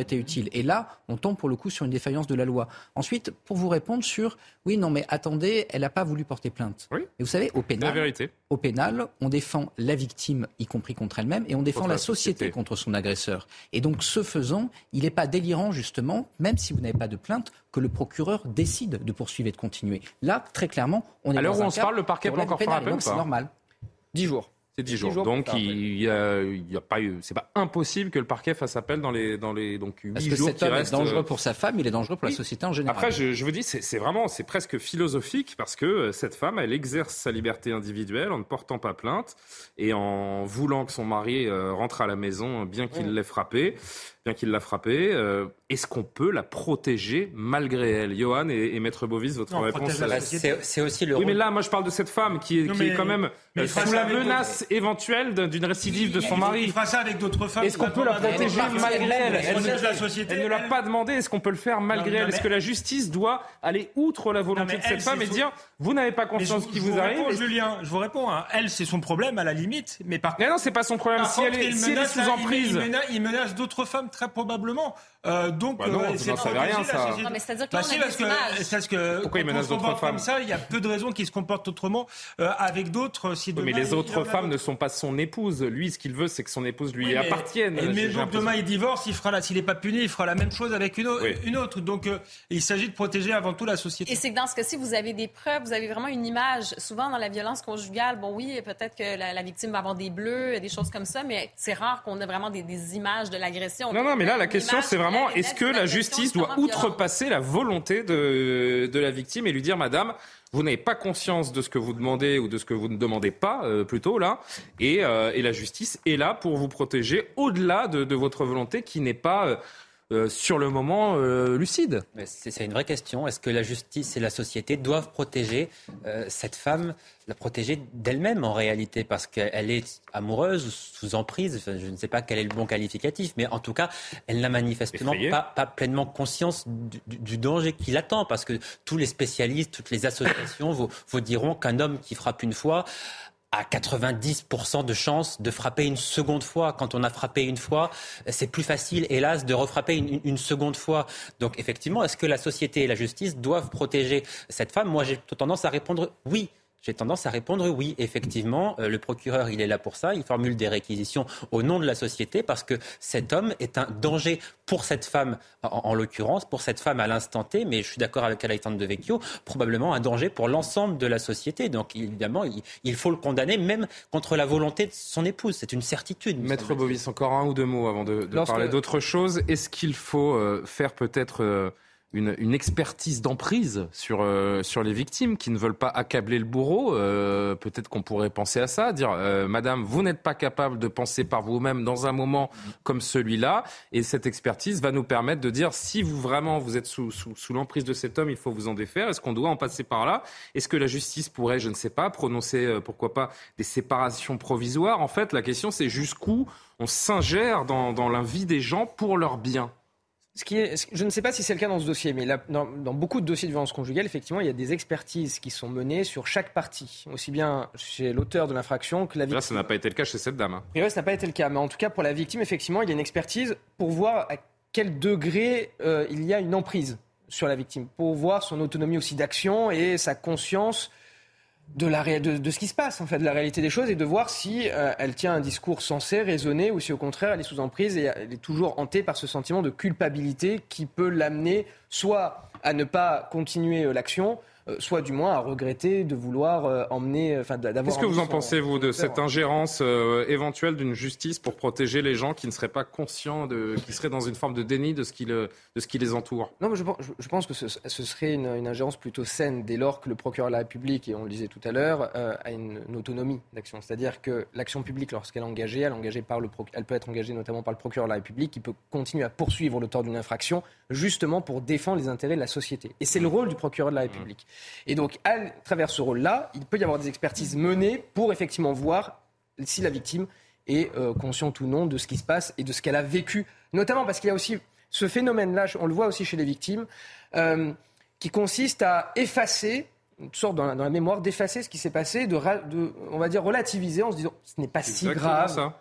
aurait été utile. Et là, on tombe pour le coup sur une défaillance de la loi. Ensuite, pour vous répondre sur, oui, non, mais attendez, elle n'a pas voulu porter plainte. Oui. Et vous savez, au pénal, la vérité. au pénal, on défend la victime, y compris contre elle-même, et on défend contre la la société, société contre son agresseur. Et donc, ce faisant, il n'est pas délirant, justement, même si vous n'avez pas de plainte, que le procureur décide de poursuivre et de continuer. Là, très clairement, on est à l'heure dans où un on se cas parle, le parquet qui peut relève encore du faire pénal, appel ou donc c'est pas normal. dix jours. C'est dix jours. jours Donc, pour faire il y a, il y a pas eu, c'est pas impossible que le parquet fasse appel dans les, dans les, donc huit Parce que jours cet qui homme restent. est dangereux pour sa femme, il est dangereux pour Oui. la société en général. Après, je, je vous dis, c'est, c'est vraiment, c'est presque philosophique parce que cette femme, elle exerce sa liberté individuelle en ne portant pas plainte et en voulant que son mari euh, rentre à la maison, bien qu'il Oui. l'ait frappée, bien qu'il l'a frappée. Euh, est-ce qu'on peut la protéger malgré elle? Johan et, et Maître Bovis, votre Non, réponse protège la à la- société. C'est, c'est aussi le Oui, rôle. mais là, moi, je parle de cette femme qui est, Non, qui mais- est quand même mais euh, il fera sous ça la avec menace éventuelle d'un- d'une récidive de son Il- mari. Il fera ça avec d'autres femmes. Est-ce qu'on peut la protéger Parce malgré qu'elle- elle? elle Elle protège ne- la société. Elle ne l'a elle- pas demandé. Est-ce qu'on peut le faire malgré Non, non, elle? Est-ce mais- que la justice doit aller outre la volonté Non, mais de cette elle, femme c'est et son- dire vous n'avez pas Mais conscience je- qui je vous arrive? réponds, et- Julien, je vous réponds. hein. Elle, c'est son problème à la limite, mais par Mais non, c'est pas son problème. Par Si elle contre, est, il si elle est menace- sous il- emprise. Il menace, il menace d'autres femmes très probablement. Euh, donc, Bah non, euh, vous c'est n'en savez protéger rien, la ça. société. Non, mais c'est-à-dire que Bah là, on si, a parce des que, images. parce que Pourquoi il quand on menace se d'autres comporte femmes comme ça, il y a peu de raisons qu'il se comporte autrement euh, avec d'autres. Si Oui, demain, mais les il- autres il en a femmes ne d'autres. sont pas son épouse. Lui, ce qu'il veut, c'est que son épouse lui Oui, mais- appartienne. et- J'ai mais donc l'impression. demain il divorce, il fera la, s'il n'est pas puni, il fera la même chose avec une, au- Oui. une autre. Donc euh, il s'agit de protéger avant tout la société. Et c'est que dans ce cas-ci, vous avez des preuves, vous avez vraiment une image. Souvent, dans la violence conjugale, bon, oui, peut-être que la, la victime va avoir des bleus, des choses comme ça, mais c'est rare qu'on ait vraiment des, des images de l'agression. Non, non, mais là, la Une question, image c'est vraiment claire et est-ce nette que d'une la agression justice doit extrêmement violente. outrepasser la volonté de, de la victime et lui dire, madame, vous n'avez pas conscience de ce que vous demandez ou de ce que vous ne demandez pas, euh, plutôt là, et, euh, et la justice est là pour vous protéger au-delà de, de votre volonté qui n'est pas euh, euh, sur le moment euh, lucide. Mais c'est, c'est une vraie question. Est-ce que la justice et la société doivent protéger euh, cette femme, la protéger d'elle-même en réalité, parce qu'elle est amoureuse ou sous emprise, enfin, je ne sais pas quel est le bon qualificatif, mais en tout cas, elle n'a manifestement pas, pas pleinement conscience du, du, du danger qui l'attend, parce que tous les spécialistes, toutes les associations vous, vous diront qu'un homme qui frappe une fois à quatre-vingt-dix pour cent de chances de frapper une seconde fois. Quand on a frappé une fois, c'est plus facile, hélas, de refrapper une, une seconde fois. Donc, effectivement, est-ce que la société et la justice doivent protéger cette femme? Moi, j'ai tendance à répondre oui. J'ai tendance à répondre oui, effectivement, euh, le procureur, il est là pour ça, il formule des réquisitions au nom de la société parce que cet homme est un danger pour cette femme, en, en l'occurrence, pour cette femme à l'instant T, mais je suis d'accord avec Alexandre Devecchio, probablement un danger pour l'ensemble de la société. Donc, évidemment, il, il faut le condamner, même contre la volonté de son épouse. C'est une certitude. Maître Bovis, encore un ou deux mots avant de, de Lorsque- parler d'autre chose. Est-ce qu'il faut euh, faire peut-être euh, une, une expertise d'emprise sur, euh, sur les victimes qui ne veulent pas accabler le bourreau? euh, Peut-être qu'on pourrait penser à ça, dire euh, Madame, vous n'êtes pas capable de penser par vous-même dans un moment comme celui-là, et cette expertise va nous permettre de dire si vous vraiment vous êtes sous, sous, sous l'emprise de cet homme, il faut vous en défaire. Est-ce qu'on doit en passer par là? Est-ce que la justice pourrait, je ne sais pas, prononcer euh, pourquoi pas des séparations provisoires? En fait, la question c'est jusqu'où on s'ingère dans, dans la vie des gens pour leur bien. Ce qui est, je ne sais pas si c'est le cas dans ce dossier, mais là, dans, dans beaucoup de dossiers de violence conjugale, effectivement, il y a des expertises qui sont menées sur chaque partie, aussi bien chez l'auteur de l'infraction que la victime. Là, ça n'a pas été le cas chez cette dame. hein. Et ouais, ça n'a pas été le cas, mais en tout cas, pour la victime, effectivement, il y a une expertise pour voir à quel degré euh, il y a une emprise sur la victime, pour voir son autonomie aussi d'action et sa conscience de, la ré... de, de ce qui se passe, en fait, de la réalité des choses, et de voir si euh, elle tient un discours sensé, raisonné, ou si au contraire elle est sous emprise et elle est toujours hantée par ce sentiment de culpabilité qui peut l'amener soit à ne pas continuer euh, l'action, euh, soit du moins à regretter de vouloir euh, emmener, enfin d'avoir. Qu'est-ce que vous en son- pensez, vous, de son cette auteur. ingérence euh, éventuelle d'une justice pour protéger les gens qui ne seraient pas conscients, de, qui seraient dans une forme de déni de ce qui, le, de ce qui les entoure? Non, mais je, pense- je- je pense que ce, ce serait une, une ingérence plutôt saine dès lors que le procureur de la République, et on le disait tout à l'heure, euh, a une, une autonomie d'action. C'est-à-dire que l'action publique, lorsqu'elle est engagée, elle, est engagée par le proc- elle peut être engagée notamment par le procureur de la République qui peut continuer à poursuivre l'auteur d'une infraction justement pour défendre les intérêts de la société. Et c'est le rôle du procureur de la République. Et donc, à travers ce rôle-là, il peut y avoir des expertises menées pour effectivement voir si la victime est euh, consciente ou non de ce qui se passe et de ce qu'elle a vécu. Notamment parce qu'il y a aussi ce phénomène-là, on le voit aussi chez les victimes, euh, qui consiste à effacer, une sorte dans la, dans la mémoire, d'effacer ce qui s'est passé, de, ra- de, on va dire, relativiser en se disant ce n'est pas si Exactement grave. ça.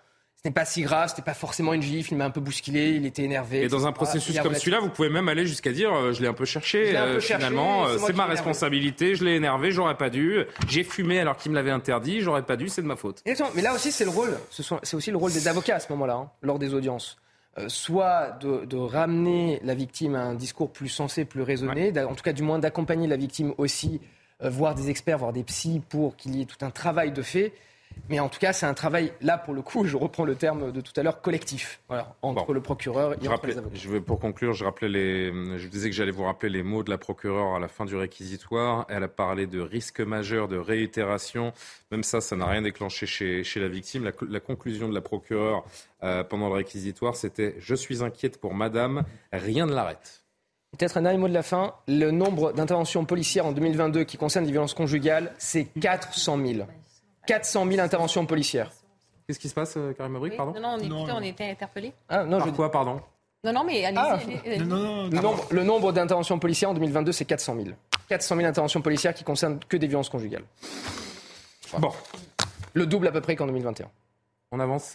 Ce n'est pas si grave, c'était pas forcément une gifle, il m'a un peu bousculé, il était énervé. Et dans un processus comme celui-là, vous pouvez même aller jusqu'à dire euh, je l'ai un peu cherché, un peu euh, cherché, finalement, c'est, euh, c'est ma responsabilité, énervé. je l'ai énervé, j'aurais pas dû, j'ai fumé alors qu'il me l'avait interdit, j'aurais pas dû, c'est de ma faute. Exactement. Mais là aussi, c'est le rôle, ce sont, c'est aussi le rôle des avocats à ce moment-là, hein, lors des audiences. Euh, soit de, de ramener la victime à un discours plus sensé, plus raisonné, ouais. en tout cas du moins d'accompagner la victime aussi, euh, voir des experts, voir des psys pour qu'il y ait tout un travail de fait. Mais en tout cas, c'est un travail, là, pour le coup, je reprends le terme de tout à l'heure, collectif, voilà, entre bon. le procureur et je entre rappelais, les avocats. Je vais, pour conclure, je, rappelais les, je disais que j'allais vous rappeler les mots de la procureure à la fin du réquisitoire. Elle a parlé de risque majeur, de réitération. Même ça, ça n'a rien déclenché chez, chez la victime. La, la conclusion de la procureure euh, pendant le réquisitoire, c'était « Je suis inquiète pour madame, rien ne l'arrête ». Peut-être un dernier mot de la fin. Le nombre d'interventions policières en deux mille vingt-deux qui concernent les violences conjugales, c'est quatre cent mille. quatre cent mille interventions policières. Qu'est-ce qui se passe, Karim Abrik, oui, pardon? Non, non, on, est, non, plutôt, non. on était interpellés. Ah, non, Par je quoi, dis... pardon? Non, non, mais allez-y. Ah, allez-y. Non, non, non, le, nombre, le nombre d'interventions policières en deux mille vingt-deux, c'est quatre cent mille. quatre cent mille interventions policières qui concernent que des violences conjugales. Voilà. Bon. Le double à peu près qu'en deux mille vingt et un. On avance.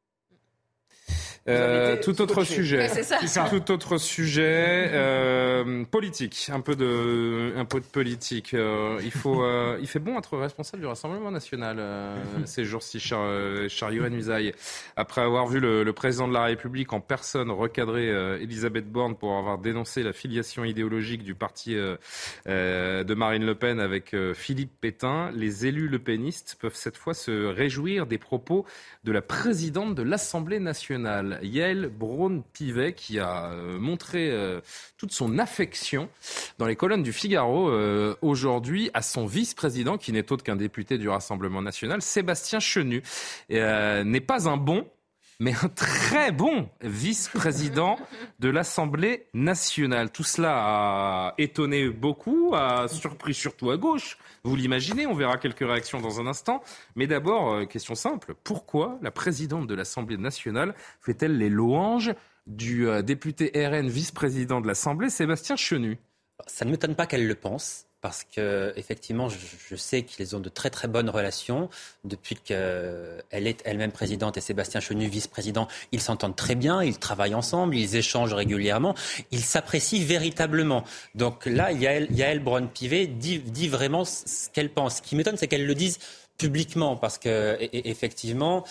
Euh, tout autre sujet, ouais, c'est ça. C'est ça. tout autre sujet, euh, politique, un peu de, un peu de politique. Euh, il faut, euh, il fait bon être responsable du Rassemblement national euh, ces jours-ci, cher, cher Yohann Usaï. Après avoir vu le, le président de la République en personne recadrer euh, Elisabeth Borne pour avoir dénoncé la filiation idéologique du parti euh, euh, de Marine Le Pen avec euh, Philippe Pétain, les élus lepénistes peuvent cette fois se réjouir des propos de la présidente de l'Assemblée nationale. Yaël Braun-Pivet, qui a euh, montré euh, toute son affection dans les colonnes du Figaro euh, aujourd'hui à son vice-président, qui n'est autre qu'un député du Rassemblement national, Sébastien Chenu. Et, euh, n'est pas un bon, mais un très bon vice-président de l'Assemblée nationale. Tout cela a étonné beaucoup, a surpris surtout à gauche. Vous l'imaginez, on verra quelques réactions dans un instant. Mais d'abord, question simple, pourquoi la présidente de l'Assemblée nationale fait-elle les louanges du euh, député R N vice-président de l'Assemblée, Sébastien Chenu? Ça ne m'étonne pas qu'elle le pense. Parce que effectivement, je, je sais qu'ils ont de très très bonnes relations depuis qu'elle est elle-même présidente et Sébastien Chenu vice-président. Ils s'entendent très bien, ils travaillent ensemble, ils échangent régulièrement, ils s'apprécient véritablement. Donc là, Yaël, Yaël Braun-Pivet dit, dit vraiment ce qu'elle pense. Ce qui m'étonne, c'est qu'elle le dise publiquement, parce que effectivement,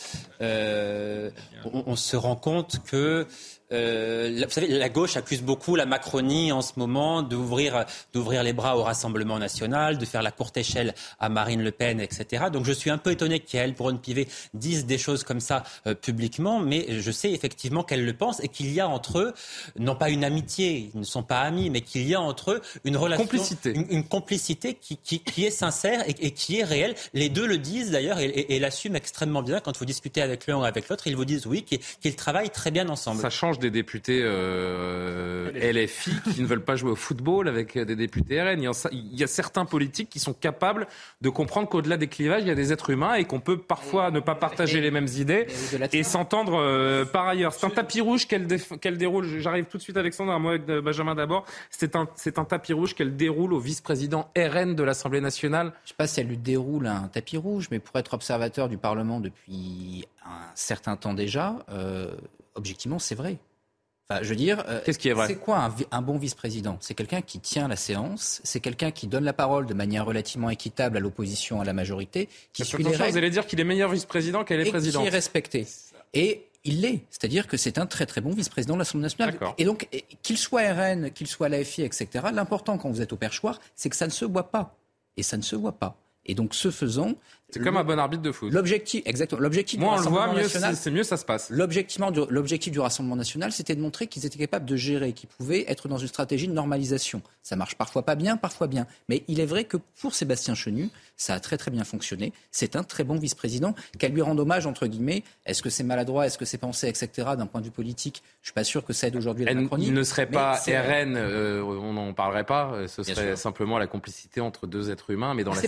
euh, on, on se rend compte que Euh, vous savez, la gauche accuse beaucoup la Macronie en ce moment d'ouvrir, d'ouvrir les bras au Rassemblement national, de faire la courte échelle à Marine Le Pen, et cetera. Donc je suis un peu étonné qu'Yaël Braun-Pivet dise des choses comme ça euh, publiquement, mais je sais effectivement qu'elle le pense et qu'il y a entre eux, non pas une amitié, ils ne sont pas amis, mais qu'il y a entre eux une relation, complicité. Une, une complicité qui, qui, qui est sincère et, et qui est réelle. Les deux le disent d'ailleurs et, et, et l'assument extrêmement bien. Quand vous discutez avec l'un ou avec l'autre, ils vous disent oui, qu'ils, qu'ils travaillent très bien ensemble. Ça change des députés euh, L F I qui ne veulent pas jouer au football avec des députés R N. Il y, a, il y a certains politiques qui sont capables de comprendre qu'au-delà des clivages, il y a des êtres humains et qu'on peut parfois ne pas partager les mêmes idées et s'entendre euh, par ailleurs. C'est un tapis rouge qu'elle, déf- qu'elle déroule. J'arrive tout de suite, Alexandre, un mot avec Benjamin d'abord. C'est un, c'est un tapis rouge qu'elle déroule au vice-président R N de l'Assemblée nationale. Je ne sais pas si elle lui déroule un tapis rouge, mais pour être observateur du Parlement depuis un certain temps déjà, euh, objectivement, c'est vrai. Enfin, je veux dire, euh, Qu'est-ce qui est vrai ? C'est quoi un, un bon vice-président ? C'est quelqu'un qui tient la séance, c'est quelqu'un qui donne la parole de manière relativement équitable à l'opposition, à la majorité, qui suit les règles. Vous allez dire qu'il est meilleur vice-président qu'elle est et présidente. Qui est respecté. Et il l'est, c'est-à-dire que c'est un très très bon vice-président de l'Assemblée nationale. D'accord. Et donc, qu'il soit R N, qu'il soit l'A F I, et cetera, l'important quand vous êtes au perchoir, c'est que ça ne se voit pas. Et ça ne se voit pas. Et donc, ce faisant... C'est comme un bon arbitre de foot. L'objectif, exactement. L'objectif Moins du on le voit, Rassemblement mieux national, c'est, c'est mieux ça se passe. L'objectif du, l'objectif du Rassemblement national, c'était de montrer qu'ils étaient capables de gérer, qu'ils pouvaient être dans une stratégie de normalisation. Ça marche parfois pas bien, parfois bien. Mais il est vrai que pour Sébastien Chenu, ça a très très bien fonctionné. C'est un très bon vice-président. Qu'elle lui rende hommage, entre guillemets. Est-ce que c'est maladroit, est-ce que c'est pensé, et cetera. D'un point de vue politique, je suis pas sûr que ça aide aujourd'hui la Macronie. Il ne serait pas R N, euh, on n'en parlerait pas. Ce serait simplement la complicité entre deux êtres humains. Mais dans la c'est séquence... pas de la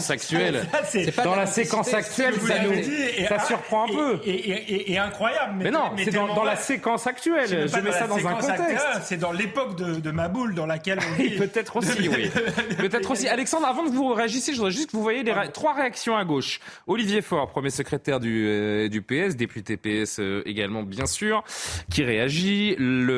séquence actuelle. Ça, c'est- C'est pas dans la séquence actuelle, Vous ça, l'avez nous, dit, et- ça surprend un et- peu. Et, et- et- et incroyable. Mais non, c'est dans, tellement dans la vrai. séquence actuelle. C'est même Je pas mets dans ça la dans un séquence contexte. actuelle, c'est dans l'époque de, de ma boule dans laquelle on vit. Peut-être aussi, oui. Peut-être aussi. Alexandre, avant que vous réagissiez, je voudrais juste que vous voyez les ré- trois réactions à gauche. Olivier Faure, premier secrétaire du, euh, du P S, député P S euh, également, bien sûr, qui réagit.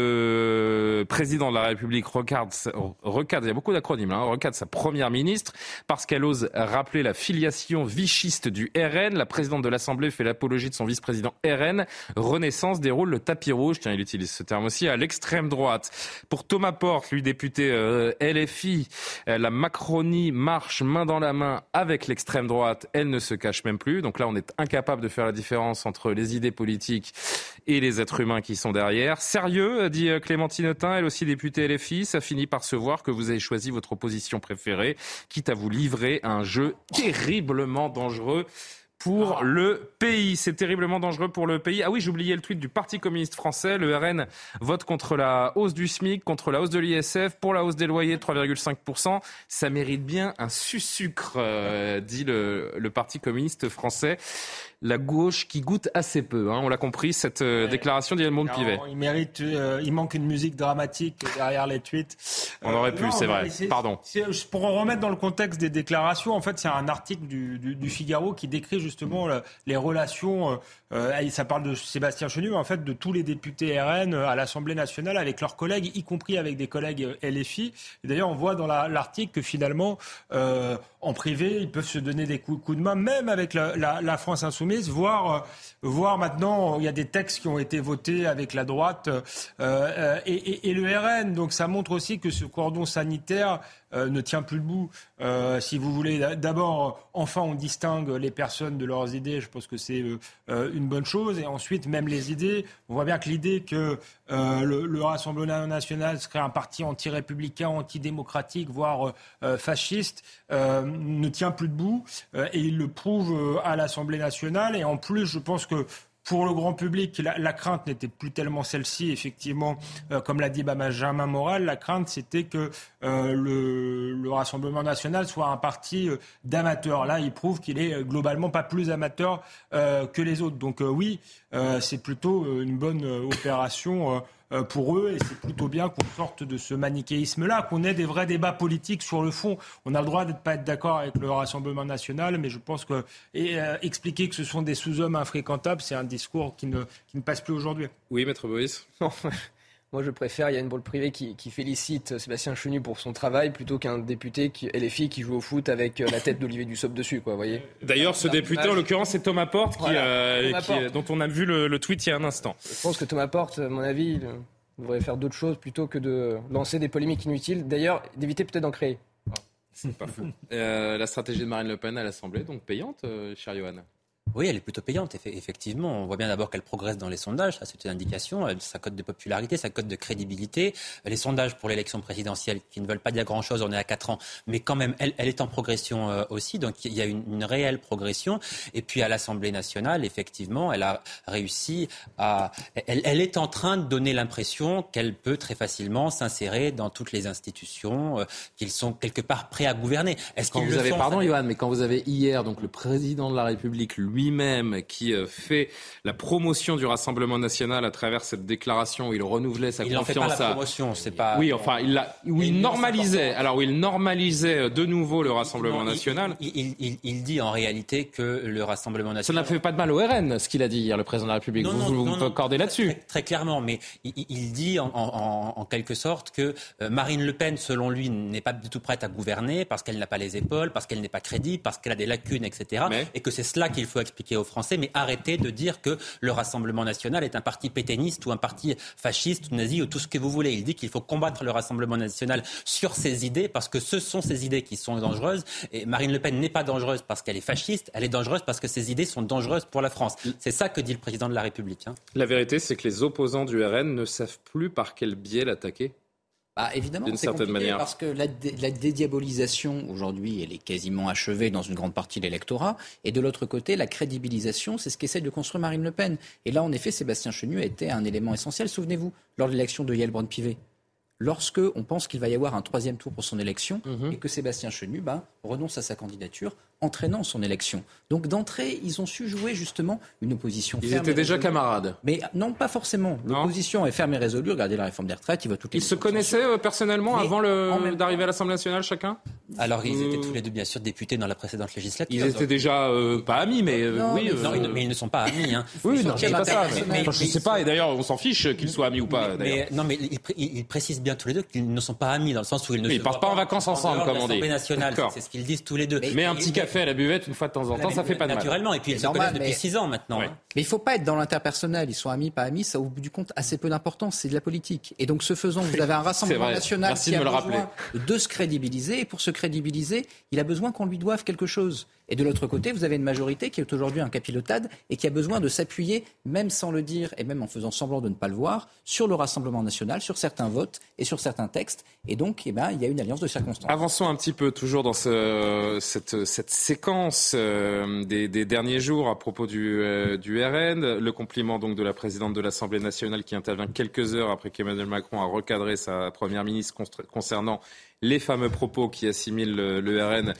Le président de la République recadre, recadre il y a beaucoup d'acronymes, hein, recadre sa première ministre parce qu'elle ose rappeler la filiation vichiste du R N. La présidente de l'Assemblée fait l'apologie de son vice-président R N. Renaissance déroule le tapis rouge, tiens, il utilise ce terme aussi, à l'extrême droite. Pour Thomas Porte, lui député euh, L F I, euh, la Macronie marche main dans la main avec l'extrême droite, elle ne se cache même plus. Donc là, on est incapable de faire la différence entre les idées politiques et les êtres humains qui sont derrière. Sérieux, dit Clémentine Autain, elle aussi députée L F I, ça finit par se voir que vous avez choisi votre opposition préférée, quitte à vous livrer à un jeu terriblement dangereux pour ah. le pays. C'est terriblement dangereux pour le pays. Ah oui, j'oubliais le tweet du Parti communiste français. Le R N vote contre la hausse du SMIC, contre la hausse de l'I S F, pour la hausse des loyers de trois virgule cinq pour cent. Ça mérite bien un sucre, euh, dit le, le Parti communiste français. La gauche qui goûte assez peu, hein, on l'a compris, cette euh, ouais. déclaration d'Edmond Pivet. Il mérite, euh, il manque une musique dramatique derrière les tweets. On euh, aurait pu, non, c'est vrai. C'est, Pardon. C'est, pour en remettre dans le contexte des déclarations, en fait, c'est un article du, du, du Figaro qui décrit justement le, les relations. Euh, ça parle de Sébastien Chenu, mais en fait, de tous les députés R N à l'Assemblée nationale avec leurs collègues, y compris avec des collègues L F I. Et d'ailleurs, on voit dans la, l'article que finalement, euh, en privé, ils peuvent se donner des coups, coups de main, même avec la, la, la France insoumise, voire, voire maintenant, il y a des textes qui ont été votés avec la droite euh, et, et, et le R N. Donc ça montre aussi que ce cordon sanitaire euh, ne tient plus debout. Euh, si vous voulez, d'abord, enfin, on distingue les personnes de leurs idées. Je pense que c'est euh, une bonne chose. Et ensuite, même les idées, on voit bien que l'idée que euh, le, le Rassemblement national serait un parti anti-républicain, anti-démocratique, voire euh, fasciste, euh, ne tient plus debout. Euh, et il le prouve euh, à l'Assemblée nationale. Et en plus, je pense que pour le grand public, la, la crainte n'était plus tellement celle-ci, effectivement, euh, comme l'a dit Benjamin Morel, la crainte c'était que euh, le, le Rassemblement national soit un parti euh, d'amateurs. Là, il prouve qu'il est euh, globalement pas plus amateur euh, que les autres. Donc euh, oui, euh, c'est plutôt euh, une bonne euh, opération euh, pour eux, et c'est plutôt bien qu'on sorte de ce manichéisme-là, qu'on ait des vrais débats politiques sur le fond. On a le droit de ne pas être d'accord avec le Rassemblement national, mais je pense que et, euh, expliquer que ce sont des sous-hommes infréquentables, c'est un discours qui ne, qui ne passe plus aujourd'hui. Oui, Maître Boris. Non, moi je préfère, il y a une boule privée qui, qui félicite Sébastien Chenu pour son travail plutôt qu'un député qui, L F I qui joue au foot avec la tête d'Olivier Dussopt dessus, quoi, vous voyez. D'ailleurs, ce député, en l'occurrence, c'est Thomas Porte, qui, voilà, euh, Thomas qui, Porte. dont on a vu le, le tweet il y a un instant. Je pense que Thomas Porte, à mon avis, il devrait faire d'autres choses plutôt que de lancer des polémiques inutiles. D'ailleurs, d'éviter peut-être d'en créer. C'est pas fou. Euh, la stratégie de Marine Le Pen à l'Assemblée, donc payante, euh, cher Johan. Oui, elle est plutôt payante, effectivement. On voit bien d'abord qu'elle progresse dans les sondages, ça c'est une indication, sa cote de popularité, sa cote de crédibilité. Les sondages pour l'élection présidentielle qui ne veulent pas dire grand-chose, on est à quatre ans, mais quand même, elle, elle est en progression euh, aussi, donc il y a une, une réelle progression. Et puis à l'Assemblée nationale, effectivement, elle a réussi à... Elle, elle est en train de donner l'impression qu'elle peut très facilement s'insérer dans toutes les institutions, euh, qu'ils sont quelque part prêts à gouverner. Est-ce quand qu'ils vous le avez, sont, pardon ça... Johan, mais quand vous avez hier donc le président de la République lui-même qui fait la promotion du Rassemblement national à travers cette déclaration où il renouvelait sa il confiance. Il n'en fait pas la à... promotion, c'est pas... Oui, enfin, il, l'a... où il, il normalisait, alors où il normalisait de nouveau le Rassemblement non, national. Il, il, il, il dit en réalité que le Rassemblement national... Ça n'a fait pas de mal au R N, ce qu'il a dit hier, le président de la République. Non, vous non, vous, non, vous accordez non, là-dessus. Très, très clairement, mais il, il dit en, en, en quelque sorte que Marine Le Pen, selon lui, n'est pas du tout prête à gouverner parce qu'elle n'a pas les épaules, parce qu'elle n'est pas crédible, parce qu'elle a des lacunes, et cetera. Mais... Et que c'est cela qu'il faut expliquer aux Français, mais arrêtez de dire que le Rassemblement national est un parti pétainiste ou un parti fasciste ou nazi ou tout ce que vous voulez. Il dit qu'il faut combattre le Rassemblement national sur ses idées parce que ce sont ses idées qui sont dangereuses. Et Marine Le Pen n'est pas dangereuse parce qu'elle est fasciste, elle est dangereuse parce que ses idées sont dangereuses pour la France. C'est ça que dit le président de la République. Hein. La vérité, c'est que les opposants du R N ne savent plus par quel biais l'attaquer. Bah, évidemment, d'une c'est certaine compliqué manière. Parce que la, dé- la dédiabolisation, aujourd'hui, elle est quasiment achevée dans une grande partie de l'électorat. Et de l'autre côté, la crédibilisation, c'est ce qu'essaie de construire Marine Le Pen. Et là, en effet, Sébastien Chenu a été un élément essentiel. Souvenez-vous, lors de l'élection de Yael Braun-Pivet, lorsque on pense qu'il va y avoir un troisième tour pour son élection, mmh. et que Sébastien Chenu ben, renonce à sa candidature entraînant son élection. Donc d'entrée, ils ont su jouer justement une opposition Ils ferme. étaient et déjà résolue. camarades. Mais non, pas forcément. L'opposition est ferme et résolue. Regardez la réforme des retraites, il va toutes les. Ils se connaissaient euh, personnellement Mais avant le... en même d'arriver à l'Assemblée nationale, chacun. Alors, ils Euh, étaient tous les deux, bien sûr, députés dans la précédente législature. Ils étaient donc- déjà euh, pas amis, mais euh, Non, oui. mais, non, ils, mais ils ne sont pas amis. Hein. Oui, Ils non, sont- je dis pas ça. mais- Mais, mais- je sais pas, et d'ailleurs, on s'en fiche qu'ils soient amis ou pas. Mais, d'ailleurs. mais- non, mais ils, pré- ils précisent bien tous les deux qu'ils ne sont pas amis, dans le sens où ils ne Oui, se ils partent voient pas en vacances ensemble, dehors de comme on dit. l'Assemblée nationale. D'accord. C'est ce qu'ils disent tous les deux. Mais un petit café à la buvette une fois de temps en temps, ça fait pas de mal. Naturellement, et puis ils se connaissent depuis six ans maintenant. hein. Mais il ne faut pas être dans l'interpersonnel. Ils sont amis, pas amis. Ça, au bout du compte, assez peu d'importance. C'est de la politique. Et donc, ce faisant, vous avez un rassemblement vrai. national Merci qui de a me le besoin de se crédibiliser. Et pour se crédibiliser, il a besoin qu'on lui doive quelque chose. Et de l'autre côté, vous avez une majorité qui est aujourd'hui un capilotade et qui a besoin de s'appuyer, même sans le dire et même en faisant semblant de ne pas le voir, sur le Rassemblement national, sur certains votes et sur certains textes. Et donc, eh ben, il y a une alliance de circonstances. Avançons un petit peu, toujours dans ce, cette, cette séquence euh, des, des derniers jours à propos du, euh, du R N. Le compliment donc de la présidente de l'Assemblée nationale qui intervient quelques heures après qu'Emmanuel Macron a recadré sa première ministre concernant les fameux propos qui assimilent le, le R N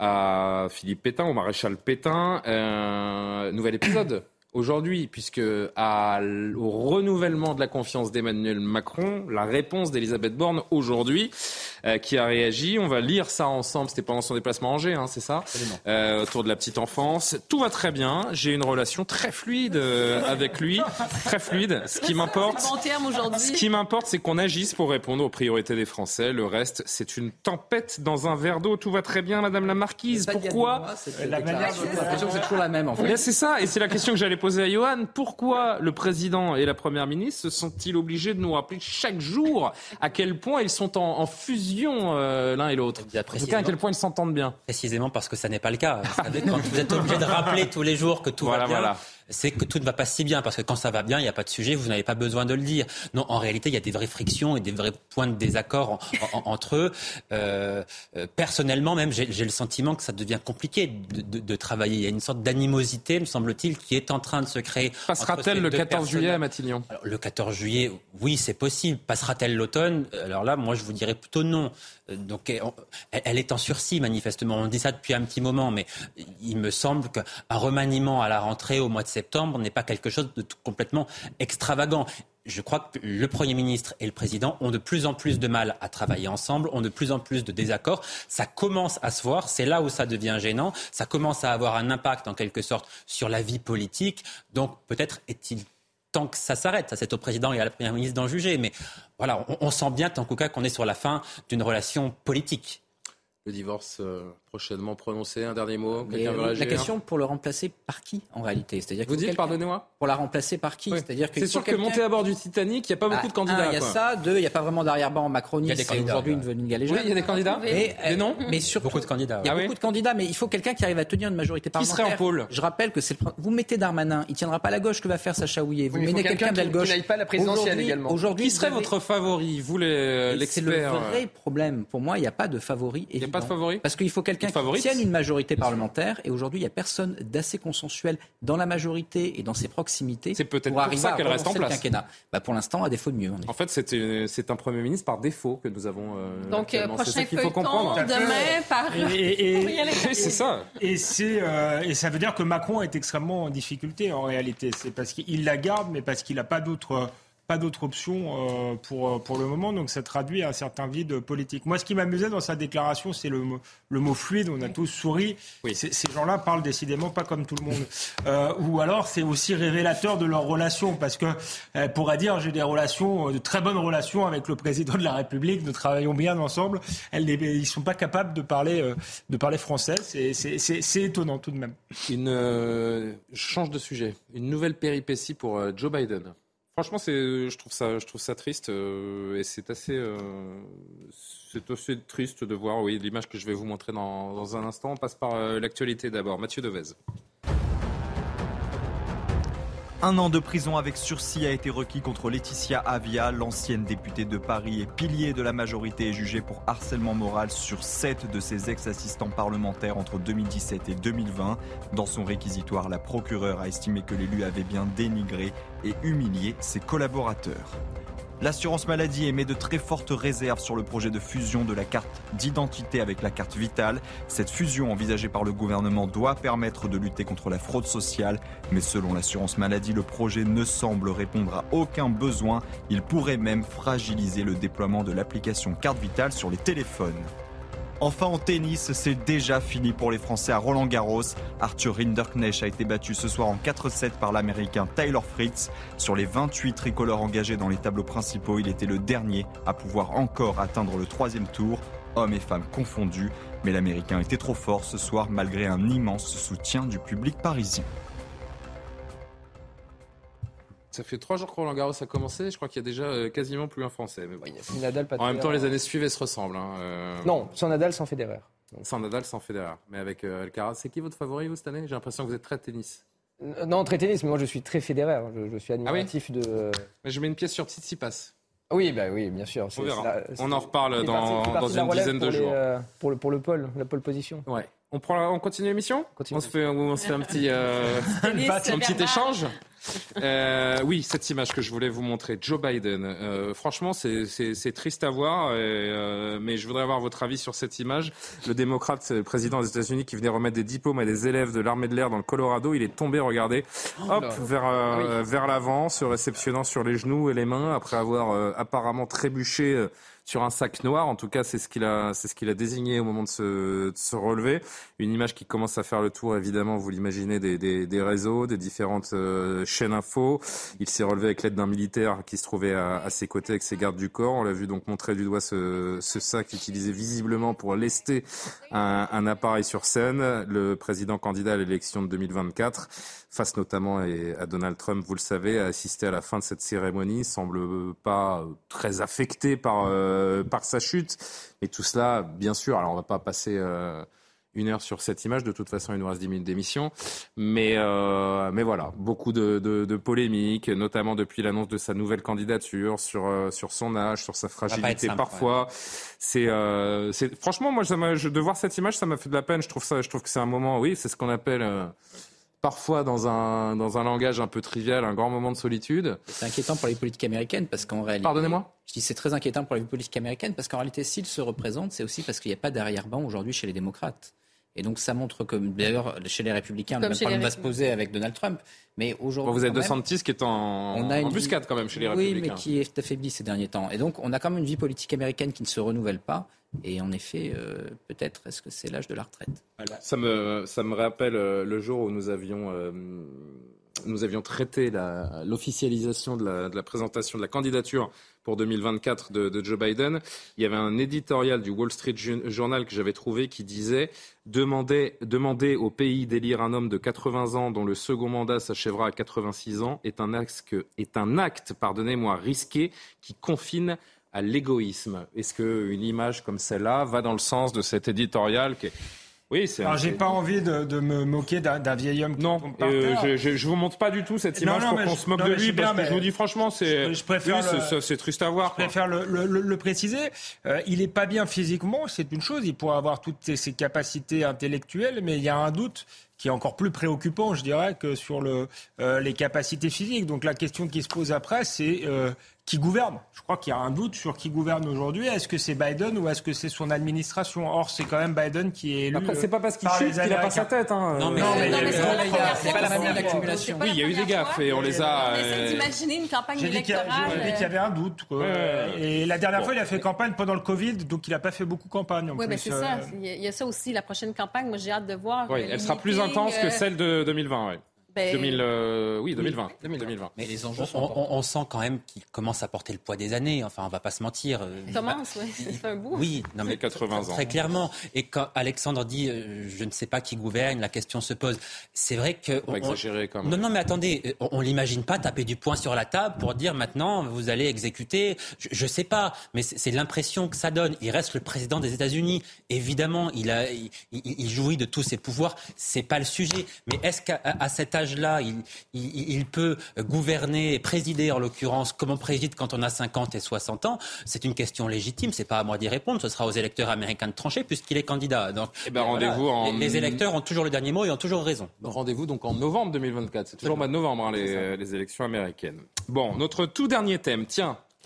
à Philippe Pétain, au maréchal Pétain. Euh, nouvel épisode aujourd'hui, puisque à, au renouvellement de la confiance d'Emmanuel Macron, la réponse d'Elisabeth Borne aujourd'hui, euh, qui a réagi. On va lire ça ensemble. C'était pendant son déplacement à Angers, hein, c'est ça, euh, autour de la petite enfance. Tout va très bien. J'ai une relation très fluide euh, avec lui, très fluide. Ce qui m'importe, C'est le bon terme aujourd'hui. ce qui m'importe, c'est qu'on agisse pour répondre aux priorités des Français. Le reste, c'est une tempête dans un verre d'eau. Tout va très bien, Madame la Marquise. Pourquoi La manière dont j'ai l'impression que c'est toujours la même, en fait. Bien, c'est ça, et c'est la question que j'allais poser à Johan. Pourquoi le président et la première ministre se sont-ils obligés de nous rappeler chaque jour à quel point ils sont en, en fusion euh, l'un et l'autre? En tout cas, à quel point ils s'entendent bien. Précisément parce que ça n'est pas le cas. Vous savez, quand vous êtes obligé de rappeler tous les jours que tout Voilà, va bien, voilà. c'est que tout ne va pas si bien. Parce que quand ça va bien, il n'y a pas de sujet, vous n'avez pas besoin de le dire. Non, en réalité, il y a des vraies frictions et des vrais points de désaccord en, en, entre eux. Euh, euh, personnellement, même, j'ai, j'ai le sentiment que ça devient compliqué de, de, de travailler. Il y a une sorte d'animosité, me semble-t-il, qui est en train de se créer. Passera-t-elle le quatorze juillet à Matignon? Alors, le quatorze juillet, oui, c'est possible. Passera-t-elle l'automne? Alors là, moi, je vous dirais plutôt non. Donc, elle, elle est en sursis, manifestement. On dit ça depuis un petit moment, mais il me semble qu'un remaniement à la rentrée au mois de septembre n'est pas quelque chose de tout complètement extravagant. Je crois que le Premier ministre et le Président ont de plus en plus de mal à travailler ensemble, ont de plus en plus de désaccords. Ça commence à se voir, c'est là où ça devient gênant. Ça commence à avoir un impact, en quelque sorte, sur la vie politique. Donc, peut-être est-il temps que ça s'arrête. Ça, c'est au Président et à la Première ministre d'en juger. Mais voilà, on, on sent bien, en tout cas, qu'on est sur la fin d'une relation politique. Le divorce euh, prochainement prononcé, un dernier mot. Mais Quelqu'un veut réagir? la question pour le remplacer par qui en réalité? C'est-à-dire Vous dites, pardonnez-moi? Pour la remplacer par qui? Oui. C'est-à-dire que c'est sûr que monter à bord du Titanic, il n'y a pas beaucoup ah, de candidats. Il y a quoi. ça. Deux, il n'y a pas vraiment d'arrière-ban en macronisme. Il y a des candidats, aujourd'hui ouais. une galéjade. Oui, il y a des candidats. Mais, Des noms? mais surtout, beaucoup de candidats. Il y a Ah beaucoup oui de candidats, mais il faut quelqu'un qui arrive à tenir une majorité Qui parlementaire. serait en pôle? Je rappelle que c'est le... vous mettez Darmanin, il tiendra pas la gauche que va faire Sacha Houillet. Vous Oui, mais il mettez faut quelqu'un de la qui- gauche. qui n'aille pas à la présidentielle Aujourd'hui- également. Aujourd'hui, Qui serait vous avez- votre favori? Vous, les- Et c'est le l'expert? vrai problème. Pour moi, il n'y a pas de favori. Il n'y a pas de favori? Parce qu'il faut quelqu'un Une qui favorite? tienne une majorité parlementaire. Et aujourd'hui, il n'y a personne d'assez consensuel dans la majorité et dans ses proximités. C'est peut-être pour pour arriver ça à qu'elle reste en relancer le place. quinquennat. Bah, pour l'instant, à défaut de mieux. En fait, c'est, une- c'est un Premier ministre par défaut que nous avons. Euh, Donc, euh, actuellement. C'est prochain ça qu'il faut feuilleton, comprendre. demain, par... Et, et- et- Gabriel Attal. Oui, c'est ça. Et, c'est, euh, et ça veut dire que Macron est extrêmement en difficulté en réalité. C'est parce qu'il la garde, mais parce qu'il n'a pas d'autre, pas d'autre option euh, pour, pour le moment. Donc ça traduit un certain vide politique. Moi, ce qui m'amusait dans sa déclaration, c'est le mot, le mot fluide. On a tous souri. Oui. C'est- ces gens-là parlent décidément pas comme tout le monde. Euh, ou alors, c'est aussi révélateur de leurs relations. Parce que elle pourrait dire, j'ai des relations, de très bonnes relations avec le président de la République. Nous travaillons bien ensemble. Elle, ils ne sont pas capables de parler, euh, de parler français. C'est, c'est, c'est, c'est étonnant tout de même. Une, euh, je change de sujet. Une nouvelle péripétie pour euh, Joe Biden. Franchement, c'est, je trouve ça, je trouve ça triste euh, et c'est assez, euh, c'est assez triste de voir, oui, l'image que je vais vous montrer dans, dans un instant. On passe par euh, l'actualité d'abord. Mathieu Devez. Un an de prison avec sursis a été requis contre Laetitia Avia. L'ancienne députée de Paris et pilier de la majorité est jugée pour harcèlement moral sur sept de ses ex-assistants parlementaires entre deux mille dix-sept et deux mille vingt. Dans son réquisitoire, la procureure a estimé que l'élu avait bien dénigré et humilié ses collaborateurs. L'assurance maladie émet de très fortes réserves sur le projet de fusion de la carte d'identité avec la carte vitale. Cette fusion envisagée par le gouvernement doit permettre de lutter contre la fraude sociale. Mais selon l'assurance maladie, le projet ne semble répondre à aucun besoin. Il pourrait même fragiliser le déploiement de l'application carte vitale sur les téléphones. Enfin en tennis, c'est déjà fini pour les Français à Roland-Garros. Arthur Rinderknecht a été battu ce soir en quatre sept par l'Américain Tyler Fritz. Sur les vingt-huit tricolores engagés dans les tableaux principaux, il était le dernier à pouvoir encore atteindre le troisième tour, hommes et femmes confondus. Mais l'Américain était trop fort ce soir malgré un immense soutien du public parisien. Ça fait trois jours que Roland Garros a commencé. Je crois qu'il y a déjà euh, quasiment plus un Français. Mais bon. Oui, il y a Nadal, pas en même temps, les années suivent et se ressemblent. Hein. Euh... Non, sans Nadal, sans Federer. Sans Nadal, sans Federer. Mais avec euh, Alcaraz, c'est qui votre favori vous cette année ? J'ai l'impression que vous êtes très tennis. Euh, non, très tennis, mais moi je suis très Federer. Je, je suis admiratif ah oui de. Mais je mets une pièce sur Tsitsipas. Oui, bah oui, bien sûr. On verra. La, on en reparle dans, parti, dans une dizaine de pour jours. Les, euh, pour, le, pour le pôle, la pole position. Ouais. On, prend, on continue l'émission ? On se fait, on se fait un petit, euh, un petit échange. Euh, oui, cette image que je voulais vous montrer, Joe Biden. Euh, franchement, c'est, c'est, c'est triste à voir, et, euh, mais je voudrais avoir votre avis sur cette image. Le démocrate, le président des États-Unis, qui venait remettre des diplômes à des élèves de l'armée de l'air dans le Colorado, il est tombé, regardez, hop, oh vers, euh, oui. vers l'avant, se réceptionnant sur les genoux et les mains, après avoir euh, apparemment trébuché euh, sur un sac noir. En tout cas, c'est ce qu'il a, c'est ce qu'il a désigné au moment de se, de se relever. Une image qui commence à faire le tour, évidemment, vous l'imaginez, des, des, des réseaux, des différentes euh, chaînes info. Il s'est relevé avec l'aide d'un militaire qui se trouvait à, à ses côtés avec ses gardes du corps. On l'a vu donc montrer du doigt ce, ce sac utilisé visiblement pour lester un, un appareil sur scène. Le président candidat à l'élection de deux mille vingt-quatre, face notamment à Donald Trump, vous le savez, a assisté à la fin de cette cérémonie, semble pas très affecté par euh, par sa chute. Mais tout cela, bien sûr, alors on va pas passer euh, une heure sur cette image, de toute façon il nous reste dix minutes d'émission, mais, euh, mais voilà, beaucoup de, de, de polémiques, notamment depuis l'annonce de sa nouvelle candidature, sur, euh, sur son âge, sur sa fragilité simple, parfois. Ouais. C'est, euh, c'est, franchement, moi, ça m'a, je, de voir cette image, ça m'a fait de la peine. Je trouve, ça, je trouve que c'est un moment, oui, c'est ce qu'on appelle... Euh, parfois dans un, dans un langage un peu trivial, un grand moment de solitude. C'est inquiétant pour les politiques américaines parce qu'en réalité... Pardonnez-moi ? Je dis c'est très inquiétant pour les politiques américaines parce qu'en réalité, s'ils se représentent, c'est aussi parce qu'il n'y a pas d'arrière-ban aujourd'hui chez les démocrates. Et donc ça montre que, d'ailleurs, chez les républicains, le même problème va se poser avec Donald Trump. Mais aujourd'hui, vous avez DeSantis qui est en, on a en embuscade vie... quand même chez les oui, républicains. Oui, mais qui est affaibli ces derniers temps. Et donc on a quand même une vie politique américaine qui ne se renouvelle pas. Et en effet, euh, peut-être, est-ce que c'est l'âge de la retraite ? Voilà. Ça me, ça me rappelle euh, le jour où nous avions, euh, nous avions traité la, l'officialisation de la, de la présentation de la candidature pour deux mille vingt-quatre de, de Joe Biden. Il y avait un éditorial du Wall Street Journal que j'avais trouvé qui disait « Demander, demander au pays d'élire un homme de quatre-vingts ans dont le second mandat s'achèvera à quatre-vingt-six ans est un acte, est un acte pardonnez-moi, risqué qui confine à l'égoïsme ». Est-ce qu'une image comme celle-là va dans le sens de cet éditorial qui est... Oui, c'est Alors, un... j'ai pas envie de, de me moquer d'un, d'un vieil homme. Non, euh, je, je, je vous montre pas du tout cette image non, non, pour qu'on je, se moque non, de lui, parce bien, que je vous dis franchement, c'est, je, je préfère oui, le, c'est, c'est triste à voir. Je quoi. préfère le, le, le, le préciser. Euh, il est pas bien physiquement, c'est une chose. Il pourrait avoir toutes ses, ses capacités intellectuelles, mais il y a un doute qui est encore plus préoccupant, je dirais, que sur le, euh, les capacités physiques. Donc la question qui se pose après, c'est euh, qui gouverne ? Je crois qu'il y a un doute sur qui gouverne aujourd'hui. Est-ce que c'est Biden ou est-ce que c'est son administration ? Or, c'est quand même Biden qui est élu. Après, c'est pas parce qu'il chute qu'il n'a pas sa tête. Hein. Non, mais, non, mais, non, mais c'est, c'est, c'est pas la même accumulation. Oui, il y a eu des gaffes et on les a... On essaie d'imaginer une campagne j'ai électorale. Dit j'ai dit qu'il y avait un doute. Quoi. Ouais. Et la dernière bon. fois, il a fait campagne pendant le Covid, donc il n'a pas fait beaucoup de campagne. Oui, mais c'est ça. Il y a ça aussi, la prochaine campagne. Moi, j'ai hâte de voir. Oui, elle sera plus intense que celle de deux mille vingt, oui. Ben... deux mille, euh, oui, deux mille vingt. deux mille vingt. Mais les enjeux on, sont on, on sent quand même qu'il commence à porter le poids des années. Enfin, on va pas se mentir. Il commence, oui. Ça fait un bout. Oui, non, mais quatre-vingts ans. Très clairement. Et quand Alexandre dit euh, je ne sais pas qui gouverne, la question se pose. C'est vrai que. On va exagérer quand même. Non, non, mais attendez, on, on l'imagine pas taper du poing sur la table pour dire maintenant vous allez exécuter. Je, je sais pas, mais c'est, c'est l'impression que ça donne. Il reste le président des États-Unis. Évidemment, il a, il, il, il jouit de tous ses pouvoirs. C'est pas le sujet. Mais est-ce qu'à à cet âge-là, il Il, il peut gouverner et présider, en l'occurrence, comme on préside quand on a cinquante et soixante ans. C'est une question légitime, c'est pas à moi d'y répondre, ce sera aux électeurs américains de trancher puisqu'il est candidat. Donc, eh ben, rendez-vous voilà, en... les, les électeurs ont toujours le dernier mot et ont toujours raison. Donc, rendez-vous donc en novembre deux mille vingt-quatre, c'est toujours le mois de novembre, hein, les, les élections américaines. Bon, notre tout dernier thème, tiens,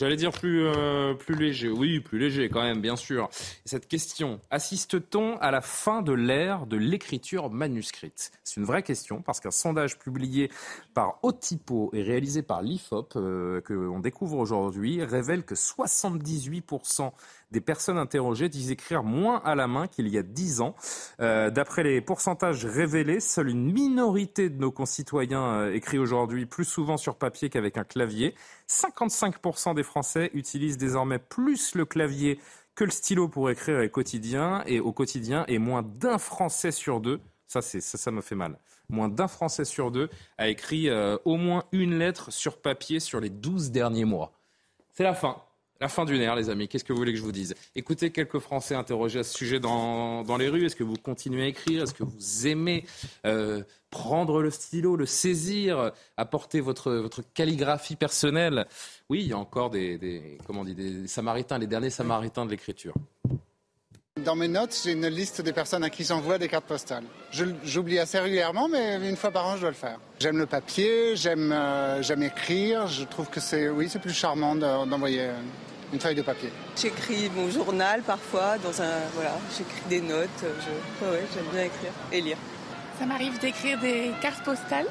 J'allais dire plus, euh, plus léger. Oui, plus léger quand même, bien sûr. Cette question, assiste-t-on à la fin de l'ère de l'écriture manuscrite ? C'est une vraie question parce qu'un sondage publié par Otypo et réalisé par l'I F O P, euh, qu'on découvre aujourd'hui, révèle que soixante-dix-huit pour cent des personnes interrogées disent écrire moins à la main qu'il y a dix ans. Euh, d'après les pourcentages révélés, seule une minorité de nos concitoyens euh, écrit aujourd'hui plus souvent sur papier qu'avec un clavier. cinquante-cinq pour cent des Français utilisent désormais plus le clavier que le stylo pour écrire au quotidien, et au quotidien, et moins d'un Français sur deux, ça, c'est, ça, ça me fait mal, moins d'un Français sur deux a écrit euh, au moins une lettre sur papier sur les douze derniers mois. C'est la fin. La fin d'une ère, les amis. Qu'est-ce que vous voulez que je vous dise ? Écoutez quelques Français interrogés à ce sujet dans, dans les rues. Est-ce que vous continuez à écrire ? Est-ce que vous aimez euh, prendre le stylo, le saisir, apporter votre, votre calligraphie personnelle ? Oui, il y a encore des, des, comment on dit, des samaritains, les derniers samaritains de l'écriture. Dans mes notes, j'ai une liste des personnes à qui j'envoie des cartes postales. Je, j'oublie assez régulièrement, mais une fois par an, je dois le faire. J'aime le papier, j'aime, euh, j'aime écrire. Je trouve que c'est, oui, c'est plus charmant de, d'envoyer une feuille de papier. J'écris mon journal parfois, dans un, voilà, j'écris des notes. Je, ouais, j'aime bien écrire et lire. Ça m'arrive d'écrire des cartes postales.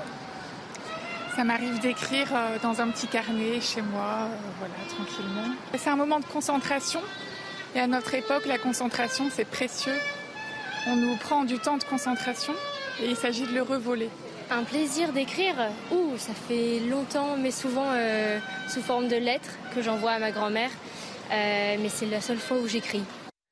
Ça m'arrive d'écrire dans un petit carnet chez moi, voilà, tranquillement. C'est un moment de concentration. Et à notre époque, la concentration, c'est précieux. On nous prend du temps de concentration et il s'agit de le revoler. Un plaisir d'écrire, ouh, ça fait longtemps, mais souvent euh, sous forme de lettres que j'envoie à ma grand-mère. Euh, mais c'est la seule fois où j'écris.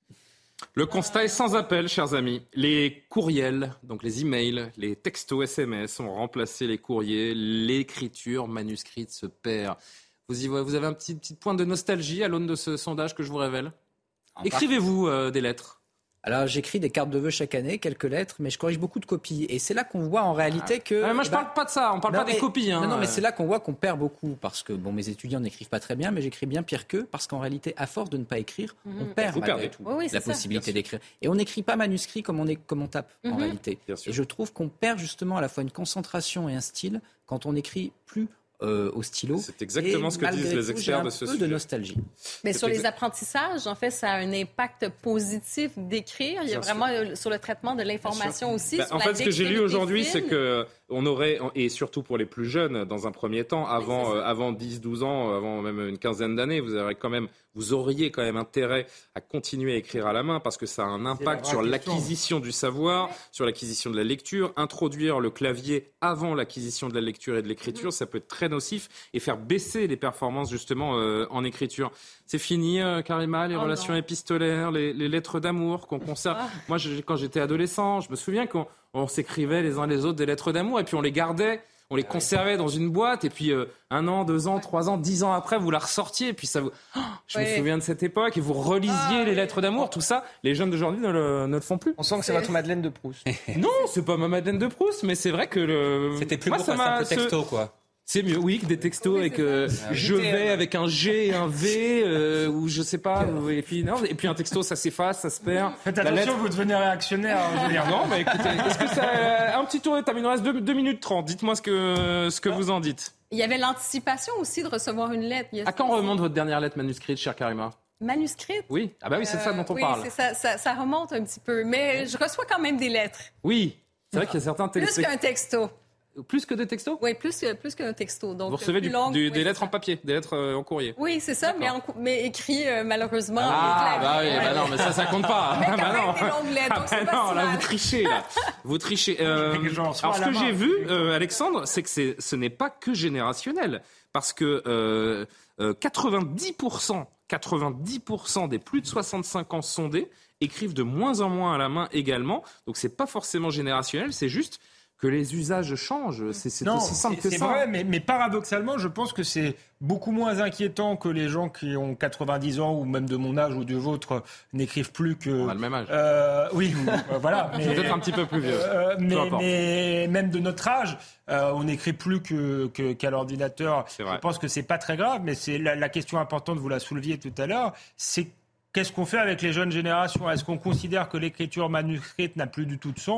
Le constat est sans appel, chers amis. Les courriels, donc les emails, les textos S M S ont remplacé les courriers. L'écriture manuscrite se perd. Vous, y, vous avez un petit, petit point de nostalgie à l'aune de ce sondage que je vous révèle ? Écrivez-vous euh, des lettres ? Alors, j'écris des cartes de vœux chaque année, quelques lettres, mais je corrige beaucoup de copies. Et c'est là qu'on voit en réalité ah. que... Ah, moi, je ne bah, parle pas de ça, on ne parle non, pas mais, des copies. Hein. Non, non, mais c'est là qu'on voit qu'on perd beaucoup. Parce que, bon, mes étudiants n'écrivent pas très bien, mais j'écris bien pire qu'eux. Parce qu'en réalité, à force de ne pas écrire, mmh. on perd Vous malgré perdez. tout Oui, oui, la possibilité ça. d'écrire. Et on n'écrit pas manuscrit comme on, est, comme on tape, mmh. en réalité. Et je trouve qu'on perd justement à la fois une concentration et un style quand on écrit plus... Euh, au stylo. C'est exactement et ce que disent les experts de ce sujet. Un sujet. peu de nostalgie. Mais c'est sur exa- les apprentissages, en fait, ça a un impact positif d'écrire. Il y a Bien vraiment sûr. sur le traitement de l'information aussi. Bah, sur en la fait, ce que j'ai lu aujourd'hui, films. c'est que on aurait, et surtout pour les plus jeunes, dans un premier temps, avant, oui, euh, avant dix douze ans, avant même une quinzaine d'années, vous aurez quand même, vous auriez quand même intérêt à continuer à écrire à la main parce que ça a un impact sur l'acquisition du savoir, sur l'acquisition de la lecture. Introduire le clavier avant l'acquisition de la lecture et de l'écriture, mmh. ça peut être très nocif et faire baisser les performances justement euh, en écriture. C'est fini, euh, Karima, les oh relations non. épistolaires, les, les lettres d'amour qu'on conserve. Ah. Moi, je, quand j'étais adolescent, je me souviens qu'on on s'écrivait les uns les autres des lettres d'amour et puis on les gardait. On les conservait dans une boîte et puis euh, un an, deux ans, trois ans, dix ans après, vous la ressortiez et puis ça vous... Oh, je oui. me souviens de cette époque et vous relisiez ah, les oui. lettres d'amour, tout ça. Les jeunes d'aujourd'hui ne le, ne le font plus. On sent que c'est votre Madeleine de Proust. Non, c'est pas ma Madeleine de Proust, mais c'est vrai que le... C'était plus beau qu'un simple texto, quoi. C'est mieux, oui, que des textos oui, avec euh, je vais avec un G et un V euh, ou je sais pas. Ou, et puis non, et puis un texto, ça s'efface, ça se perd. Faites attention, lettre... vous devenez réactionnaire. Je veux dire. Non, mais écoutez, est-ce que ça un petit tour d'étape, il nous reste deux minutes trente. Dites-moi ce que ce que vous en dites. Il y avait l'anticipation aussi de recevoir une lettre. À quand remonte votre dernière lettre manuscrite, chère Karima? Manuscrite? Oui. Ah bah oui, c'est euh, ça dont on oui, parle. Oui, ça, ça, ça remonte un petit peu, mais je reçois quand même des lettres. Oui, c'est vrai qu'il y a certains textos. Plus qu'un texto. Plus que des textos? Oui, plus, plus qu'un texto. Donc, vous recevez du, longue, du, oui, des lettres en papier, des lettres euh, en courrier? Oui, c'est ça, mais, en, mais écrit euh, malheureusement. Ah, bah oui, ouais. bah non, mais ça, ça compte pas. Mais quand bah même non. des longues lettres, donc ah, c'est bah pas non, si là, mal. vous trichez, là. Vous trichez. Euh, alors, ce que j'ai vu, euh, Alexandre, c'est que c'est, ce n'est pas que générationnel. Parce que euh, euh, quatre-vingt-dix pour cent, quatre-vingt-dix pour cent des plus de soixante-cinq ans sondés écrivent de moins en moins à la main également. Donc, c'est pas forcément générationnel, c'est juste que les usages changent. C'est, c'est non, aussi simple c'est, que c'est ça. C'est vrai, mais, mais paradoxalement, je pense que c'est beaucoup moins inquiétant que les gens qui ont quatre-vingt-dix ans ou même de mon âge ou du vôtre n'écrivent plus que... On a le même âge. Euh, oui, euh, voilà. Mais, peut-être un petit peu plus vieux. Euh, mais, mais même de notre âge, euh, on n'écrit plus que, que, qu'à l'ordinateur. C'est vrai. Je pense que c'est pas très grave, mais c'est la, la question importante, vous la souleviez tout à l'heure, c'est qu'est-ce qu'on fait avec les jeunes générations? Est-ce qu'on considère que l'écriture manuscrite n'a plus du tout de sens?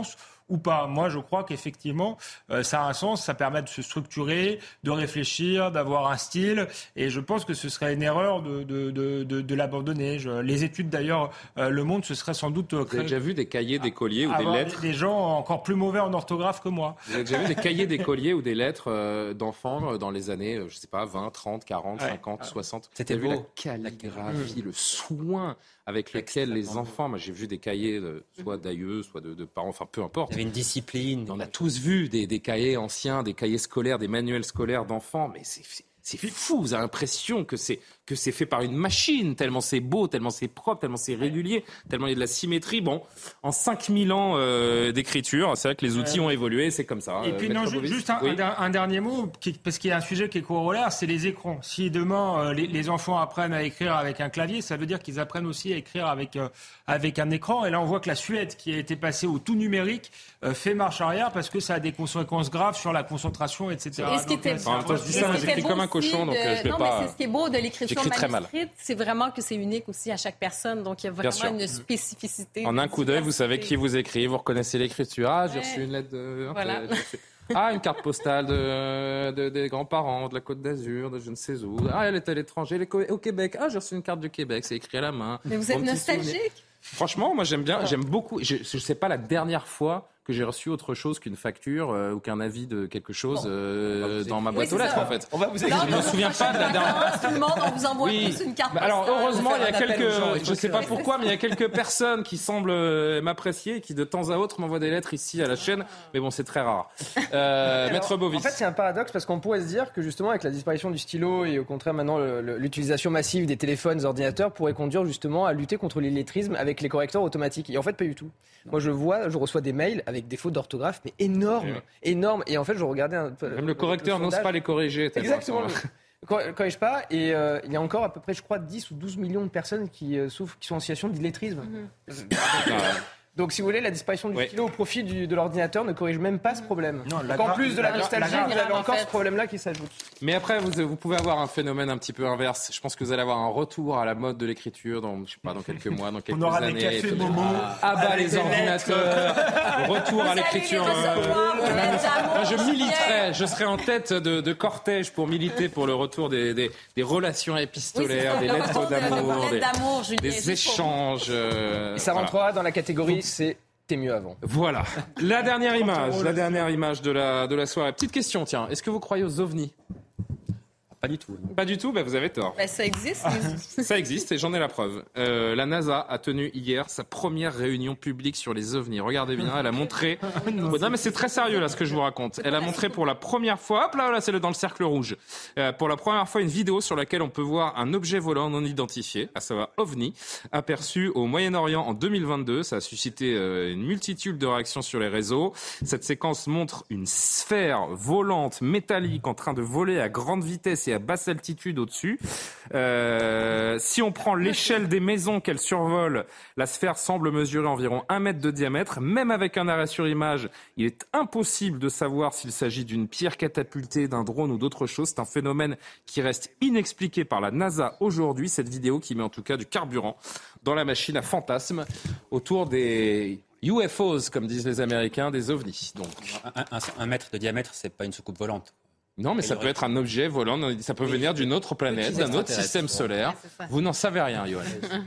ou pas. Moi, je crois qu'effectivement, euh, ça a un sens, ça permet de se structurer, de réfléchir, d'avoir un style, et je pense que ce serait une erreur de, de, de, de, de l'abandonner. Je, les études, d'ailleurs, euh, Le Monde, ce serait sans doute... Euh, Vous avez déjà vu des cahiers, des colliers ou des lettres des, des gens encore plus mauvais en orthographe que moi. Vous avez déjà vu des cahiers, des colliers ou des lettres euh, d'enfants euh, dans les années, euh, je sais pas, vingt, trente, quarante, ouais. cinquante, soixante. C'était beau. Vu la calligraphie, mmh. le soin avec lequel les enfants... Moi, j'ai vu des cahiers, de, soit d'aïeux, soit de, de parents, enfin, peu importe. Il y avait une discipline. On a tous vu des, des cahiers anciens, des cahiers scolaires, des manuels scolaires d'enfants, mais c'est, c'est, c'est fou. Vous avez l'impression que c'est, que c'est fait par une machine, tellement c'est beau, tellement c'est propre, tellement c'est régulier, tellement il y a de la symétrie. Bon, en cinq mille ans euh, d'écriture, c'est vrai que les outils euh... ont évolué, c'est comme ça. Et euh, puis non, juste un, oui. un, un dernier mot, qui, parce qu'il y a un sujet qui est corollaire, c'est les écrans. Si demain euh, les, les enfants apprennent à écrire avec un clavier, ça veut dire qu'ils apprennent aussi à écrire avec, euh, avec un écran. Et là, on voit que la Suède, qui a été passée au tout numérique, euh, fait marche arrière parce que ça a des conséquences graves sur la concentration, et cetera. Et ce qui était, donc, en même temps, je dis ça, j'écris comme un cochon, donc euh, je vais non, pas... mais c'est ce qui est beau de l'écriture manuscrite, c'est vraiment que c'est unique aussi à chaque personne. Donc, il y a vraiment une spécificité. En un coup d'œil, vous savez qui vous écrit, vous reconnaissez l'écriture. Ah, j'ai ouais. reçu une lettre de... Voilà. Ah, une carte postale de, de, des grands-parents de la Côte d'Azur, de je ne sais où. Ah, elle est à l'étranger, elle est au Québec. Ah, j'ai reçu une carte du Québec, c'est écrit à la main. Mais vous êtes nostalgique? Franchement, moi, j'aime bien, j'aime beaucoup. Je ne sais pas la dernière fois que j'ai reçu autre chose qu'une facture euh, ou qu'un avis de quelque chose euh, dans ma boîte oui, aux lettres, ça. en fait. On va vous je ne me souviens pas de la dernière. Tout le monde, on vous envoie oui. tous une carte postale. Alors, heureusement, il y a quelques... Gens, je ne sais pas pourquoi, mais il y a quelques personnes qui semblent euh, m'apprécier et qui, de temps à autre, m'envoient des lettres ici à la chaîne. Mais bon, c'est très rare. Euh, Alors, Maître Bovis. En fait, c'est un paradoxe parce qu'on pourrait se dire que, justement, avec la disparition du stylo et au contraire, maintenant, le, le, l'utilisation massive des téléphones, des ordinateurs pourrait conduire, justement, à lutter contre l'illettrisme avec les correcteurs automatiques. Et en fait, pas du tout. Moi, je vois, je reçois des mails avec des fautes d'orthographe, mais énormes, oui. énormes. Et en fait, je regardais un peu. Même le correcteur le n'ose pas les corriger. Exactement. Ne corrige pas. Et euh, il y a encore à peu près, je crois, dix ou douze millions de personnes qui euh, souffrent, qui sont en situation d'illettrisme. Mm-hmm. Donc, si vous voulez, la disparition du oui. stylo au profit du, de l'ordinateur ne corrige même pas ce problème. Non, Donc, en plus de la, la nostalgie, la, la, vous avez encore en fait. ce problème-là qui s'ajoute. Mais après, vous, vous pouvez avoir un phénomène un petit peu inverse. Je pense que vous allez avoir un retour à la mode de l'écriture dans, je sais pas, dans quelques mois, dans quelques On aura années. Des cafés Momo. Ah bah les ordinateurs. Retour à l'écriture. Euh, je militerai. Je serai en tête de, de cortège pour militer pour le retour des, des, des relations épistolaires, oui, des lettres d'amour, des, d'amour, Julien, des échanges. Euh, Et ça rentrera voilà. dans la catégorie. C'est t'es mieux avant. Voilà. La dernière image, la dernière image de la, de la soirée. Petite question, tiens. Est-ce que vous croyez aux ovnis ? Pas du tout. Pas du tout, bah vous avez tort. Bah, ça existe. Ça existe et j'en ai la preuve. Euh, la NASA a tenu hier sa première réunion publique sur les ovnis. Regardez bien, elle a montré... non, non mais c'est très sérieux là ce que je vous raconte. Elle a montré pour la première fois... Hop là, là c'est le, dans le cercle rouge. Euh, pour la première fois une vidéo sur laquelle on peut voir un objet volant non identifié, à savoir OVNI, aperçu au Moyen-Orient en deux mille vingt-deux. Ça a suscité euh, une multitude de réactions sur les réseaux. Cette séquence montre une sphère volante métallique en train de voler à grande vitesse et à basse altitude au-dessus. Euh, si on prend l'échelle des maisons qu'elle survole, la sphère semble mesurer environ un mètre de diamètre. Même avec un arrêt sur image, il est impossible de savoir s'il s'agit d'une pierre catapultée, d'un drone ou d'autre chose. C'est un phénomène qui reste inexpliqué par la NASA aujourd'hui. Cette vidéo qui met en tout cas du carburant dans la machine à fantasmes autour des U F Os, comme disent les Américains, des ovnis. Donc, un, un, un mètre de diamètre, c'est pas une soucoupe volante. Non, mais ça peut être un objet volant, ça peut venir d'une autre planète, d'un autre système solaire. Vous n'en savez rien, Johan.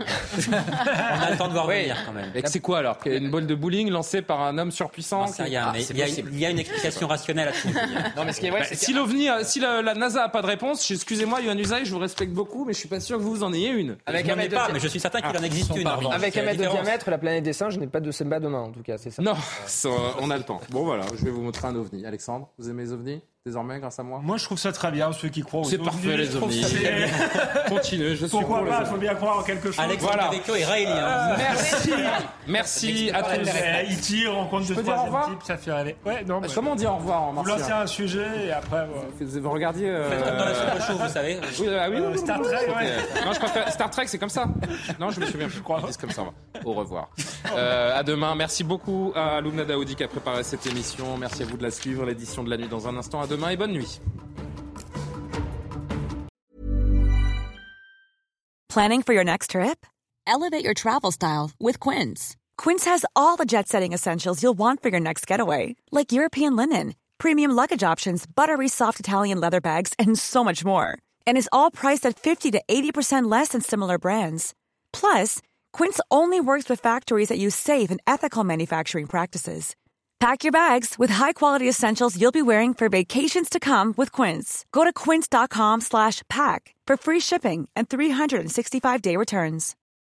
On a le temps de voir venir quand même. Et c'est quoi alors ? Une boule de bowling lancée par un homme surpuissant ? Il y, ah, y, y, y a une explication rationnelle à tout. Non, mais ce qui est vrai, bah, c'est si l'OVNI, si la, la NASA n'a pas de réponse, excusez-moi, Johan Usaï, je vous respecte beaucoup, mais je suis pas sûr que vous en ayez une. Avec un mètre pas, mais je suis certain qu'il ah, en existe une. Avec un mètre de diamètre, la planète des singes n'est pas de Semba demain, en tout cas, c'est ça. Non, on a le temps. Bon voilà, je vais vous montrer un OVNI. Alexandre, vous aimez les OVNIs ? Désormais, grâce à moi. Moi, je trouve ça très bien, ceux qui croient aux c'est ovnis. C'est parfait, les ovnis. Continuez, je suis Pourquoi pour pas, il faut bien croire en quelque chose. Alexandre voilà. Avec et Ray, hein. Merci. Merci à tous. Il tire en compte de troisième type, ça fait aller. Ouais, non, comment on dit au revoir en martien ? Vous lancez un sujet et après... Vous, vous regardiez... Euh... Faites comme dans la super show, vous savez. Oui, ah, oui, euh, Star Trek, ouais. Non, je préfère... Star Trek, c'est comme ça. Non, je me souviens plus. Je crois. C'est comme ça. Au revoir. Euh, à demain. Merci beaucoup à Loumna Daoudi qui a préparé cette émission. Merci à vous de la suivre. L'édition de la nuit dans un instant. À demain et bonne nuit. Planning for your next trip? Elevate your travel style with Quince. Quince has all the jet-setting essentials you'll want for your next getaway, like European linen, premium luggage options, buttery soft Italian leather bags, and so much more. And is all priced at fifty to eighty percent less than similar brands. Plus, Quince only works with factories that use safe and ethical manufacturing practices. Pack your bags with high-quality essentials you'll be wearing for vacations to come with Quince. Go to quince.com slash pack for free shipping and three sixty-five day returns.